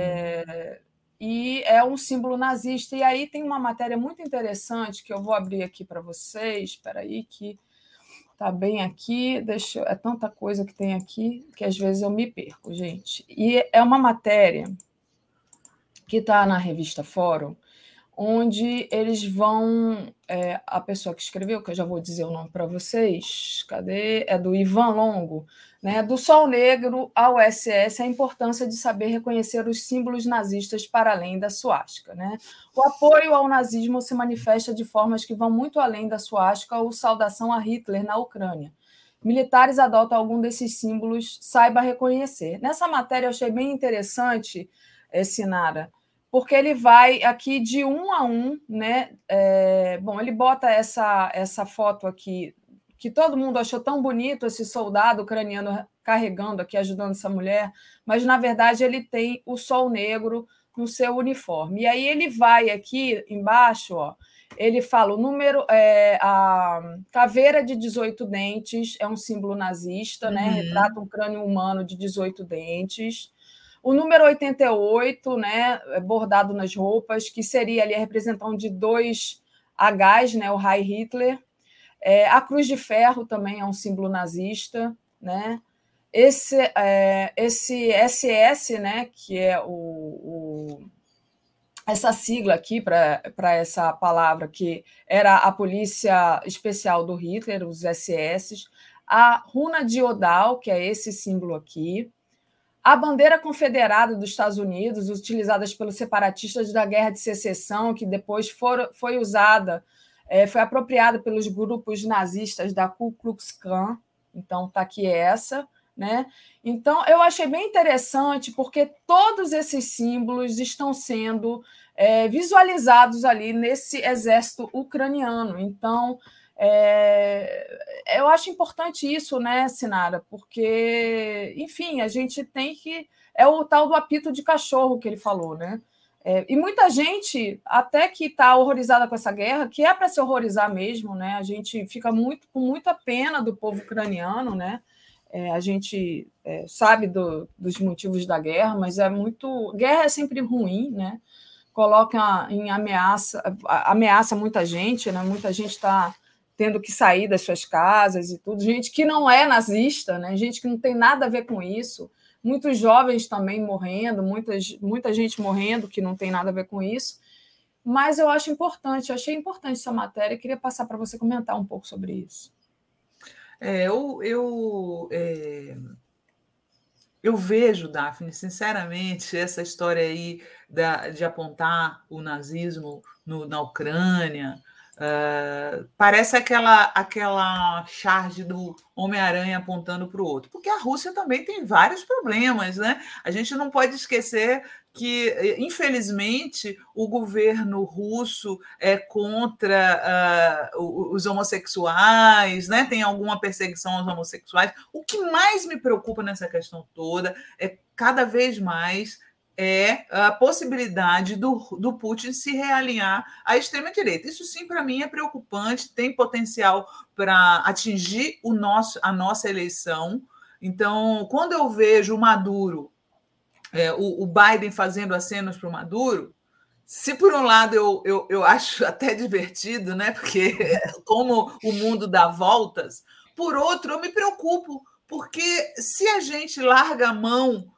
G: E é um símbolo nazista. E aí tem uma matéria muito interessante que eu vou abrir aqui para vocês. Espera aí, que está bem aqui. É tanta coisa que tem aqui que às vezes eu me perco, gente. E é uma matéria que está na revista Fórum, onde eles vão... a pessoa que escreveu, que eu já vou dizer o nome para vocês, cadê? É do Ivan Longo, né? Do Sol Negro ao SS, a importância de saber reconhecer os símbolos nazistas para além da suástica. Né? O apoio ao nazismo se manifesta de formas que vão muito além da suástica ou saudação a Hitler na Ucrânia. Militares adotam algum desses símbolos, saiba reconhecer. Nessa matéria eu achei bem interessante, Sinara, porque ele vai aqui de um a um, né? Ele bota essa foto aqui, que todo mundo achou tão bonito, esse soldado ucraniano carregando aqui, ajudando essa mulher, mas, na verdade, ele tem o sol negro no seu uniforme. E aí ele vai aqui embaixo, ó, ele fala o número, a caveira de 18 dentes, é um símbolo nazista, né? Retrata um crânio humano de 18 dentes. O número 88, né, bordado nas roupas, que seria ali a representação de 2 Hs, né, o Heil Hitler. A Cruz de Ferro também é um símbolo nazista. Né? Esse SS, né, que é essa sigla aqui para essa palavra, que era a polícia especial do Hitler, os SS. A Runa de Odal, que é esse símbolo aqui. A bandeira confederada dos Estados Unidos, utilizadas pelos separatistas da Guerra de Secessão, que depois foi usada, foi apropriada pelos grupos nazistas da Ku Klux Klan. Então, está aqui essa. Né? Então, eu achei bem interessante, porque todos esses símbolos estão sendo visualizados ali nesse exército ucraniano. Então, eu acho importante isso, né, Sinara? Porque, enfim, a gente tem que... É o tal do apito de cachorro que ele falou, né? E muita gente, até que está horrorizada com essa guerra, que é para se horrorizar mesmo, né? A gente fica com muita pena do povo ucraniano, né? A gente sabe dos motivos da guerra, mas guerra é sempre ruim, né? Coloca em ameaça muita gente, né? Muita gente está tendo que sair das suas casas e tudo, gente que não é nazista, né? Gente que não tem nada a ver com isso, muitos jovens também morrendo, muita gente morrendo que não tem nada a ver com isso, mas eu achei importante essa matéria e queria passar para você comentar um pouco sobre isso.
F: Eu vejo, Daphne, sinceramente, essa história aí de apontar o nazismo na Ucrânia, parece aquela charge do Homem-Aranha apontando para o outro, porque a Rússia também tem vários problemas, né? A gente não pode esquecer que, infelizmente, o governo russo é contra os homossexuais, né? Tem alguma perseguição aos homossexuais. O que mais me preocupa nessa questão toda é cada vez mais a possibilidade do Putin se realinhar à extrema-direita. Isso, sim, para mim é preocupante, tem potencial para atingir a nossa eleição. Então, quando eu vejo o Maduro, o Biden fazendo acenos para o Maduro, se por um lado eu acho até divertido, né? Porque como o mundo dá voltas, por outro, eu me preocupo, porque se a gente larga a mão,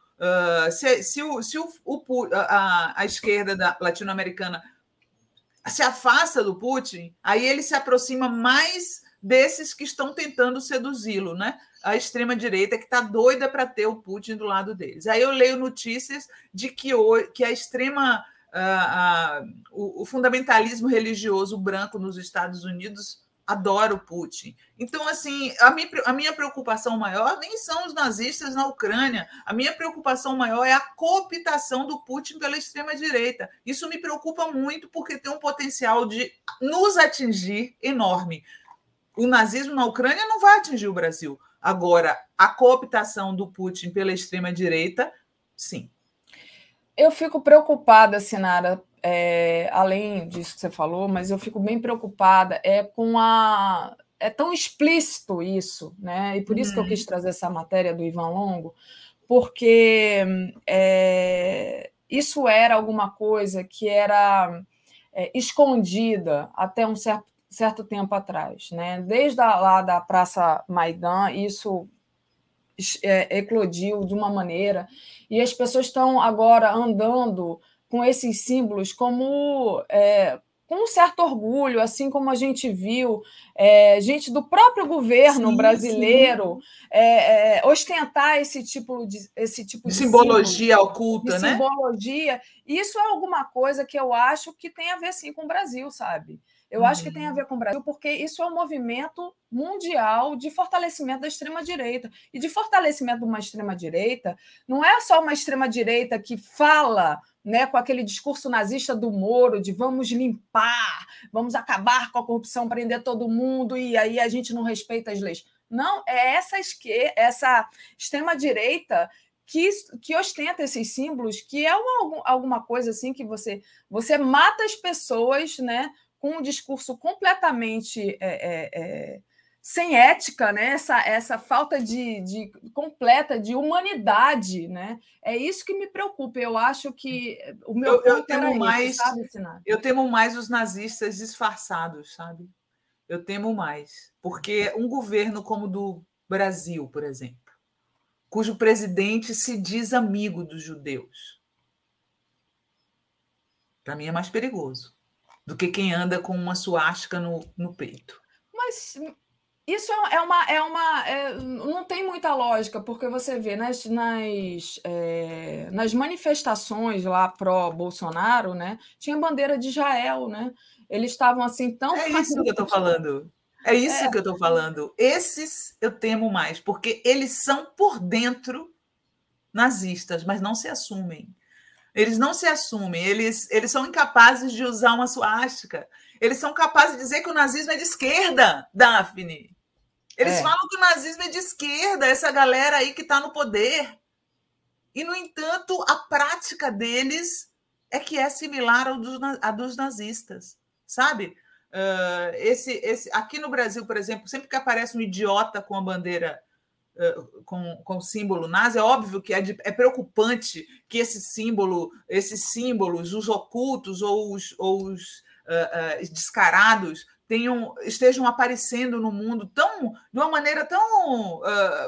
F: a esquerda latino-americana se afasta do Putin, aí ele se aproxima mais desses que estão tentando seduzi-lo, né? A extrema-direita que está doida para ter o Putin do lado deles. Aí eu leio notícias de que a extrema... o fundamentalismo religioso branco nos Estados Unidos adora o Putin. Então, assim, a minha preocupação maior nem são os nazistas na Ucrânia. A minha preocupação maior é a cooptação do Putin pela extrema-direita. Isso me preocupa muito porque tem um potencial de nos atingir enorme. O nazismo na Ucrânia não vai atingir o Brasil. Agora, a cooptação do Putin pela extrema-direita, sim.
G: Eu fico preocupada, Sinara, além disso que você falou, mas eu fico bem preocupada com é tão explícito isso, né? E por isso que eu quis trazer essa matéria do Ivan Longo, porque isso era alguma coisa que era escondida até um certo tempo atrás, né? Desde lá da Praça Maidan, isso eclodiu de uma maneira, e as pessoas estão agora andando com esses símbolos como com um certo orgulho, assim como a gente viu gente do próprio governo brasileiro ostentar esse tipo de
F: simbologia símbolo, oculta,
G: de simbologia. Isso é alguma coisa que eu acho que tem a ver, sim, com o Brasil, sabe? Eu acho que tem a ver com o Brasil, porque isso é um movimento mundial de fortalecimento da extrema-direita. E de fortalecimento de uma extrema-direita, não é só uma extrema-direita que fala, né, com aquele discurso nazista do Moro, de vamos limpar, vamos acabar com a corrupção, prender todo mundo, e aí a gente não respeita as leis. Não, é essa extrema-direita que ostenta esses símbolos, que é alguma coisa assim que você mata as pessoas, né, com um discurso completamente sem ética, né? Essa falta completa de humanidade, né? É isso que me preocupa. Eu acho que o meu
F: eu temo mais, sabe, Sinara? Eu temo mais os nazistas disfarçados, sabe? Eu temo mais, porque um governo como o do Brasil, por exemplo, cujo presidente se diz amigo dos judeus, para mim é mais perigoso do que quem anda com uma suástica no peito.
G: Mas isso não tem muita lógica, porque você vê nas manifestações lá pró-Bolsonaro, né, tinha bandeira de Israel, né? Eles estavam assim tão...
F: É isso que eu estou falando. É isso que eu estou falando. Esses eu temo mais, porque eles são por dentro nazistas, mas não se assumem. Eles não se assumem, eles são incapazes de usar uma suástica. Eles são capazes de dizer que o nazismo é de esquerda, Daphne. Eles falam que o nazismo é de esquerda, essa galera aí que está no poder. E, no entanto, a prática deles é que é similar à dos nazistas, sabe? Aqui no Brasil, por exemplo, sempre que aparece um idiota com a bandeira com o símbolo nazi, é óbvio que é preocupante que esses símbolos, os ocultos ou os descarados, estejam aparecendo no mundo de uma maneira tão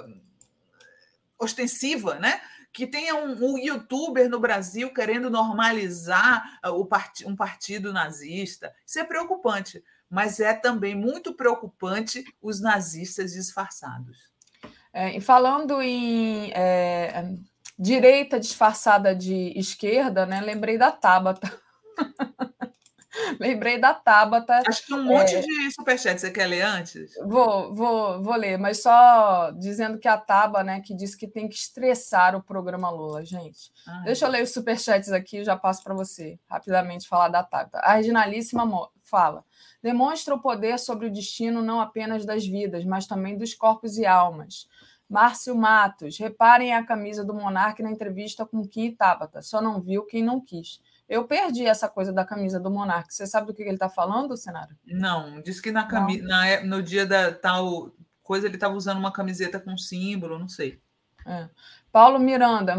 F: ostensiva, né? Que tenha um youtuber no Brasil querendo normalizar um partido nazista. Isso é preocupante, mas é também muito preocupante os nazistas disfarçados.
G: E falando em direita disfarçada de esquerda, né? Lembrei da Tabata. Lembrei da Tabata.
F: Acho que um monte de superchat. Você quer ler antes?
G: Vou ler, mas só dizendo que a Taba, né, que disse que tem que estressar o programa Lula, gente. Deixa eu ler os superchats aqui e já passo para você rapidamente falar da Tabata. A Reginalíssima fala: demonstra o poder sobre o destino não apenas das vidas, mas também dos corpos e almas. Márcio Matos: reparem a camisa do Monark na entrevista com Kim e Tabata. Só não viu quem não quis. Eu perdi essa coisa da camisa do Monark. Você sabe do que ele está falando, Senara?
F: Não, disse que no dia da tal coisa ele estava usando uma camiseta com símbolo, não sei.
G: Paulo Miranda: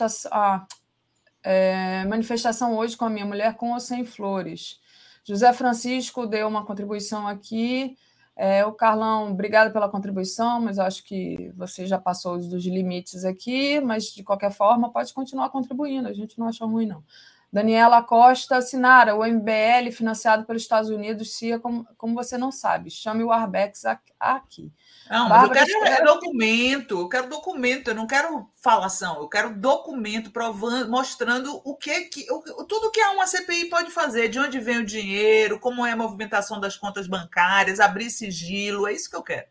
G: manifestação hoje com a minha mulher com ou sem flores. José Francisco deu uma contribuição aqui. O Carlão, obrigado pela contribuição, mas acho que você já passou dos limites aqui, mas de qualquer forma pode continuar contribuindo, a gente não acha ruim, não. Daniela Costa: Sinara, o MBL financiado pelos Estados Unidos, CIA, como você não sabe, chame o Arbex aqui.
F: Não, mas eu quero documento, eu não quero falação, eu quero documento provando, mostrando tudo que uma CPI pode fazer, de onde vem o dinheiro, como é a movimentação das contas bancárias, abrir sigilo, é isso que eu quero.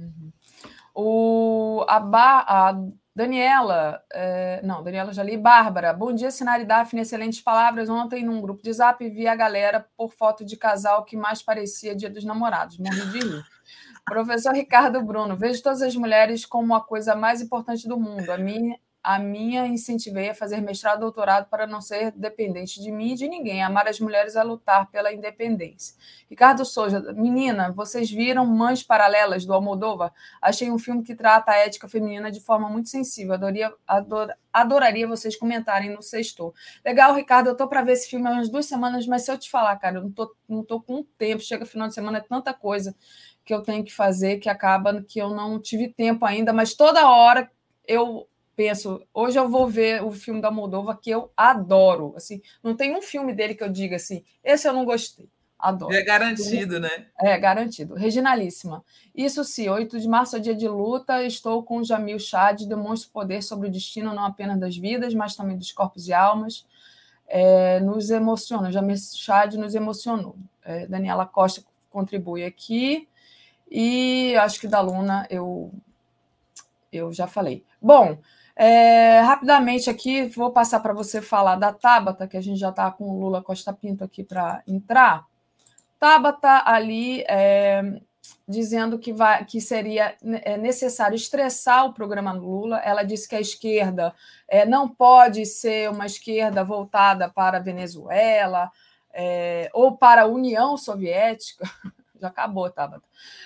G: A Daniela, Daniela já li. Bárbara: bom dia, Sinara e Daphne, excelentes palavras. Ontem, num grupo de Zap, vi a galera por foto de casal que mais parecia Dia dos Namorados. Morri de rir. Professor Ricardo Bruno: vejo todas as mulheres como a coisa mais importante do mundo. A minha incentivei a fazer mestrado e doutorado para não ser dependente de mim e de ninguém. Amar as mulheres a lutar pela independência. Ricardo Souza: menina, vocês viram Mães Paralelas, do Almodóvar? Achei um filme que trata a ética feminina de forma muito sensível. Adoraria vocês comentarem no Sextou. Legal, Ricardo, eu estou para ver esse filme há umas 2 semanas, mas se eu te falar, cara, eu não tô com tempo. Chega final de semana, é tanta coisa que eu tenho que fazer que acaba que eu não tive tempo ainda, mas toda hora eu penso, hoje eu vou ver o filme da Moldova, que eu adoro. Assim, não tem um filme dele que eu diga assim, esse eu não gostei. Adoro.
F: É garantido, né?
G: É garantido. Reginalíssima: isso sim, 8 de março é dia de luta, estou com o Jamil Chad, demonstra poder sobre o destino não apenas das vidas, mas também dos corpos e almas. Nos emociona, Jamil Chad nos emocionou. Daniela Costa contribui aqui. E acho que da Luna eu já falei. Bom, rapidamente aqui, vou passar para você falar da Tabata, que a gente já está com o Lula Costa Pinto aqui para entrar. Tabata ali dizendo que seria necessário estressar o programa Lula. Ela disse que a esquerda não pode ser uma esquerda voltada para a Venezuela ou para a União Soviética. Já acabou, Tabata.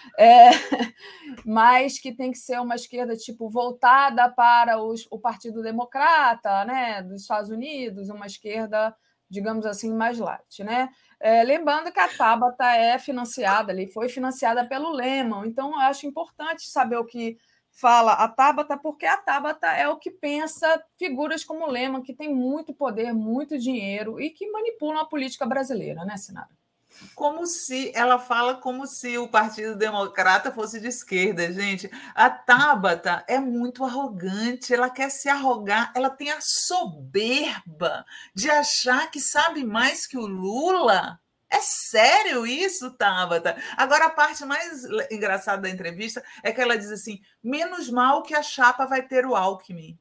G: Mas que tem que ser uma esquerda tipo voltada para o Partido Democrata, né, dos Estados Unidos, uma esquerda, digamos assim, mais light, né? Lembrando que a Tabata foi financiada pelo Lehman, então eu acho importante saber o que fala a Tabata, porque a Tabata é o que pensa figuras como o Lehman, que tem muito poder, muito dinheiro e que manipulam a política brasileira, né, Sinara?
F: Ela fala como se o Partido Democrata fosse de esquerda, gente. A Tabata é muito arrogante, ela quer se arrogar, ela tem a soberba de achar que sabe mais que o Lula. É sério isso, Tabata? Agora, a parte mais engraçada da entrevista é que ela diz assim: menos mal que a chapa vai ter o Alckmin.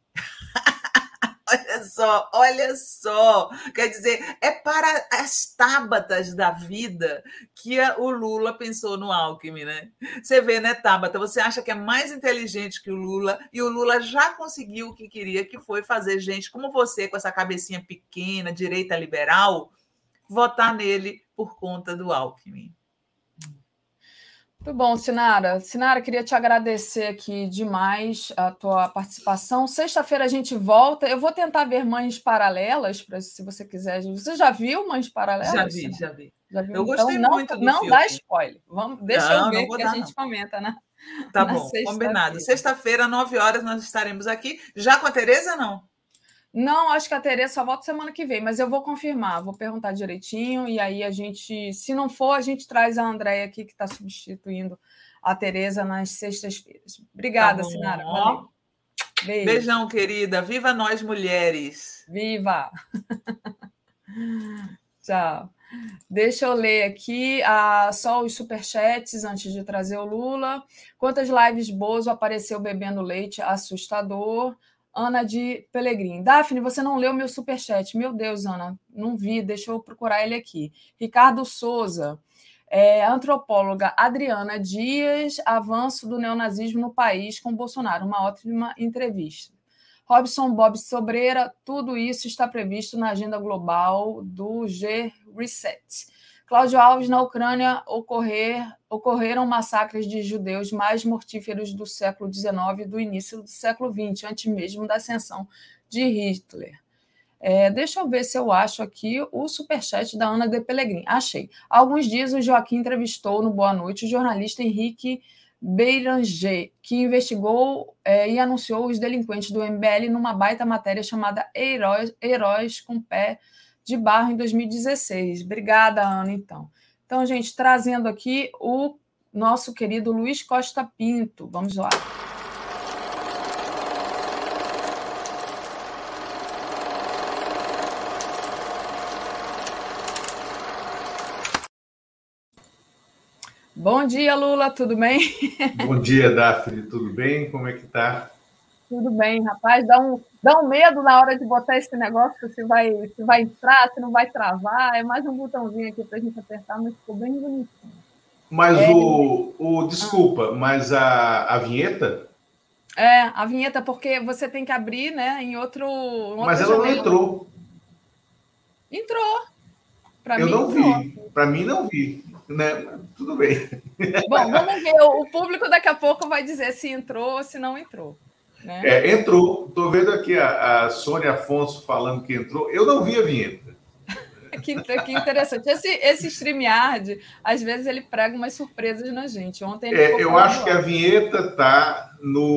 F: Olha só. Quer dizer, é para as Tabatas da vida que o Lula pensou no Alckmin, né? Você vê, né, Tabata? Você acha que é mais inteligente que o Lula e o Lula já conseguiu o que queria, que foi fazer gente como você, com essa cabecinha pequena, direita liberal, votar nele por conta do Alckmin.
G: Muito bom, Sinara. Sinara, queria te agradecer aqui demais a tua participação. Sexta-feira a gente volta. Eu vou tentar ver Mães Paralelas, se você quiser. Você já viu Mães Paralelas?
F: Já vi.
G: Eu gostei muito do filme. Não dá spoiler. Deixa eu ver que a gente comenta, né?
F: Tá bom, combinado. Sexta-feira, 9h, nós estaremos aqui. Já com a Tereza, não?
G: Não, acho que a Tereza só volta semana que vem, mas eu vou confirmar, vou perguntar direitinho, e aí a gente, se não for, a gente traz a Andréia aqui, que está substituindo a Tereza nas sextas-feiras. Obrigada. Obrigada,
F: Tá bom.
G: Sinara. Valeu. Beijo.
F: Beijão, querida. Viva nós, mulheres.
G: Viva! Tchau. Deixa eu ler aqui só os superchats antes de trazer o Lula. Quantas lives Bozo apareceu bebendo leite? Assustador. Ana de Pelegrim. Daphne, você não leu meu superchat. Meu Deus, Ana, não vi. Deixa eu procurar ele aqui. Ricardo Souza. Antropóloga Adriana Dias. Avanço do neonazismo no país com Bolsonaro. Uma ótima entrevista. Robson Bob Sobreira, tudo isso está previsto na agenda global do G-Reset. Cláudio Alves, na Ucrânia ocorreram massacres de judeus mais mortíferos do século XIX e do início do século XX, antes mesmo da ascensão de Hitler. Deixa eu ver se eu acho aqui o superchat da Ana de Pelegrim. Achei. Há alguns dias o Joaquim entrevistou no Boa Noite o jornalista Henrique Beiranger, que investigou e anunciou os delinquentes do MBL numa baita matéria chamada Heróis com Pé de Barro, em 2016. Obrigada, Ana, então. Então, gente, trazendo aqui o nosso querido Luiz Costa Pinto. Vamos lá. Bom dia, Lula, tudo bem?
H: Bom dia, Daphne, tudo bem? Como é que tá?
G: Tudo bem, rapaz. Dá um medo na hora de botar esse negócio, se vai entrar, se não vai travar. É mais um botãozinho aqui para a gente apertar, mas ficou bem bonitinho.
H: Mas desculpa, mas a vinheta?
G: A vinheta, porque você tem que abrir, né, em outro...
H: Mas ela não entrou.
G: Entrou.
H: Eu não vi. Para mim, não vi. Né? Tudo bem.
G: Bom, vamos ver. O público daqui a pouco vai dizer se entrou ou se não entrou. Né?
H: Entrou. Estou vendo aqui a Sônia Afonso falando que entrou. Eu não vi a vinheta.
G: Que interessante. Esse StreamYard, às vezes, ele prega umas surpresas na gente. Ontem
H: eu acho que a vinheta está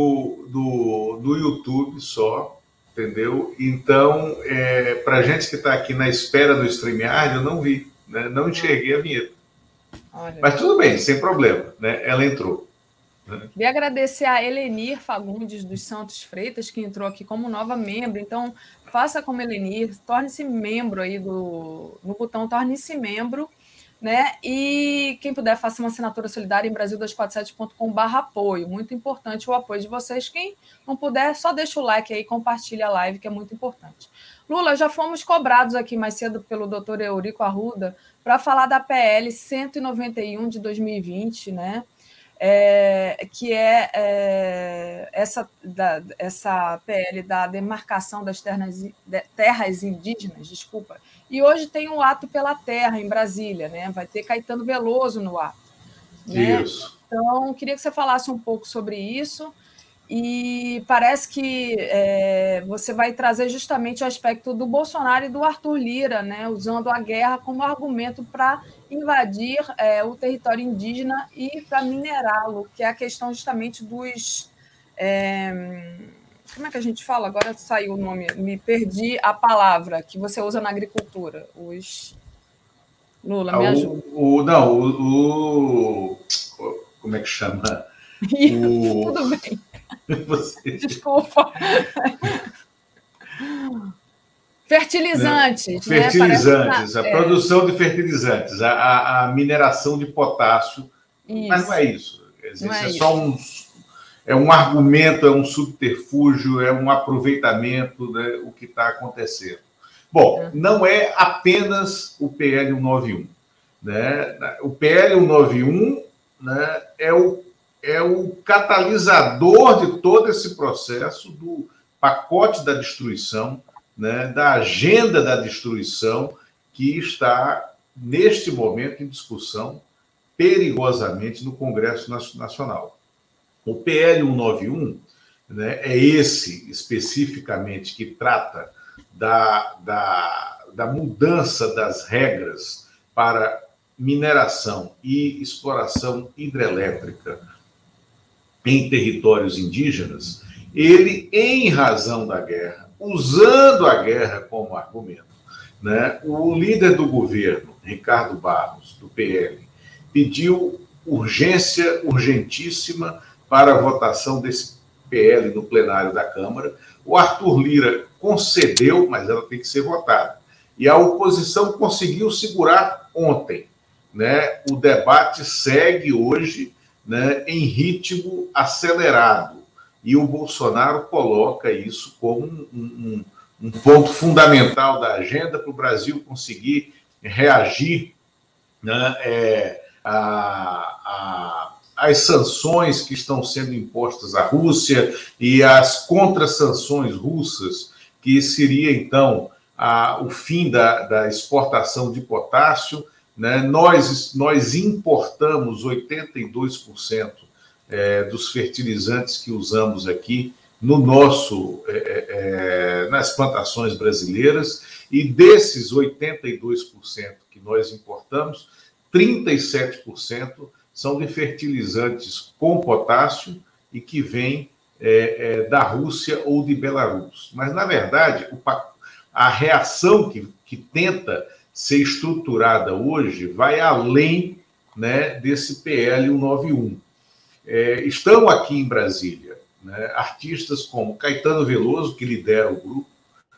H: no YouTube só, entendeu? Então, para a gente que está aqui na espera do StreamYard, eu não vi, né? Não enxerguei a vinheta. Olha. Mas tudo bem, sem problema, né? Ela entrou. Né?
G: Queria agradecer a Helenir Fagundes dos Santos Freitas, que entrou aqui como nova membro. Então, faça como Helenir, torne-se membro aí no botão Torne-se Membro, né? E quem puder, faça uma assinatura solidária em Brasil247.com/apoio. Muito importante o apoio de vocês. Quem não puder, só deixa o like aí, compartilha a live, que é muito importante. Lula, já fomos cobrados aqui mais cedo pelo doutor Eurico Arruda para falar da PL 191 de 2020, né? Que essa PL da demarcação das terras indígenas, desculpa. E hoje tem um ato pela terra em Brasília, né? Vai ter Caetano Veloso no ato. Né?
H: Isso.
G: Então, queria que você falasse um pouco sobre isso. E parece que você vai trazer justamente o aspecto do Bolsonaro e do Arthur Lira, né, usando a guerra como argumento para invadir o território indígena e para minerá-lo, que é a questão justamente dos... como é que a gente fala? Agora saiu o nome, me perdi a palavra que você usa na agricultura. Lula, me ajuda.
H: Como é que chama?
G: Tudo bem. Desculpa. Fertilizantes.
H: Fertilizantes, né? A produção de fertilizantes, a mineração de potássio. Isso. Mas não é isso. Só um argumento, é um subterfúgio, é um aproveitamento, né, o que está acontecendo. Bom, não é apenas o PL 191. Né? O PL 191, né, é o catalisador de todo esse processo do pacote da destruição, né, da agenda da destruição que está, neste momento, em discussão perigosamente no Congresso Nacional. O PL 191, né, é esse especificamente que trata da mudança das regras para mineração e exploração hidrelétrica em territórios indígenas. Ele, em razão da guerra, usando a guerra como argumento, né, o líder do governo, Ricardo Barros, do PL, pediu urgentíssima para a votação desse PL no plenário da Câmara. O Arthur Lira concedeu, mas ela tem que ser votada. E a oposição conseguiu segurar ontem, né? O debate segue hoje, né, em ritmo acelerado. E o Bolsonaro coloca isso como um ponto fundamental da agenda para o Brasil conseguir reagir, né, às sanções que estão sendo impostas à Rússia e às contra-sanções russas, que seria, então, o fim da exportação de potássio, né? Nós importamos 82% dos fertilizantes que usamos aqui no nas plantações brasileiras, e desses 82% que nós importamos, 37% são de fertilizantes com potássio e que vêm da Rússia ou de Belarus. Mas, na verdade, a reação que tenta ser estruturada hoje vai além, né, desse PL 191. Estão aqui em Brasília, né, artistas como Caetano Veloso, que lidera o grupo,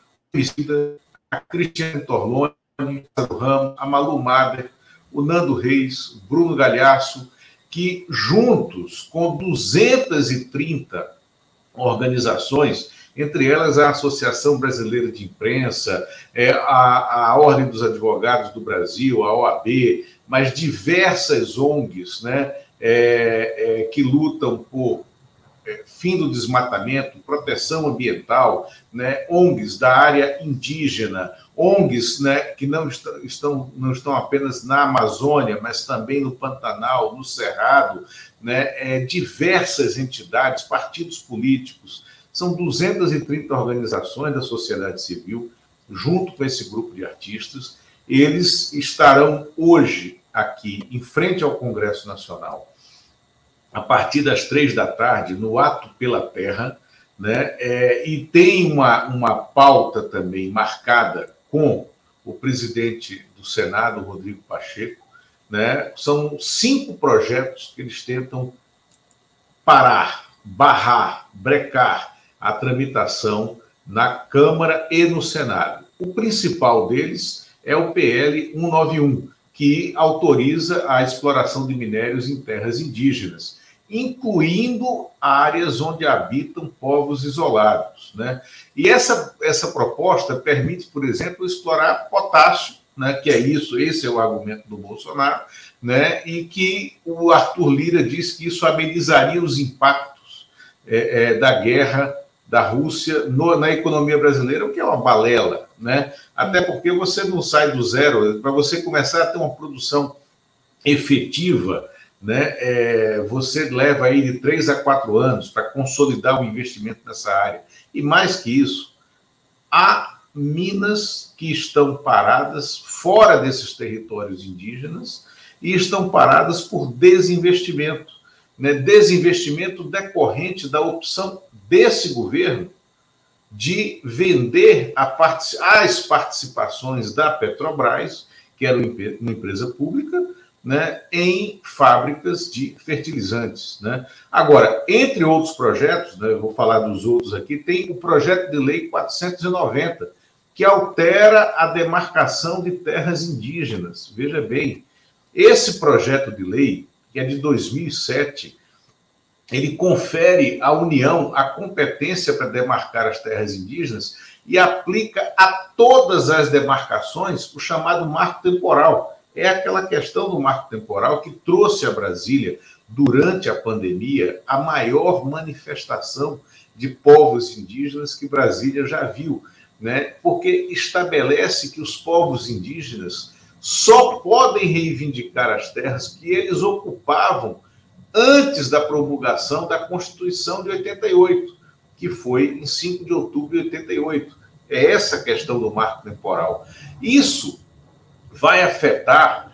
H: a Cristiane Torloni, a Malu Mader, o Nando Reis, o Bruno Galhaço, que juntos com 230 organizações, entre elas a Associação Brasileira de Imprensa, a Ordem dos Advogados do Brasil, a OAB, mas diversas ONGs, né, que lutam por fim do desmatamento, proteção ambiental, né, ONGs da área indígena, ONGs, né, que não estão apenas na Amazônia, mas também no Pantanal, no Cerrado, né, diversas entidades, partidos políticos. São 230 organizações da sociedade civil, junto com esse grupo de artistas. Eles estarão hoje aqui, em frente ao Congresso Nacional, a partir das 15h, no Ato pela Terra, né? E tem uma pauta também marcada com o presidente do Senado, Rodrigo Pacheco, né? São 5 projetos que eles tentam parar, barrar, brecar a tramitação na Câmara e no Senado. O principal deles é o PL 191, que autoriza a exploração de minérios em terras indígenas, incluindo áreas onde habitam povos isolados, né? E essa proposta permite, por exemplo, explorar potássio, né? Que é isso, esse é o argumento do Bolsonaro, né? E que o Arthur Lira diz que isso amenizaria os impactos da guerra da Rússia na economia brasileira, o que é uma balela, né? Até porque você não sai do zero. Para você começar a ter uma produção efetiva, né, você leva aí de 3 a 4 anos para consolidar o investimento nessa área. E mais que isso, há minas que estão paradas fora desses territórios indígenas e estão paradas por desinvestimento, né? Desinvestimento decorrente da opção desse governo de vender as participações da Petrobras, que era uma empresa pública, né, em fábricas de fertilizantes, né? Agora, entre outros projetos, né, eu vou falar dos outros aqui, tem o projeto de lei 490, que altera a demarcação de terras indígenas. Veja bem, esse projeto de lei, que é de 2007, ele confere à União a competência para demarcar as terras indígenas e aplica a todas as demarcações o chamado marco temporal. É aquela questão do marco temporal que trouxe a Brasília, durante a pandemia, a maior manifestação de povos indígenas que Brasília já viu, né? Porque estabelece que os povos indígenas só podem reivindicar as terras que eles ocupavam antes da promulgação da Constituição de 88, que foi em 5 de outubro de 88. É essa a questão do marco temporal. Isso vai afetar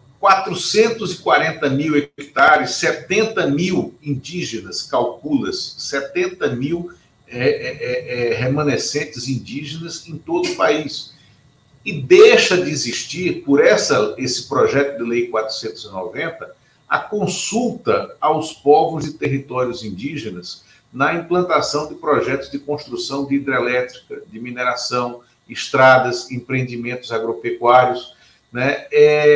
H: 440 mil hectares, 70 mil indígenas, calcula-se, 70 mil remanescentes indígenas em todo o país. E deixa de existir, por esse projeto de lei 490, a consulta aos povos e territórios indígenas na implantação de projetos de construção de hidrelétrica, de mineração, estradas, empreendimentos agropecuários, né?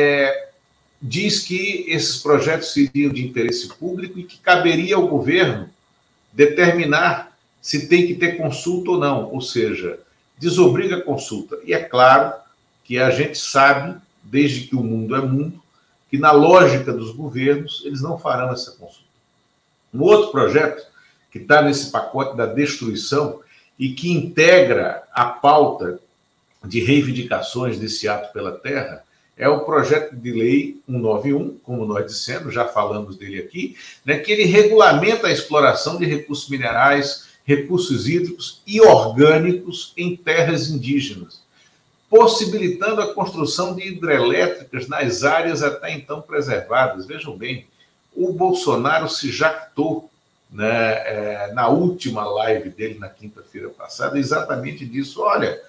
H: Diz que esses projetos seriam de interesse público e que caberia ao governo determinar se tem que ter consulta ou não, ou seja, desobriga a consulta. E é claro que a gente sabe, desde que o mundo é mundo, que na lógica dos governos eles não farão essa consulta. Um outro projeto que está nesse pacote da destruição e que integra a pauta de reivindicações desse ato pela terra é o projeto de lei 191, como nós dissemos, já falamos dele aqui, né, que ele regulamenta a exploração de recursos minerais, recursos hídricos e orgânicos em terras indígenas, possibilitando a construção de hidrelétricas nas áreas até então preservadas. Vejam bem, o Bolsonaro se jactou, né, na última live dele, na quinta-feira passada, exatamente disso. Olha,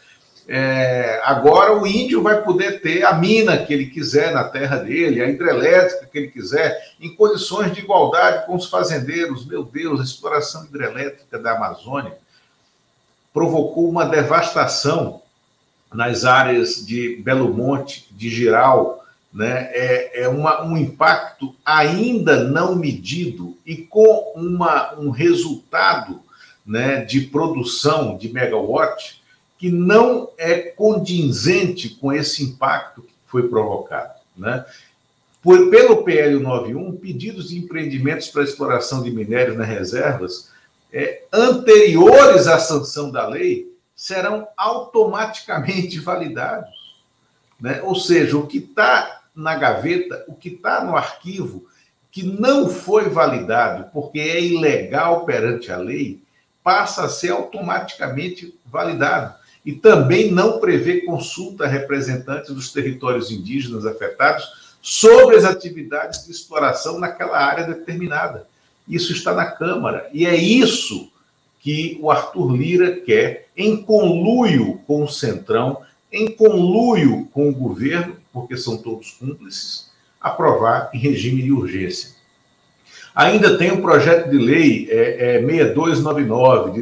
H: agora o índio vai poder ter a mina que ele quiser na terra dele, a hidrelétrica que ele quiser, em condições de igualdade com os fazendeiros. Meu Deus, a exploração hidrelétrica da Amazônia provocou uma devastação nas áreas de Belo Monte, de Jirau, né? Um impacto ainda não medido e com um resultado, né, de produção de megawatt que não é condizente com esse impacto que foi provocado, né? Pelo PL 91, pedidos de empreendimentos para exploração de minérios nas reservas anteriores à sanção da lei serão automaticamente validados, né? Ou seja, o que está na gaveta, o que está no arquivo, que não foi validado porque é ilegal perante a lei, passa a ser automaticamente validado. E também não prevê consulta a representantes dos territórios indígenas afetados sobre as atividades de exploração naquela área determinada. Isso está na Câmara. E é isso que o Arthur Lira quer, em conluio com o Centrão, em conluio com o governo, porque são todos cúmplices, aprovar em regime de urgência. Ainda tem o projeto de lei 6299, de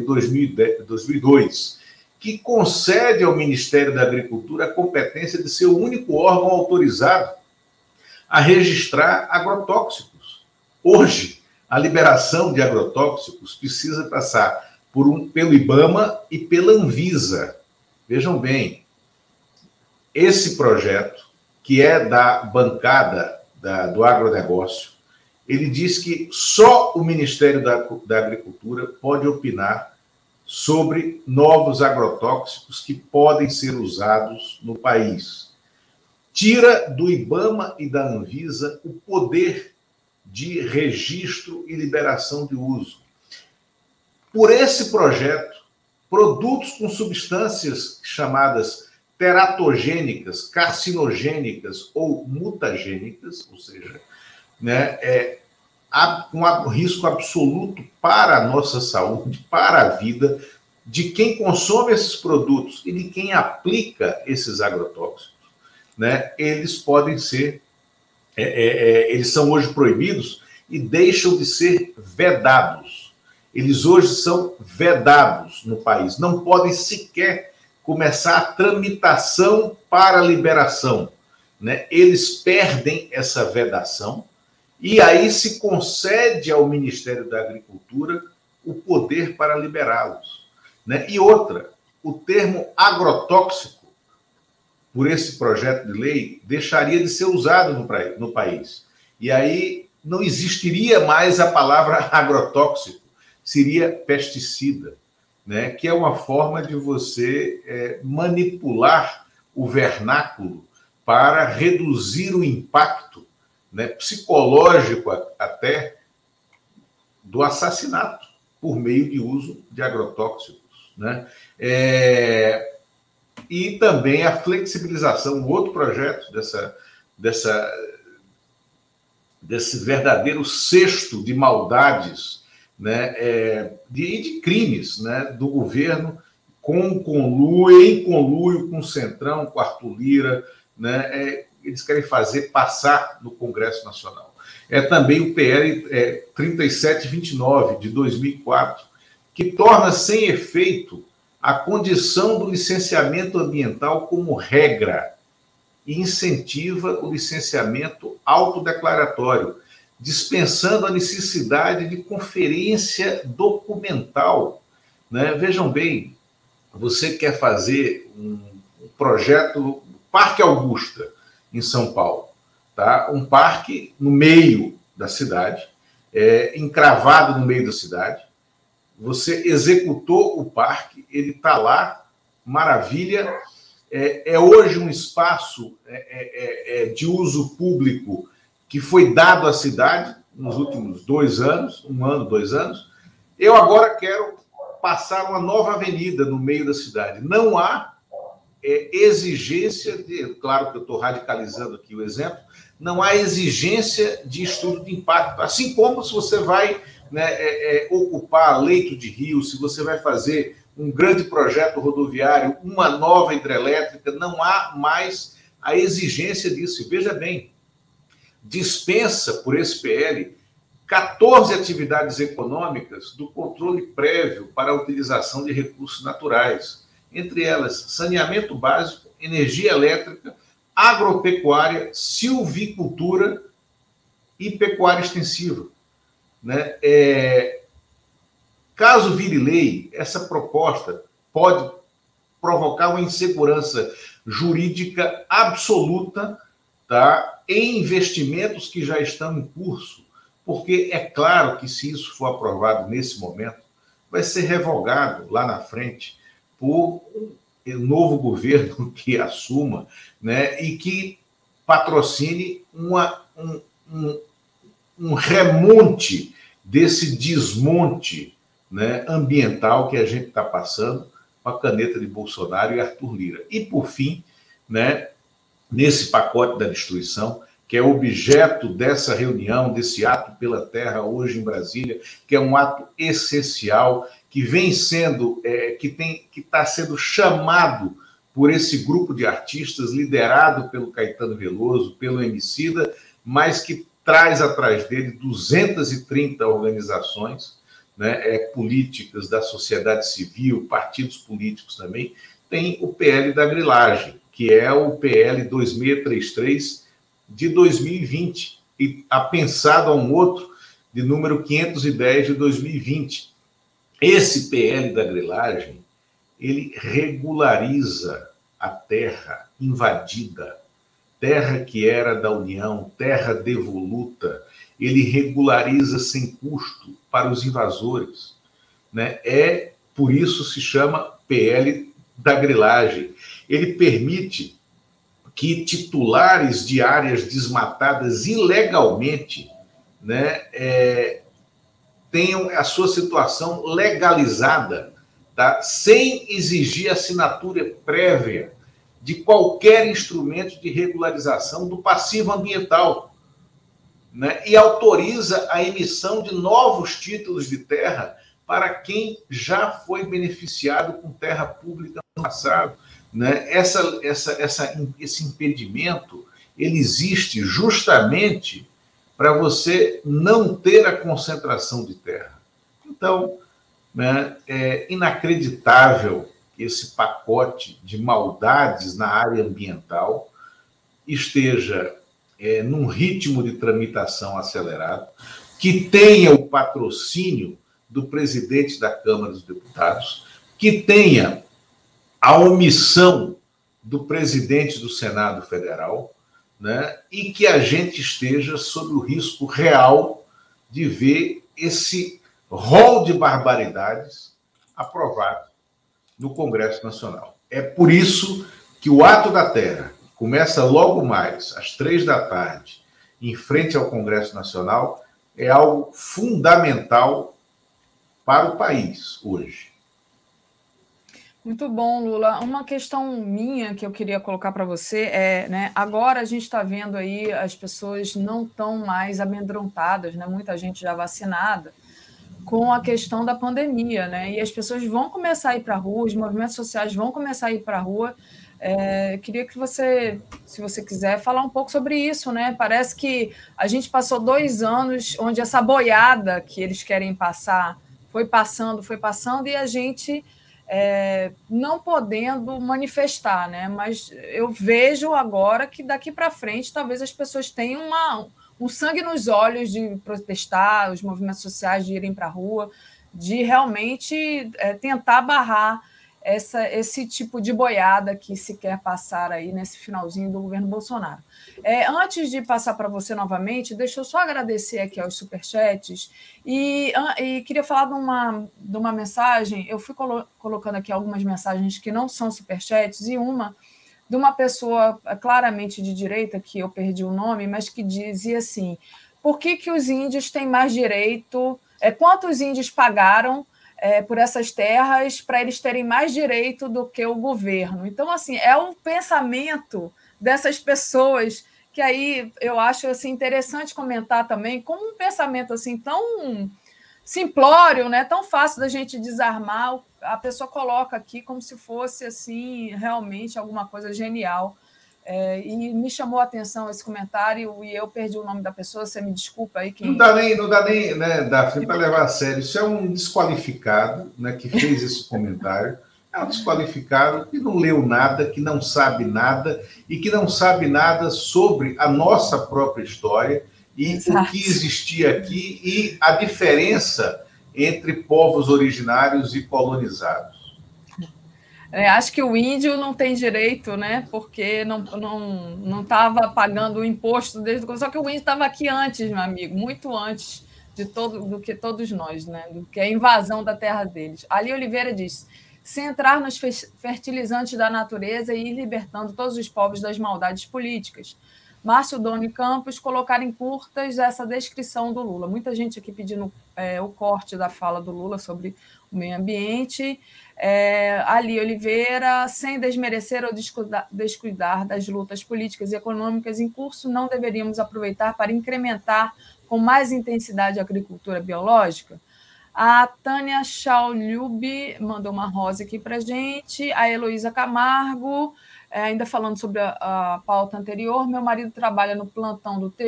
H: 2002, que concede ao Ministério da Agricultura a competência de ser o único órgão autorizado a registrar agrotóxicos. Hoje, a liberação de agrotóxicos precisa passar pelo IBAMA e pela Anvisa. Vejam bem, esse projeto, que é da bancada do agronegócio, ele diz que só o Ministério da Agricultura pode opinar sobre novos agrotóxicos que podem ser usados no país. Tira do IBAMA e da Anvisa o poder de registro e liberação de uso. Por esse projeto, produtos com substâncias chamadas teratogênicas, carcinogênicas ou mutagênicas, ou seja, né, com risco absoluto para a nossa saúde, para a vida de quem consome esses produtos e de quem aplica esses agrotóxicos, né, eles podem ser, eles são hoje proibidos e deixam de ser vedados. Eles hoje são vedados no país, não podem sequer começar a tramitação para liberação, né? Eles perdem essa vedação e aí se concede ao Ministério da Agricultura o poder para liberá-los, né? E outra, o termo agrotóxico, por esse projeto de lei, deixaria de ser usado no país. E aí não existiria mais a palavra agrotóxico, seria pesticida, né? Que é uma forma de você manipular o vernáculo para reduzir o impacto, né, psicológico até do assassinato por meio de uso de agrotóxicos, né? E também a flexibilização, um outro projeto desse verdadeiro cesto de maldades, né, de crimes, né, do governo em conluio com o Centrão, com Arthur Lira, né, eles querem fazer passar no Congresso Nacional. é também o PL 3729, de 2004, que torna sem efeito a condição do licenciamento ambiental como regra e incentiva o licenciamento autodeclaratório, dispensando a necessidade de conferência documental, né? Vejam bem, você quer fazer um projeto Parque Augusta, em São Paulo, tá? Um parque no meio da cidade, encravado no meio da cidade. Você executou o parque, ele está lá, maravilha. É hoje um espaço de uso público que foi dado à cidade nos últimos 2 anos, 1 ano, 2 anos. Eu agora quero passar uma nova avenida no meio da cidade. Não há exigência claro que eu estou radicalizando aqui o exemplo, não há exigência de estudo de impacto, assim como se você vai, né, ocupar leito de rio, se você vai fazer um grande projeto rodoviário, uma nova hidrelétrica, não há mais a exigência disso. E veja bem, dispensa por esse PL 14 atividades econômicas do controle prévio para a utilização de recursos naturais, entre elas saneamento básico, energia elétrica, agropecuária, silvicultura e pecuária extensiva, né? Caso vire lei, essa proposta pode provocar uma insegurança jurídica absoluta, tá, em investimentos que já estão em curso, porque é claro que se isso for aprovado nesse momento, vai ser revogado lá na frente por um novo governo que assuma, né, e que patrocine um remonte desse desmonte, né, ambiental que a gente está passando com a caneta de Bolsonaro e Arthur Lira. E, por fim, né, nesse pacote da destruição, que é objeto dessa reunião, desse ato pela terra hoje em Brasília, que é um ato essencial, que vem sendo, que está sendo chamado por esse grupo de artistas, liderado pelo Caetano Veloso, pelo Emicida, mas que traz atrás dele 230 organizações, né, políticas da sociedade civil, partidos políticos também. Tem o PL da grilagem, que é o PL 2633 de 2020, e apensado a um outro de número 510 de 2020. Esse PL da grilagem, ele regulariza a terra invadida, terra que era da União, terra devoluta, ele regulariza sem custo para os invasores, né? Por isso se chama PL da grilagem. Ele permite que titulares de áreas desmatadas ilegalmente, né, tenham a sua situação legalizada, tá? Sem exigir assinatura prévia de qualquer instrumento de regularização do passivo ambiental, né? E autoriza a emissão de novos títulos de terra para quem já foi beneficiado com terra pública no passado, né? Esse impedimento, ele existe justamente para você não ter a concentração de terra. Então, né, é inacreditável que esse pacote de maldades na área ambiental esteja num ritmo de tramitação acelerado, que tenha o patrocínio do presidente da Câmara dos Deputados, que tenha a omissão do presidente do Senado Federal, né, e que a gente esteja sob o risco real de ver esse rol de barbaridades aprovado no Congresso Nacional. É por isso que o Ato da Terra começa logo mais, às 15h, em frente ao Congresso Nacional, é algo fundamental para o país hoje.
G: Muito bom, Lula. Uma questão minha que eu queria colocar para você é, né, agora a gente está vendo aí as pessoas não estão mais amedrontadas, né, muita gente já vacinada, com a questão da pandemia, né, e as pessoas vão começar a ir para a rua, os movimentos sociais vão começar a ir para a rua, Queria que você, se você quiser, falar um pouco sobre isso, né? Parece que a gente passou 2 anos onde essa boiada que eles querem passar foi passando, e a gente não podendo manifestar, né? Mas eu vejo agora que daqui para frente talvez as pessoas tenham um sangue nos olhos de protestar, os movimentos sociais de irem para a rua, de realmente tentar barrar esse tipo de boiada que se quer passar aí nesse finalzinho do governo Bolsonaro. Antes de passar para você novamente, deixa eu só agradecer aqui aos superchats e queria falar de uma mensagem. Eu fui colocando aqui algumas mensagens que não são superchats e uma de uma pessoa claramente de direita, que eu perdi o nome, mas que dizia assim: por que os índios têm mais direito? Quantos índios pagaram por essas terras para eles terem mais direito do que o governo? Então, assim, é um pensamento dessas pessoas que aí eu acho assim, interessante comentar também, como um pensamento assim tão simplório, né, tão fácil da gente desarmar, a pessoa coloca aqui como se fosse assim realmente alguma coisa genial. E me chamou a atenção esse comentário e eu perdi o nome da pessoa, você me desculpa aí.
H: Não dá nem, né, Daphne, para levar a sério. Isso é um desqualificado, né, que fez esse comentário. É um desqualificado que não leu nada, que não sabe nada e que não sabe nada sobre a nossa própria história e Exato. O que existia aqui e a diferença entre povos originários e colonizados.
G: Acho que o índio não tem direito, né? Porque não estava pagando o imposto desde o começo. Só que o índio estava aqui antes, meu amigo, muito antes do que todos nós, né? Do que a invasão da terra deles. Ali Oliveira diz: se entrar nos fertilizantes da natureza e ir libertando todos os povos das maldades políticas. Márcio Doni Campos, colocar em curtas essa descrição do Lula. Muita gente aqui pedindo o corte da fala do Lula sobre o meio ambiente. Ali Oliveira, sem desmerecer ou descuidar das lutas políticas e econômicas em curso, não deveríamos aproveitar para incrementar com mais intensidade a agricultura biológica? A Tânia Chaulub mandou uma rosa aqui para a gente. A Heloísa Camargo, ainda falando sobre a pauta anterior, meu marido trabalha no plantão do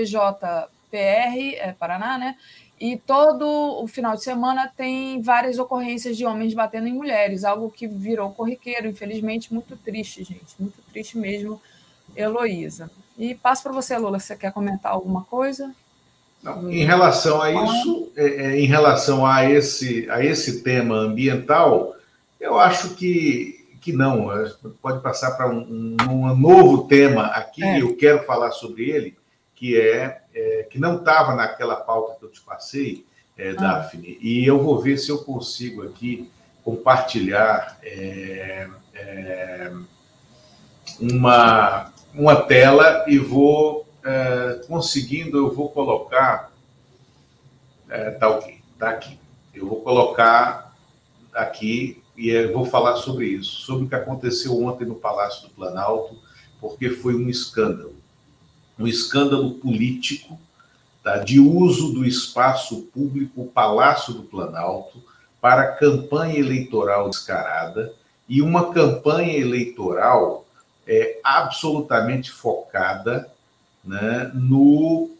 G: TJPR, Paraná, né? E todo o final de semana tem várias ocorrências de homens batendo em mulheres, algo que virou corriqueiro, infelizmente, muito triste, gente, muito triste mesmo, Heloísa. E passo para você, Lula, você quer comentar alguma coisa?
H: Não, em relação a isso, em relação a esse tema ambiental, eu acho que não, pode passar para um novo tema aqui, eu quero falar sobre ele, que não estava naquela pauta que eu te passei, Daphne, e eu vou ver se eu consigo aqui compartilhar uma tela e vou, conseguindo, eu vou colocar, tá ok, tá aqui, eu vou colocar aqui e eu vou falar sobre isso, sobre o que aconteceu ontem no Palácio do Planalto, porque foi um escândalo político, tá, de uso do espaço público, o Palácio do Planalto, para campanha eleitoral descarada, e uma campanha eleitoral absolutamente focada, né, no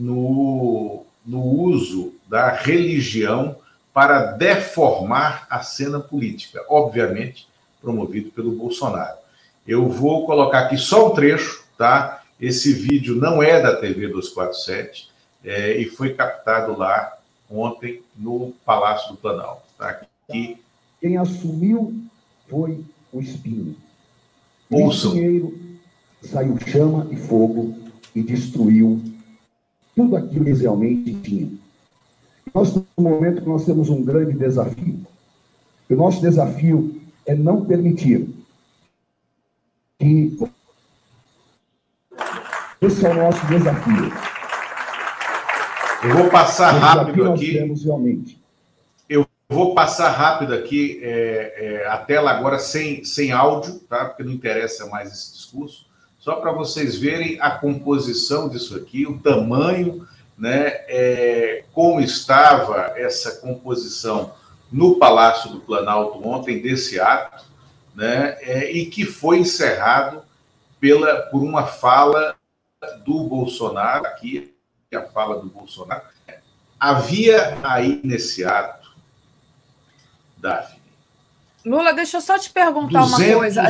H: uso da religião para deformar a cena política, obviamente promovido pelo Bolsonaro. Eu vou colocar aqui só um trecho, tá? Esse vídeo não é da TV 247 e foi captado lá ontem no Palácio do Planalto. Tá?
I: Quem assumiu foi o Espinho.
H: Ouçam.
I: O Espinheiro saiu chama e fogo e destruiu tudo aquilo que realmente tinha. Nós, no momento que nós temos um grande desafio. O nosso desafio é não permitir que... Esse é o nosso desafio.
H: Eu vou passar rápido aqui.
I: Realmente.
H: Eu vou passar rápido aqui a tela agora sem áudio, tá? Porque não interessa mais esse discurso. Só para vocês verem a composição disso aqui, o tamanho, né? Como estava essa composição no Palácio do Planalto ontem desse ato, né, e que foi encerrado por uma fala do Bolsonaro, aqui, a fala do Bolsonaro. Havia aí nesse ato, Daphne...
G: Lula, deixa eu só te perguntar uma coisa.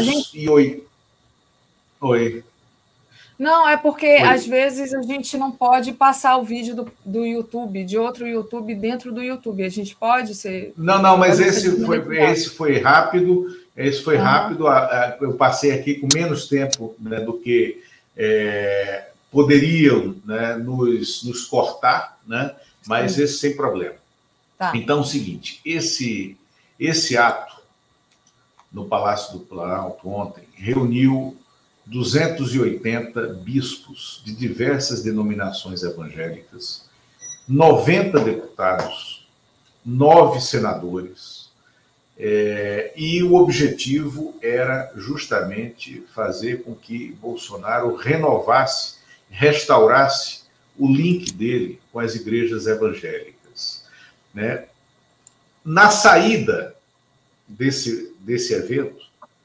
H: Oi.
G: Não, é porque às vezes a gente não pode passar o vídeo do YouTube, de outro YouTube, dentro do YouTube. A gente pode ser...
H: Não, mas esse foi rápido. Esse foi rápido. Eu passei aqui com menos tempo, né, do que poderiam, né, nos cortar, né, mas esse sem problema.
G: Tá.
H: Então, é o seguinte, esse ato no Palácio do Planalto ontem reuniu 280 bispos de diversas denominações evangélicas, 90 deputados, 9 senadores, e o objetivo era justamente fazer com que Bolsonaro restaurasse o link dele com as igrejas evangélicas, né? Na saída desse evento,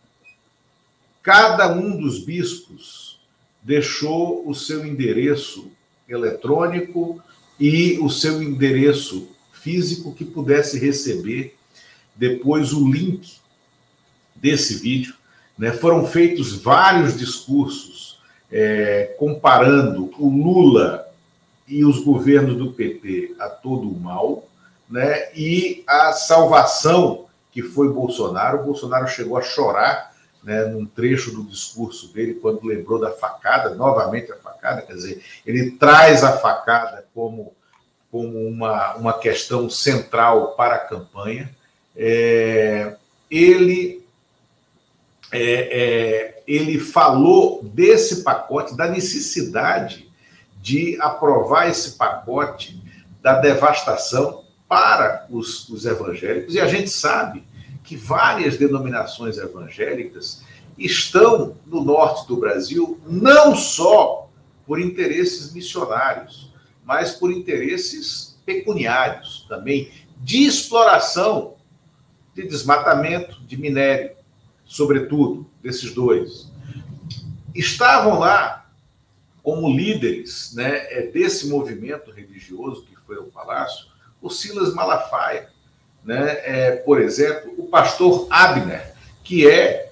H: cada um dos bispos deixou o seu endereço eletrônico e o seu endereço físico que pudesse receber depois o link desse vídeo, né? Foram feitos vários discursos comparando o Lula e os governos do PT a todo o mal, né? E a salvação que foi Bolsonaro. O Bolsonaro chegou a chorar, né, num trecho do discurso dele, quando lembrou da facada, novamente a facada, quer dizer, ele traz a facada como uma questão central para a campanha. Ele falou desse pacote, da necessidade de aprovar esse pacote da devastação para os evangélicos, e a gente sabe que várias denominações evangélicas estão no norte do Brasil não só por interesses missionários, mas por interesses pecuniários também, de exploração, de desmatamento, de minério, sobretudo, desses dois. Estavam lá como líderes, né, desse movimento religioso que foi ao Palácio, o Silas Malafaia, né? Por exemplo, o pastor Abner, que é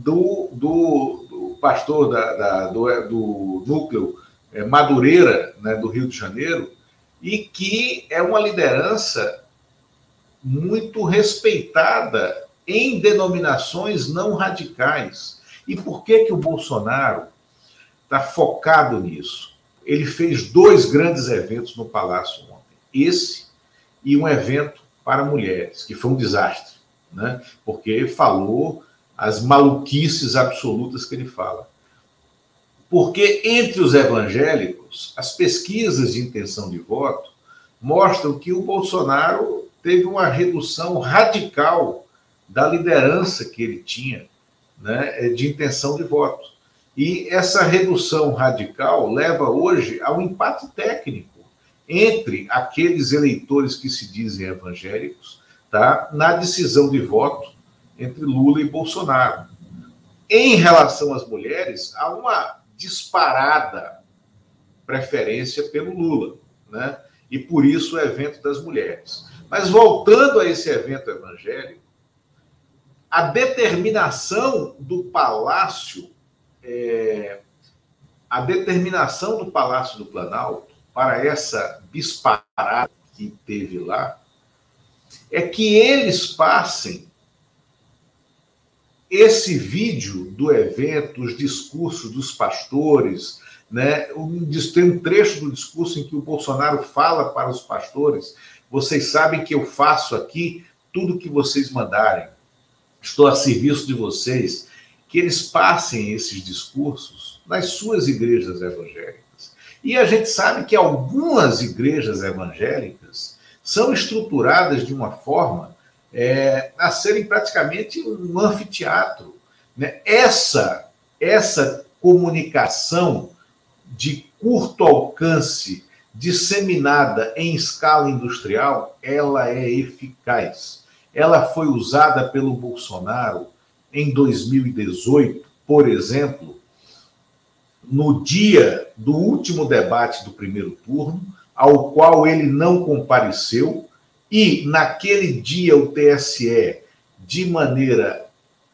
H: do pastor do núcleo Madureira, né, do Rio de Janeiro, e que é uma liderança muito respeitada em denominações não radicais. E por que o Bolsonaro está focado nisso? Ele fez 2 grandes eventos no Palácio ontem. Esse e um evento para mulheres, que foi um desastre, né? Porque falou as maluquices absolutas que ele fala. Porque entre os evangélicos, as pesquisas de intenção de voto mostram que o Bolsonaro teve uma redução radical da liderança que ele tinha, né, de intenção de voto. E essa redução radical leva hoje a um empate técnico entre aqueles eleitores que se dizem evangélicos, tá, na decisão de voto entre Lula e Bolsonaro. Em relação às mulheres, há uma disparada preferência pelo Lula, né? E por isso o evento das mulheres. Mas voltando a esse evento evangélico, a determinação do Palácio, do Planalto para essa disparada que teve lá, é que eles passem esse vídeo do evento, os discursos dos pastores, né? Tem um trecho do discurso em que o Bolsonaro fala para os pastores: vocês sabem que eu faço aqui tudo o que vocês mandarem, estou a serviço de vocês. Que eles passem esses discursos nas suas igrejas evangélicas. E a gente sabe que algumas igrejas evangélicas são estruturadas de uma forma a serem praticamente um anfiteatro, né? Essa comunicação de curto alcance, disseminada em escala industrial, ela é eficaz. Ela foi usada pelo Bolsonaro em 2018, por exemplo, no dia do último debate do primeiro turno, ao qual ele não compareceu, e naquele dia o TSE, de maneira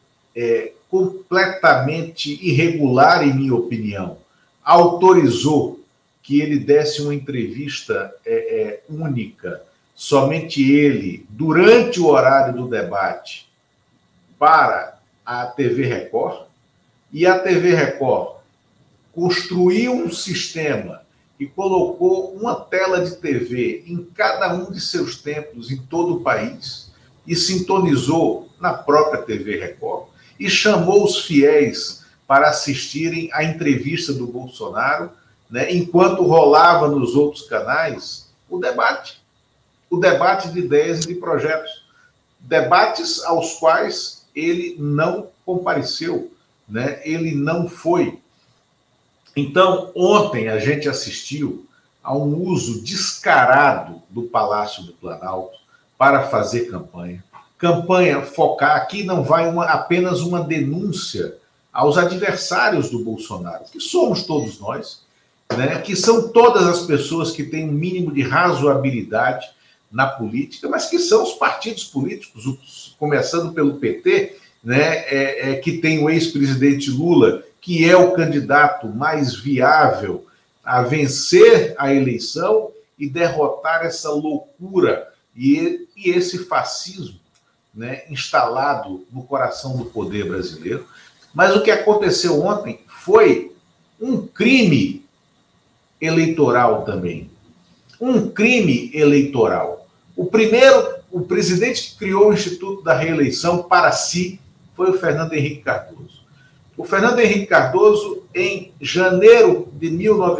H: completamente irregular, em minha opinião, autorizou que ele desse uma entrevista única, somente ele, durante o horário do debate, para a TV Record, e a TV Record construiu um sistema e colocou uma tela de TV em cada um de seus templos em todo o país e sintonizou na própria TV Record e chamou os fiéis para assistirem à entrevista do Bolsonaro, né, enquanto rolava nos outros canais o debate de ideias e de projetos, debates aos quais ele não compareceu, né, ele não foi. Então, ontem a gente assistiu a um uso descarado do Palácio do Planalto para fazer campanha. Campanha focar, aqui não vai apenas uma denúncia aos adversários do Bolsonaro, que somos todos nós, né, que são todas as pessoas que têm um mínimo de razoabilidade na política, mas que são os partidos políticos, começando pelo PT, né, que tem o ex-presidente Lula, que é o candidato mais viável a vencer a eleição e derrotar essa loucura e esse fascismo, né, instalado no coração do poder brasileiro. Mas o que aconteceu ontem foi um crime eleitoral também. Um crime eleitoral. O presidente que criou o Instituto da Reeleição para si foi o Fernando Henrique Cardoso. O Fernando Henrique Cardoso, em janeiro de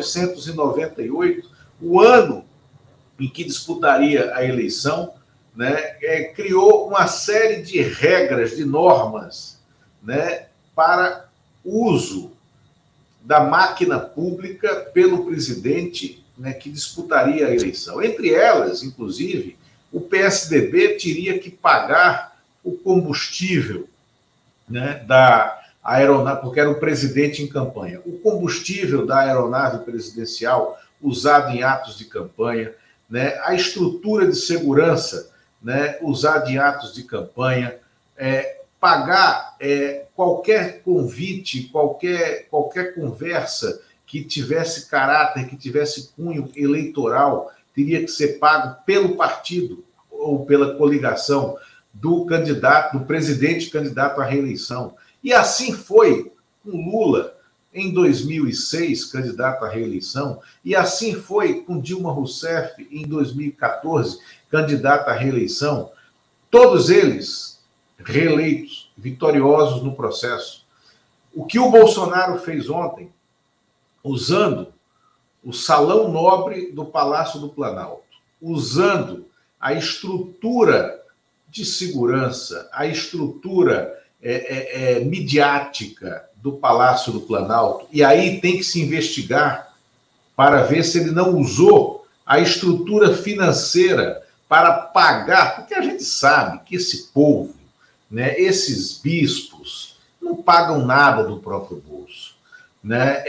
H: 1998, o ano em que disputaria a eleição, né, criou uma série de regras, de normas, né, para uso da máquina pública pelo presidente, né, que disputaria a eleição. Entre elas, inclusive, o PSDB teria que pagar o combustível, né, da aeronave, porque era o presidente em campanha. O combustível da aeronave presidencial usado em atos de campanha, né, a estrutura de segurança, né, usada em atos de campanha, pagar qualquer convite, qualquer conversa que tivesse caráter, que tivesse cunho eleitoral, teria que ser pago pelo partido ou pela coligação do candidato, do presidente candidato à reeleição. E assim foi com Lula em 2006, candidato à reeleição, e assim foi com Dilma Rousseff em 2014, candidata à reeleição. Todos eles reeleitos, vitoriosos no processo. O que o Bolsonaro fez ontem, usando o salão nobre do Palácio do Planalto, usando a estrutura de segurança, a estrutura midiática do Palácio do Planalto, e aí tem que se investigar para ver se ele não usou a estrutura financeira para pagar, porque a gente sabe que esse povo, né, esses bispos, não pagam nada do próprio bolso, né?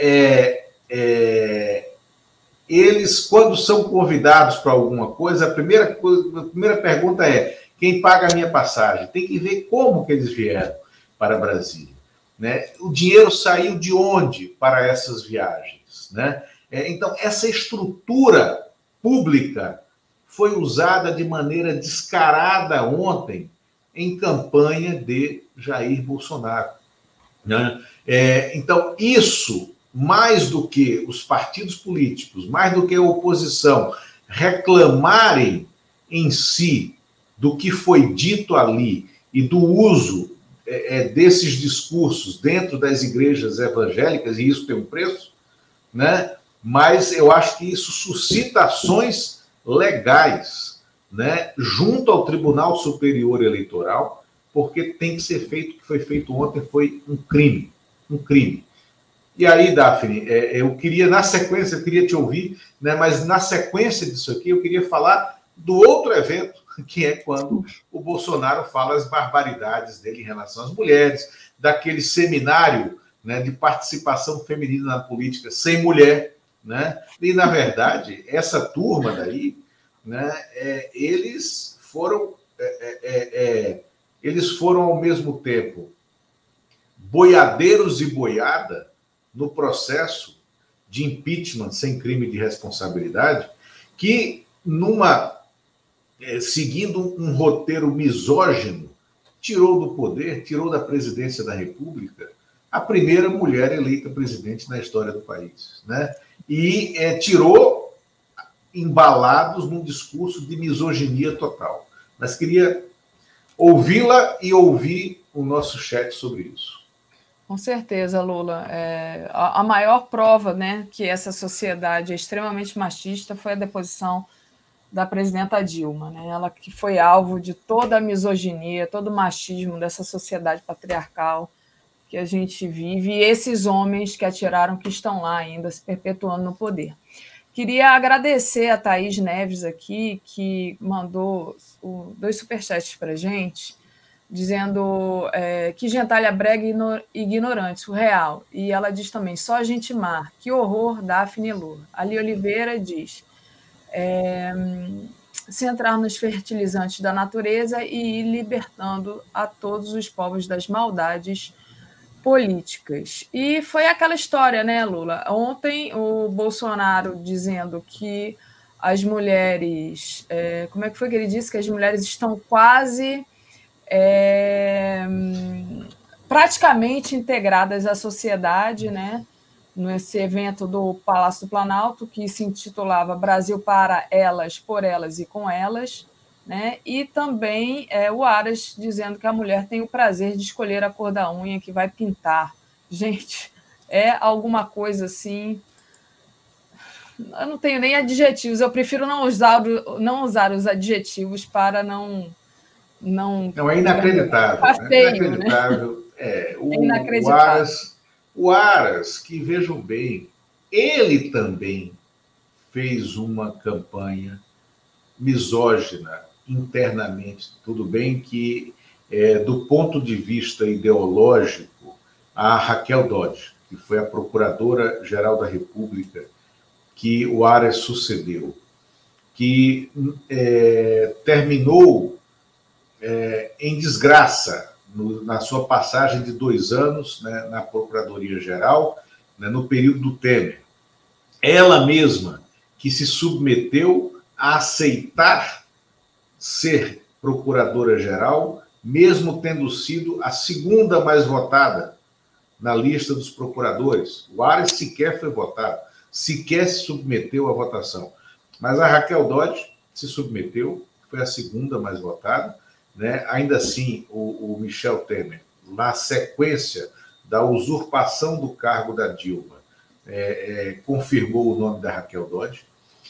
H: Eles, quando são convidados para alguma coisa, a primeira pergunta é: quem paga a minha passagem? Tem que ver como que eles vieram para Brasília, né? O dinheiro saiu de onde para essas viagens, né? Então, essa estrutura pública foi usada de maneira descarada ontem em campanha de Jair Bolsonaro, né? Então, isso, mais do que os partidos políticos, mais do que a oposição reclamarem em si do que foi dito ali e do uso desses discursos dentro das igrejas evangélicas, e isso tem um preço, né? Mas eu acho que isso suscita ações legais, né, junto ao Tribunal Superior Eleitoral, porque tem que ser feito o que foi feito ontem, foi um crime, um crime. E aí, Daphne, eu queria, na sequência, eu queria te ouvir, né, mas na sequência disso aqui, eu queria falar do outro evento que é quando o Bolsonaro fala as barbaridades dele em relação às mulheres, daquele seminário, né, de participação feminina na política sem mulher, né? E, na verdade, essa turma daí, né, eles foram ao mesmo tempo boiadeiros e boiada no processo de impeachment sem crime de responsabilidade, que, seguindo um roteiro misógino, tirou do poder, tirou da presidência da República a primeira mulher eleita presidente na história do país, né? E tirou embalados num discurso de misoginia total. Mas queria ouvi-la e ouvir o nosso chat sobre isso.
G: Com certeza, Lula. A maior prova, né, que essa sociedade é extremamente machista foi a deposição da presidenta Dilma, né? Ela que foi alvo de toda a misoginia, todo o machismo dessa sociedade patriarcal que a gente vive, e esses homens que atiraram, que estão lá ainda se perpetuando no poder. Queria agradecer a Thaís Neves aqui, que mandou 2 superchats para a gente, dizendo que gentalha brega e ignorante, surreal. E ela diz também, só gente má, que horror, Daphne Lula. Ali Oliveira diz, se entrar nos fertilizantes da natureza e ir libertando a todos os povos das maldades políticas. E foi aquela história, né, Lula? Ontem o Bolsonaro dizendo que as mulheres... como é que foi que ele disse? Que as mulheres estão quase... praticamente integradas à sociedade, né? Nesse evento do Palácio do Planalto, que se intitulava Brasil para elas, por elas e com elas, né? E também o Aras dizendo que a mulher tem o prazer de escolher a cor da unha que vai pintar. Gente, é alguma coisa assim... Eu não tenho nem adjetivos, eu prefiro não usar os adjetivos para não
H: é inacreditável.
G: Passeio,
H: inacreditável.
G: Né? Inacreditável.
H: O Aras, que vejam bem, ele também fez uma campanha misógina internamente. Tudo bem que, do ponto de vista ideológico, a Raquel Dodge, que foi a Procuradora-Geral da República, que o Aras sucedeu, que terminou em desgraça na sua passagem de 2 anos, né, na Procuradoria-Geral, né, no período do Temer. Ela mesma que se submeteu a aceitar ser Procuradora-Geral, mesmo tendo sido a segunda mais votada na lista dos procuradores. O Aras sequer foi votado, sequer se submeteu à votação. Mas a Raquel Dodge se submeteu, foi a segunda mais votada, né? Ainda assim, o Michel Temer, na sequência da usurpação do cargo da Dilma, confirmou o nome da Raquel Dodge.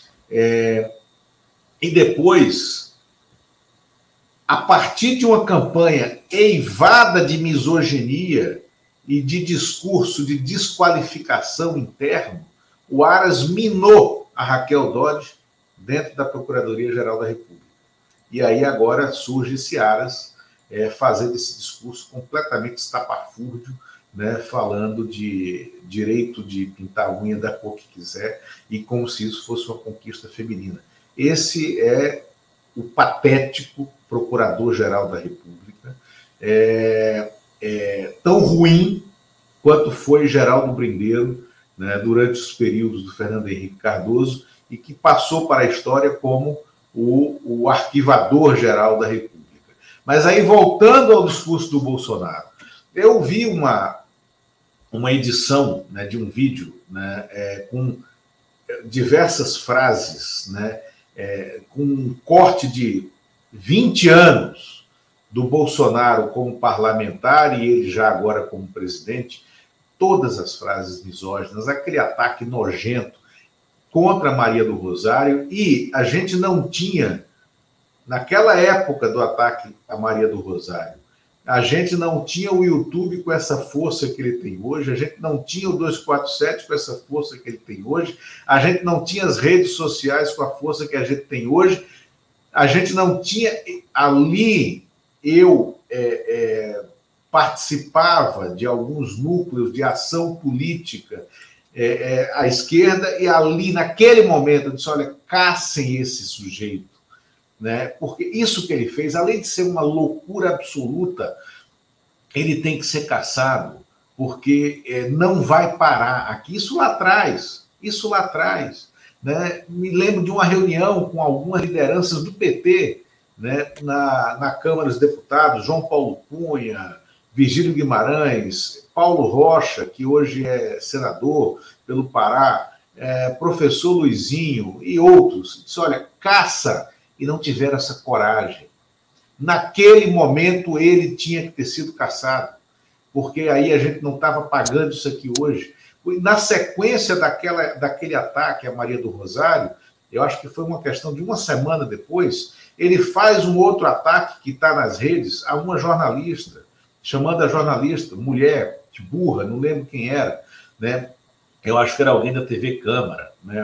H: E depois, a partir de uma campanha eivada de misoginia e de discurso de desqualificação interno, o Aras minou a Raquel Dodge dentro da Procuradoria-Geral da República. E aí agora surge esse Aras fazendo esse discurso completamente estapafúrdio, né, falando de direito de pintar a unha da cor que quiser e como se isso fosse uma conquista feminina. Esse é o patético Procurador-Geral da República, tão ruim quanto foi Geraldo Brindeiro, né, durante os períodos do Fernando Henrique Cardoso, e que passou para a história como o arquivador geral da República. Mas aí, voltando ao discurso do Bolsonaro, eu vi uma edição, né, de um vídeo, né, com diversas frases, né, com um corte de 20 anos do Bolsonaro como parlamentar e ele já agora como presidente, todas as frases misóginas, aquele ataque nojento contra Maria do Rosário, e a gente não tinha, naquela época do ataque a Maria do Rosário, a gente não tinha o YouTube com essa força que ele tem hoje, a gente não tinha o 247 com essa força que ele tem hoje, a gente não tinha as redes sociais com a força que a gente tem hoje, A gente não tinha... Ali, eu participava de alguns núcleos de ação política à esquerda, e ali, naquele momento, eu disse, olha, caçem esse sujeito, né? Porque isso que ele fez, além de ser uma loucura absoluta, ele tem que ser caçado, porque não vai parar aqui. Isso lá atrás, né? Me lembro de uma reunião com algumas lideranças do PT, né? na Câmara dos Deputados, João Paulo Cunha, Virgílio Guimarães, Paulo Rocha, que hoje é senador pelo Pará, professor Luizinho e outros. Disse, olha, caça, e não tiveram essa coragem. Naquele momento, ele tinha que ter sido caçado, porque aí a gente não estava pagando isso aqui hoje. Na sequência daquele ataque à Maria do Rosário, eu acho que foi uma questão de uma semana depois, ele faz um outro ataque que está nas redes a uma jornalista, chamando a jornalista, mulher, de burra, não lembro quem era, né? Eu acho que era alguém da TV Câmara, né?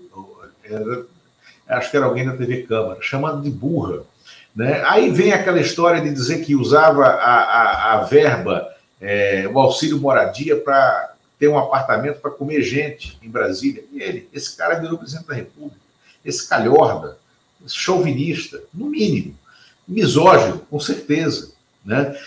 H: Acho que era alguém da TV Câmara, chamando de burra. Né? Aí vem aquela história de dizer que usava a verba, o auxílio moradia, para ter um apartamento para comer gente em Brasília. E esse cara virou presidente da República. Esse calhorda, esse chauvinista, no mínimo. Misógino, com certeza. Né?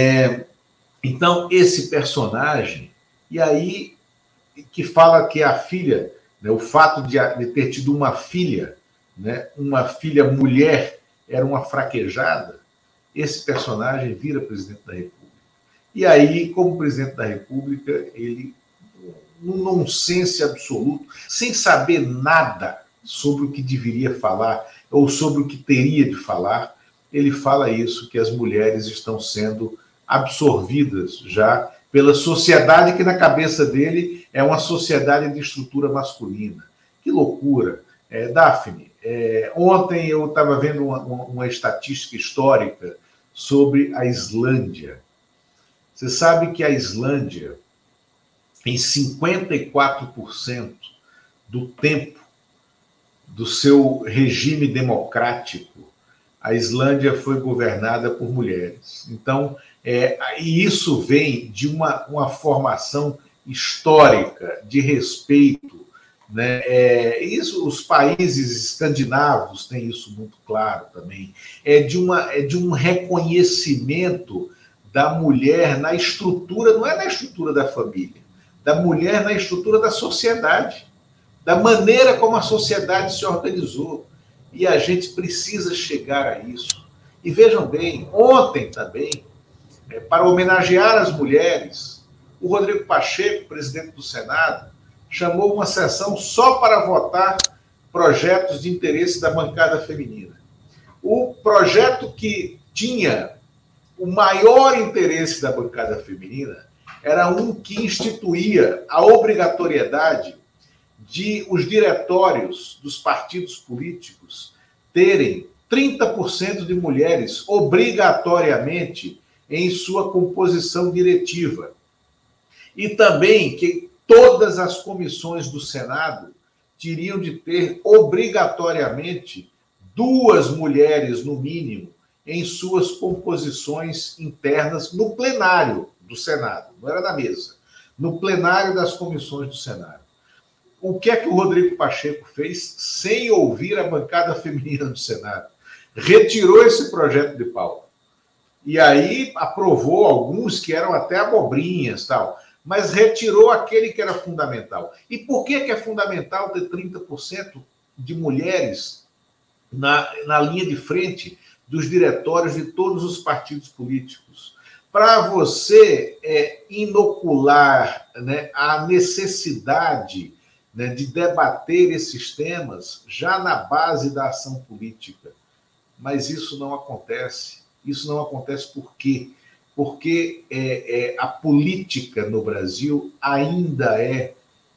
H: Então, esse personagem, e aí que fala que a filha, né, o fato de ter tido uma filha, né, uma filha mulher, era uma fraquejada, esse personagem vira presidente da República. E aí, como presidente da República, ele, num nonsense absoluto, sem saber nada sobre o que deveria falar ou sobre o que teria de falar, ele fala isso, que as mulheres estão sendo absorvidas já pela sociedade que, na cabeça dele, é uma sociedade de estrutura masculina. Que loucura! Daphne, ontem eu estava vendo uma estatística histórica sobre a Islândia. Você sabe que a Islândia, em 54% do tempo do seu regime democrático, a Islândia foi governada por mulheres. Então, e isso vem de uma formação histórica de respeito, né? Isso, os países escandinavos têm isso muito claro também. De um reconhecimento da mulher na estrutura, não é na estrutura da família, da mulher na estrutura da sociedade, da maneira como a sociedade se organizou. E a gente precisa chegar a isso. E vejam bem, ontem também, para homenagear as mulheres, o Rodrigo Pacheco, presidente do Senado, chamou uma sessão só para votar projetos de interesse da bancada feminina. O projeto que tinha o maior interesse da bancada feminina era um que instituía a obrigatoriedade de os diretórios dos partidos políticos terem 30% de mulheres obrigatoriamente em sua composição diretiva. E também que todas as comissões do Senado teriam de ter obrigatoriamente 2 mulheres, no mínimo, em suas composições internas no plenário do Senado, não era na mesa, no plenário das comissões do Senado. O que é que o Rodrigo Pacheco fez sem ouvir a bancada feminina do Senado? Retirou esse projeto de pauta. E aí aprovou alguns que eram até abobrinhas, tal, mas retirou aquele que era fundamental. E por que é fundamental ter 30% de mulheres na linha de frente dos diretórios de todos os partidos políticos? Para você inocular, né, a necessidade, né, de debater esses temas já na base da ação política. Mas isso não acontece. Isso não acontece por quê? Porque a política no Brasil ainda é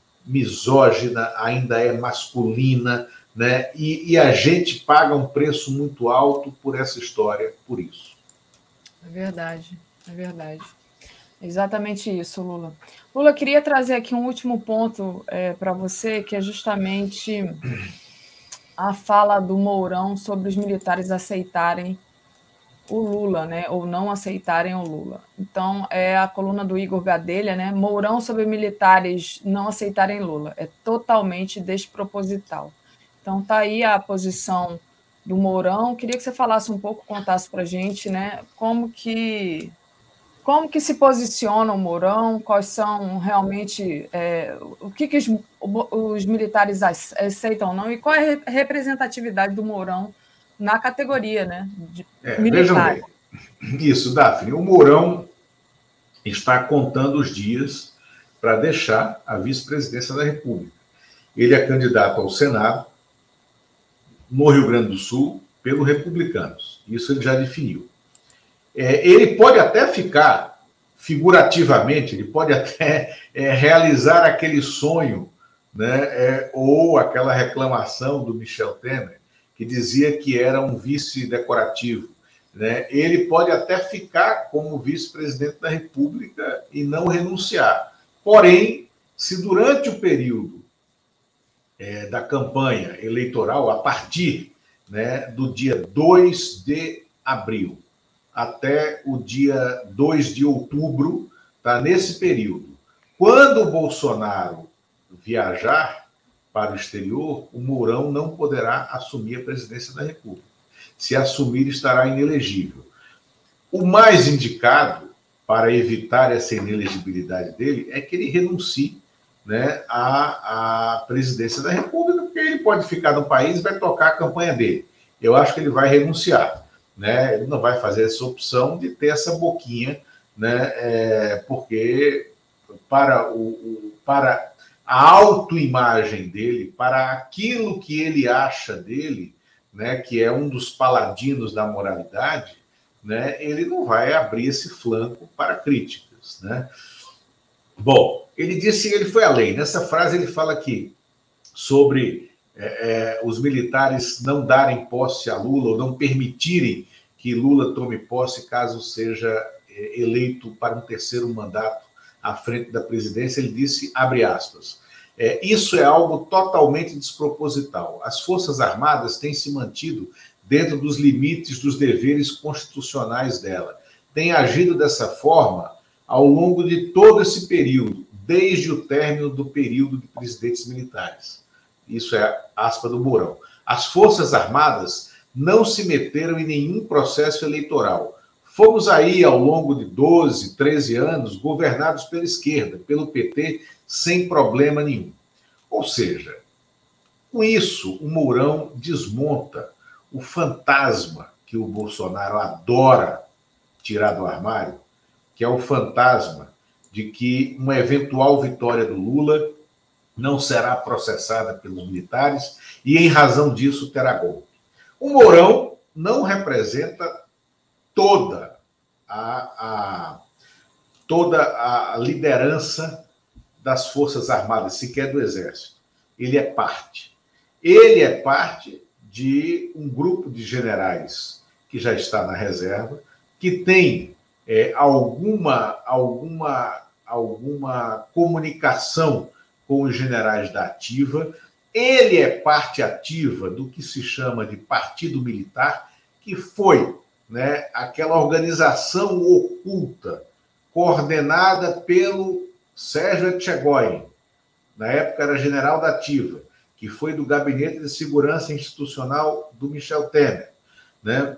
H: misógina, ainda é masculina, né? E a gente paga um preço muito alto por essa história, por isso.
G: É verdade, é verdade. Exatamente isso, Lula. Lula, queria trazer aqui um último ponto para você, que é justamente a fala do Mourão sobre os militares aceitarem o Lula, né, ou não aceitarem o Lula. Então, é a coluna do Igor Gadelha, né, Mourão sobre militares não aceitarem Lula. É totalmente desproposital. Então, tá aí a posição do Mourão. Queria que você falasse um pouco, contasse para a gente, né, como que se posiciona o Mourão, quais são realmente o que os militares aceitam ou não, e qual é a representatividade do Mourão na categoria, né, de militar.
H: Vejam bem, isso, Daphne, o Mourão está contando os dias para deixar a vice-presidência da República. Ele é candidato ao Senado, no Rio Grande do Sul, pelos republicanos. Isso ele já definiu. Ele pode até ficar, figurativamente, ele pode até realizar aquele sonho, né, ou aquela reclamação do Michel Temer, que dizia que era um vice decorativo, né? Ele pode até ficar como vice-presidente da República e não renunciar. Porém, se durante o período da campanha eleitoral, a partir, né, do dia 2 de abril até o dia 2 de outubro, tá, nesse período, quando o Bolsonaro viajar para o exterior, o Mourão não poderá assumir a presidência da República. Se assumir, estará inelegível. O mais indicado para evitar essa inelegibilidade dele é que ele renuncie, né, à presidência da República, porque ele pode ficar no país e vai tocar a campanha dele. Eu acho que ele vai renunciar, né? Ele não vai fazer essa opção de ter essa boquinha, né, porque para a autoimagem dele, para aquilo que ele acha dele, né, que é um dos paladinos da moralidade, né, ele não vai abrir esse flanco para críticas, né? Bom, ele foi além. Nessa frase ele fala aqui sobre os militares não darem posse a Lula ou não permitirem que Lula tome posse caso seja eleito para um terceiro mandato à frente da presidência. Ele disse, abre aspas, isso é algo totalmente desproposital. As Forças Armadas têm se mantido dentro dos limites dos deveres constitucionais dela. Tem agido dessa forma ao longo de todo esse período, desde o término do período de presidentes militares. Isso é aspa do Mourão. As Forças Armadas não se meteram em nenhum processo eleitoral. Fomos aí, ao longo de 12, 13 anos, governados pela esquerda, pelo PT, sem problema nenhum. Ou seja, com isso, o Mourão desmonta o fantasma que o Bolsonaro adora tirar do armário, que é o fantasma de que uma eventual vitória do Lula não será processada pelos militares e, em razão disso, terá golpe. O Mourão não representa toda a liderança das Forças Armadas, sequer do Exército. Ele é parte. Ele é parte de um grupo de generais que já está na reserva, que tem alguma comunicação com os generais da ativa. Ele é parte ativa do que se chama de Partido Militar, que foi, né, aquela organização oculta coordenada pelo Sérgio Etchegoyen, na época era general da ativa, que foi do Gabinete de Segurança Institucional do Michel Temer, né?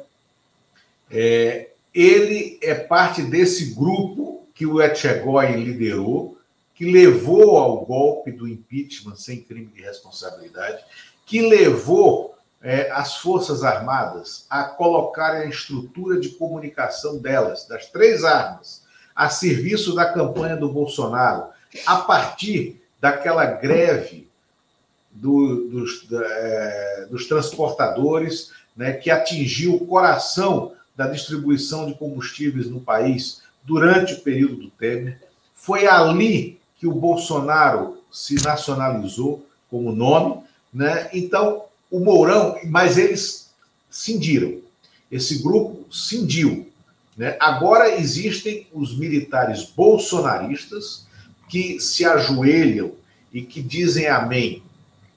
H: Ele é parte desse grupo que o Etchegoyen liderou, que levou ao golpe do impeachment sem crime de responsabilidade, que levou as Forças Armadas a colocarem a estrutura de comunicação delas, das três armas, a serviço da campanha do Bolsonaro, a partir daquela greve dos transportadores, né, que atingiu o coração da distribuição de combustíveis no país durante o período do Temer. Foi ali que o Bolsonaro se nacionalizou como nome, né? Então, o Mourão, mas eles cindiram. Esse grupo cindiu, né? Agora existem os militares bolsonaristas que se ajoelham e que dizem amém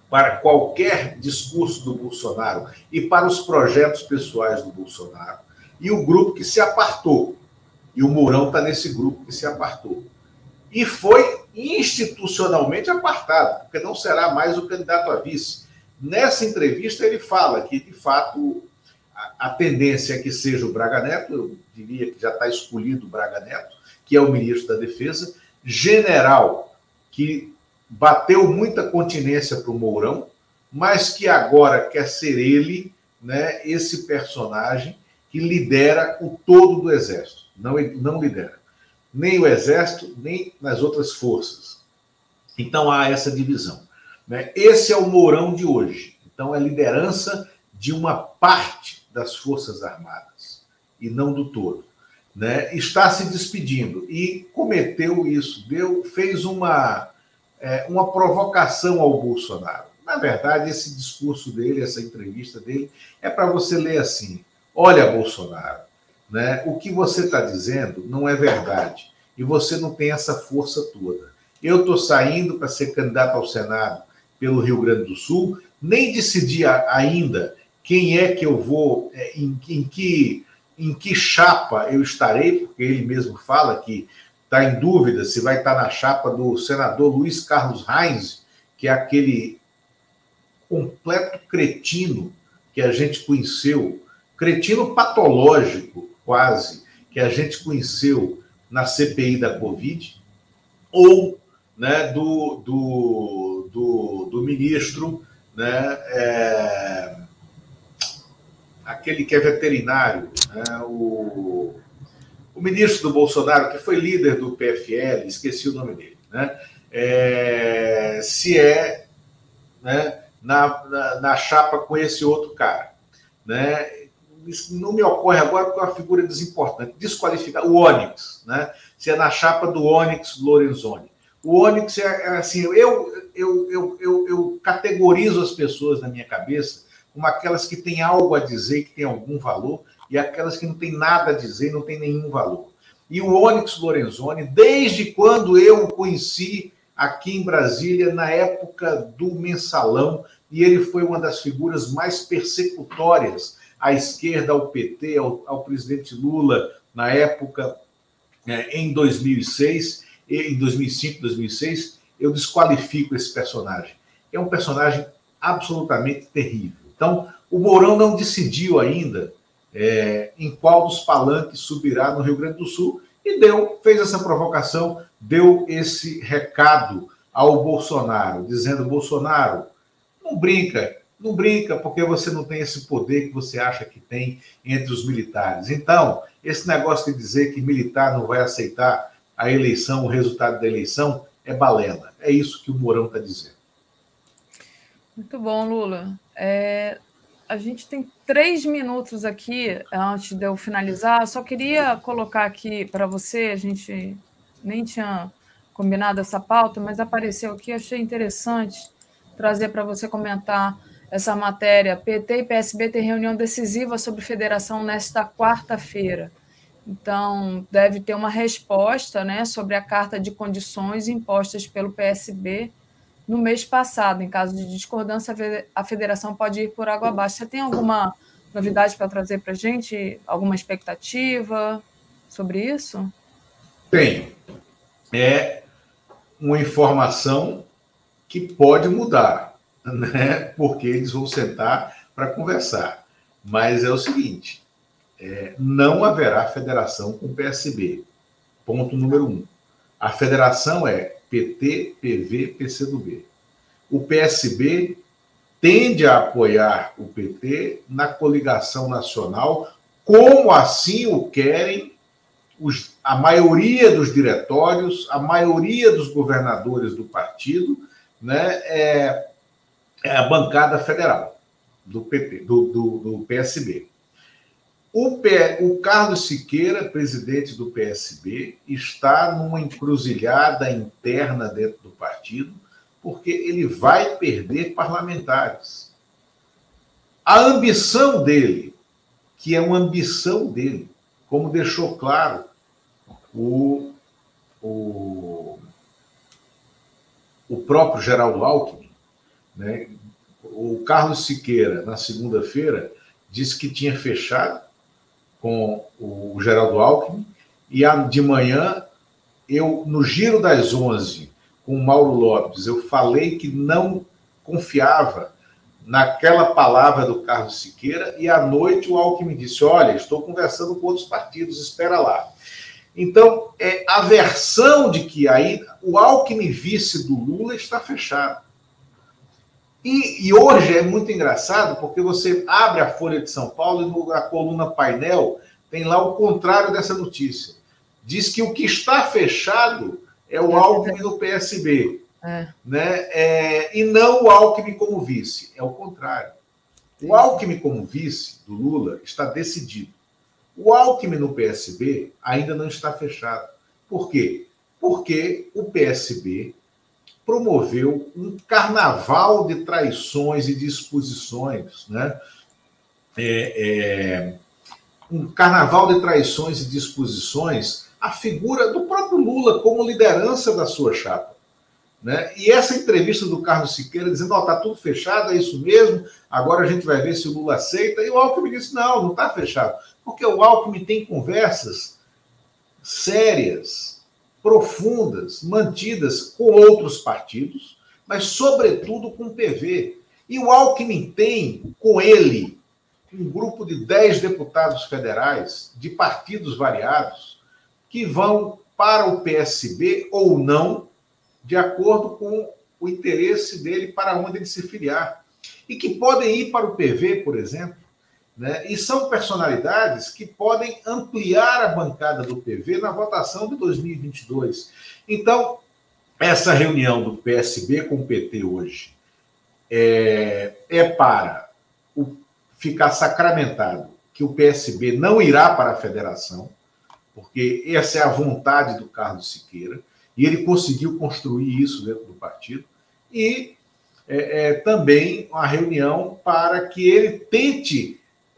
H: para qualquer discurso do Bolsonaro e para os projetos pessoais do Bolsonaro, e o grupo que se apartou. E o Mourão está nesse grupo que se apartou. E foi institucionalmente apartado, porque não será mais o candidato a vice. Nessa entrevista, ele fala que, de fato, a tendência é que seja o Braga Neto, eu diria que já está escolhido o Braga Neto, que é o ministro da Defesa, general, que bateu muita continência para o Mourão, mas que agora quer ser ele, né, esse personagem que lidera o todo do Exército. Não lidera nem o Exército, nem nas outras forças. Então há essa divisão, né? Esse é o Mourão de hoje. Então é liderança de uma parte das Forças Armadas e não do todo, né? Está se despedindo e cometeu isso, fez uma provocação ao Bolsonaro. Na verdade, esse discurso dele, essa entrevista dele, é para você ler assim: olha, Bolsonaro, né, o que você está dizendo não é verdade e você não tem essa força toda. Eu estou saindo para ser candidato ao Senado pelo Rio Grande do Sul, nem decidi ainda quem é que eu vou, em que chapa eu estarei, porque ele mesmo fala que está em dúvida se vai estar na chapa do senador Luiz Carlos Reins, que é aquele completo cretino que a gente conheceu, cretino patológico, quase, que a gente conheceu na CPI da Covid, ou, né, do ministro, né, aquele que é veterinário, né, o ministro do Bolsonaro, que foi líder do PFL, esqueci o nome dele, né, se é, né, na chapa com esse outro cara, né? Não me ocorre agora porque é uma figura desimportante, desqualificar o Onyx, né? Se é na chapa do Onyx Lorenzoni. O Onyx é assim, eu categorizo as pessoas na minha cabeça como aquelas que têm algo a dizer, que têm algum valor, e aquelas que não têm nada a dizer e não têm nenhum valor. E o Onyx Lorenzoni, desde quando eu o conheci aqui em Brasília, na época do Mensalão, e ele foi uma das figuras mais persecutórias à esquerda, ao PT, ao presidente Lula, na época, em 2006, em 2005, 2006, eu desqualifico esse personagem. É um personagem absolutamente terrível. Então, o Mourão não decidiu ainda em qual dos palanques subirá no Rio Grande do Sul e fez essa provocação, deu esse recado ao Bolsonaro, dizendo: Bolsonaro, não brinca porque você não tem esse poder que você acha que tem entre os militares. Então, esse negócio de dizer que militar não vai aceitar a eleição, o resultado da eleição, é balela. É isso que o Mourão está dizendo.
G: Muito bom, Lula. A gente tem 3 minutos aqui antes de eu finalizar. Só queria colocar aqui para você, a gente nem tinha combinado essa pauta, mas apareceu aqui, achei interessante trazer para você comentar essa matéria. PT e PSB têm reunião decisiva sobre federação nesta quarta-feira. Então, deve ter uma resposta, né, sobre a carta de condições impostas pelo PSB no mês passado. Em caso de discordância, a federação pode ir por água abaixo. Você tem alguma novidade para trazer para a gente? Alguma expectativa sobre isso?
H: Tem. É uma informação que pode mudar, né? Porque eles vão sentar para conversar. Mas é o seguinte, não haverá federação com o PSB. Ponto número 1. A federação é PT, PV, PCdoB. O PSB tende a apoiar o PT na coligação nacional, como assim o querem a maioria dos diretórios, a maioria dos governadores do partido, né, é a bancada federal do PT, do PSB. O Carlos Siqueira, presidente do PSB, está numa encruzilhada interna dentro do partido, porque ele vai perder parlamentares. A ambição dele, que é uma ambição dele, como deixou claro o próprio Geraldo Alckmin, né, o Carlos Siqueira, na segunda-feira, disse que tinha fechado com o Geraldo Alckmin, e de manhã, eu, no Giro das 11, com o Mauro Lopes, eu falei que não confiava naquela palavra do Carlos Siqueira, e à noite o Alckmin disse, olha, estou conversando com outros partidos, espera lá. Então, a versão de que aí o Alckmin vice do Lula está fechado. E hoje é muito engraçado, porque você abre a Folha de São Paulo e na coluna painel tem lá o contrário dessa notícia. Diz que o que está fechado é o Alckmin do PSB, né? E não o Alckmin como vice. É o contrário. O Alckmin como vice do Lula está decidido. O Alckmin no PSB ainda não está fechado. Por quê? Porque o PSB promoveu um carnaval de traições e disposições, né? Um carnaval de traições e disposições à figura do próprio Lula como liderança da sua chapa, né? E essa entrevista do Carlos Siqueira dizendo, está tudo fechado, é isso mesmo, agora a gente vai ver se o Lula aceita, e o Alckmin disse, não está fechado, porque o Alckmin tem conversas sérias, profundas, mantidas com outros partidos, mas, sobretudo, com o PV. E o Alckmin tem, com ele, um grupo de 10 deputados federais, de partidos variados, que vão para o PSB ou não, de acordo com o interesse dele para onde ele se filiar. E que podem ir para o PV, por exemplo, né? E são personalidades que podem ampliar a bancada do PV na votação de 2022. Então, essa reunião do PSB com o PT hoje é para ficar sacramentado que o PSB não irá para a federação, porque essa é a vontade do Carlos Siqueira, e ele conseguiu construir isso dentro do partido, e também uma reunião para que ele tente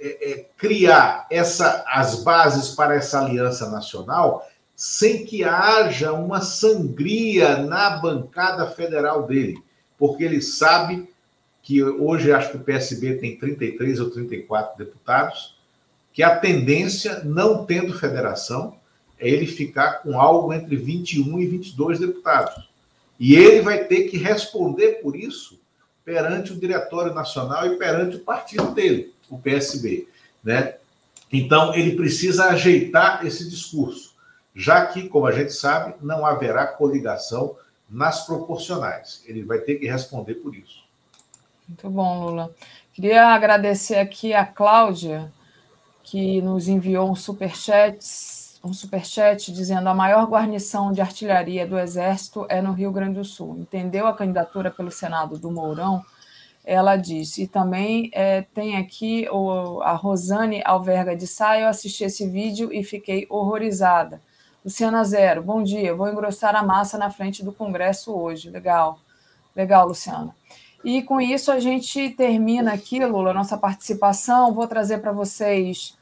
H: criar as bases para essa aliança nacional sem que haja uma sangria na bancada federal dele, porque ele sabe que hoje acho que o PSB tem 33 ou 34 deputados, que a tendência, não tendo federação, é ele ficar com algo entre 21 e 22 deputados. E ele vai ter que responder por isso perante o Diretório Nacional e perante o partido dele, o PSB, né? Então, ele precisa ajeitar esse discurso, já que, como a gente sabe, não haverá coligação nas proporcionais. Ele vai ter que responder por isso.
G: Muito bom, Lula. Queria agradecer aqui a Cláudia, que nos enviou um superchat dizendo a maior guarnição de artilharia do Exército é no Rio Grande do Sul. Entendeu a candidatura pelo Senado do Mourão? Ela disse. E também tem aqui a Rosane Alverga de Sá. Eu assisti esse vídeo e fiquei horrorizada. Luciana Zero, bom dia. Vou engrossar a massa na frente do Congresso hoje. Legal. Legal, Luciana. E com isso a gente termina aqui, Lula, nossa participação. Vou trazer para vocês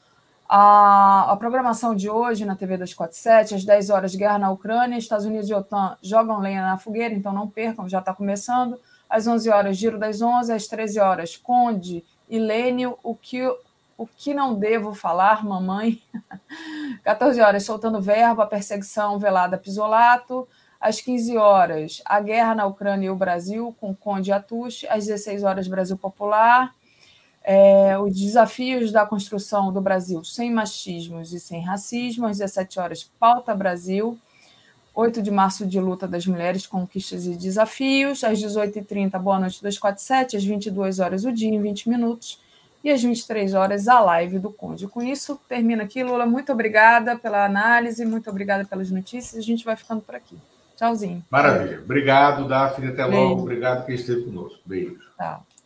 G: a programação de hoje na TV 247, às 10 horas, guerra na Ucrânia, Estados Unidos e OTAN jogam lenha na fogueira, então não percam, já está começando. Às 11 horas, Giro das 11, às 13 horas, Conde e Lênio, o que não devo falar, mamãe. 14 horas, Soltando Verbo, a perseguição velada Pisolato. Às 15 horas, a guerra na Ucrânia e o Brasil, com Conde e Atush. Às 16 horas, Brasil Popular. Os desafios da construção do Brasil sem machismos e sem racismo. Às 17 horas, Pauta Brasil. 8 de março, de luta das mulheres, conquistas e desafios. Às 18h30, Boa Noite 247. Às 22 horas, O Dia em 20 Minutos. E às 23 horas, a live do Conde. Com isso, termina aqui. Lula, muito obrigada pela análise, muito obrigada pelas notícias. A gente vai ficando por aqui. Tchauzinho.
H: Maravilha. Obrigado, Daphne. Até logo. Obrigado quem esteve conosco. Beijo.
G: Tchau.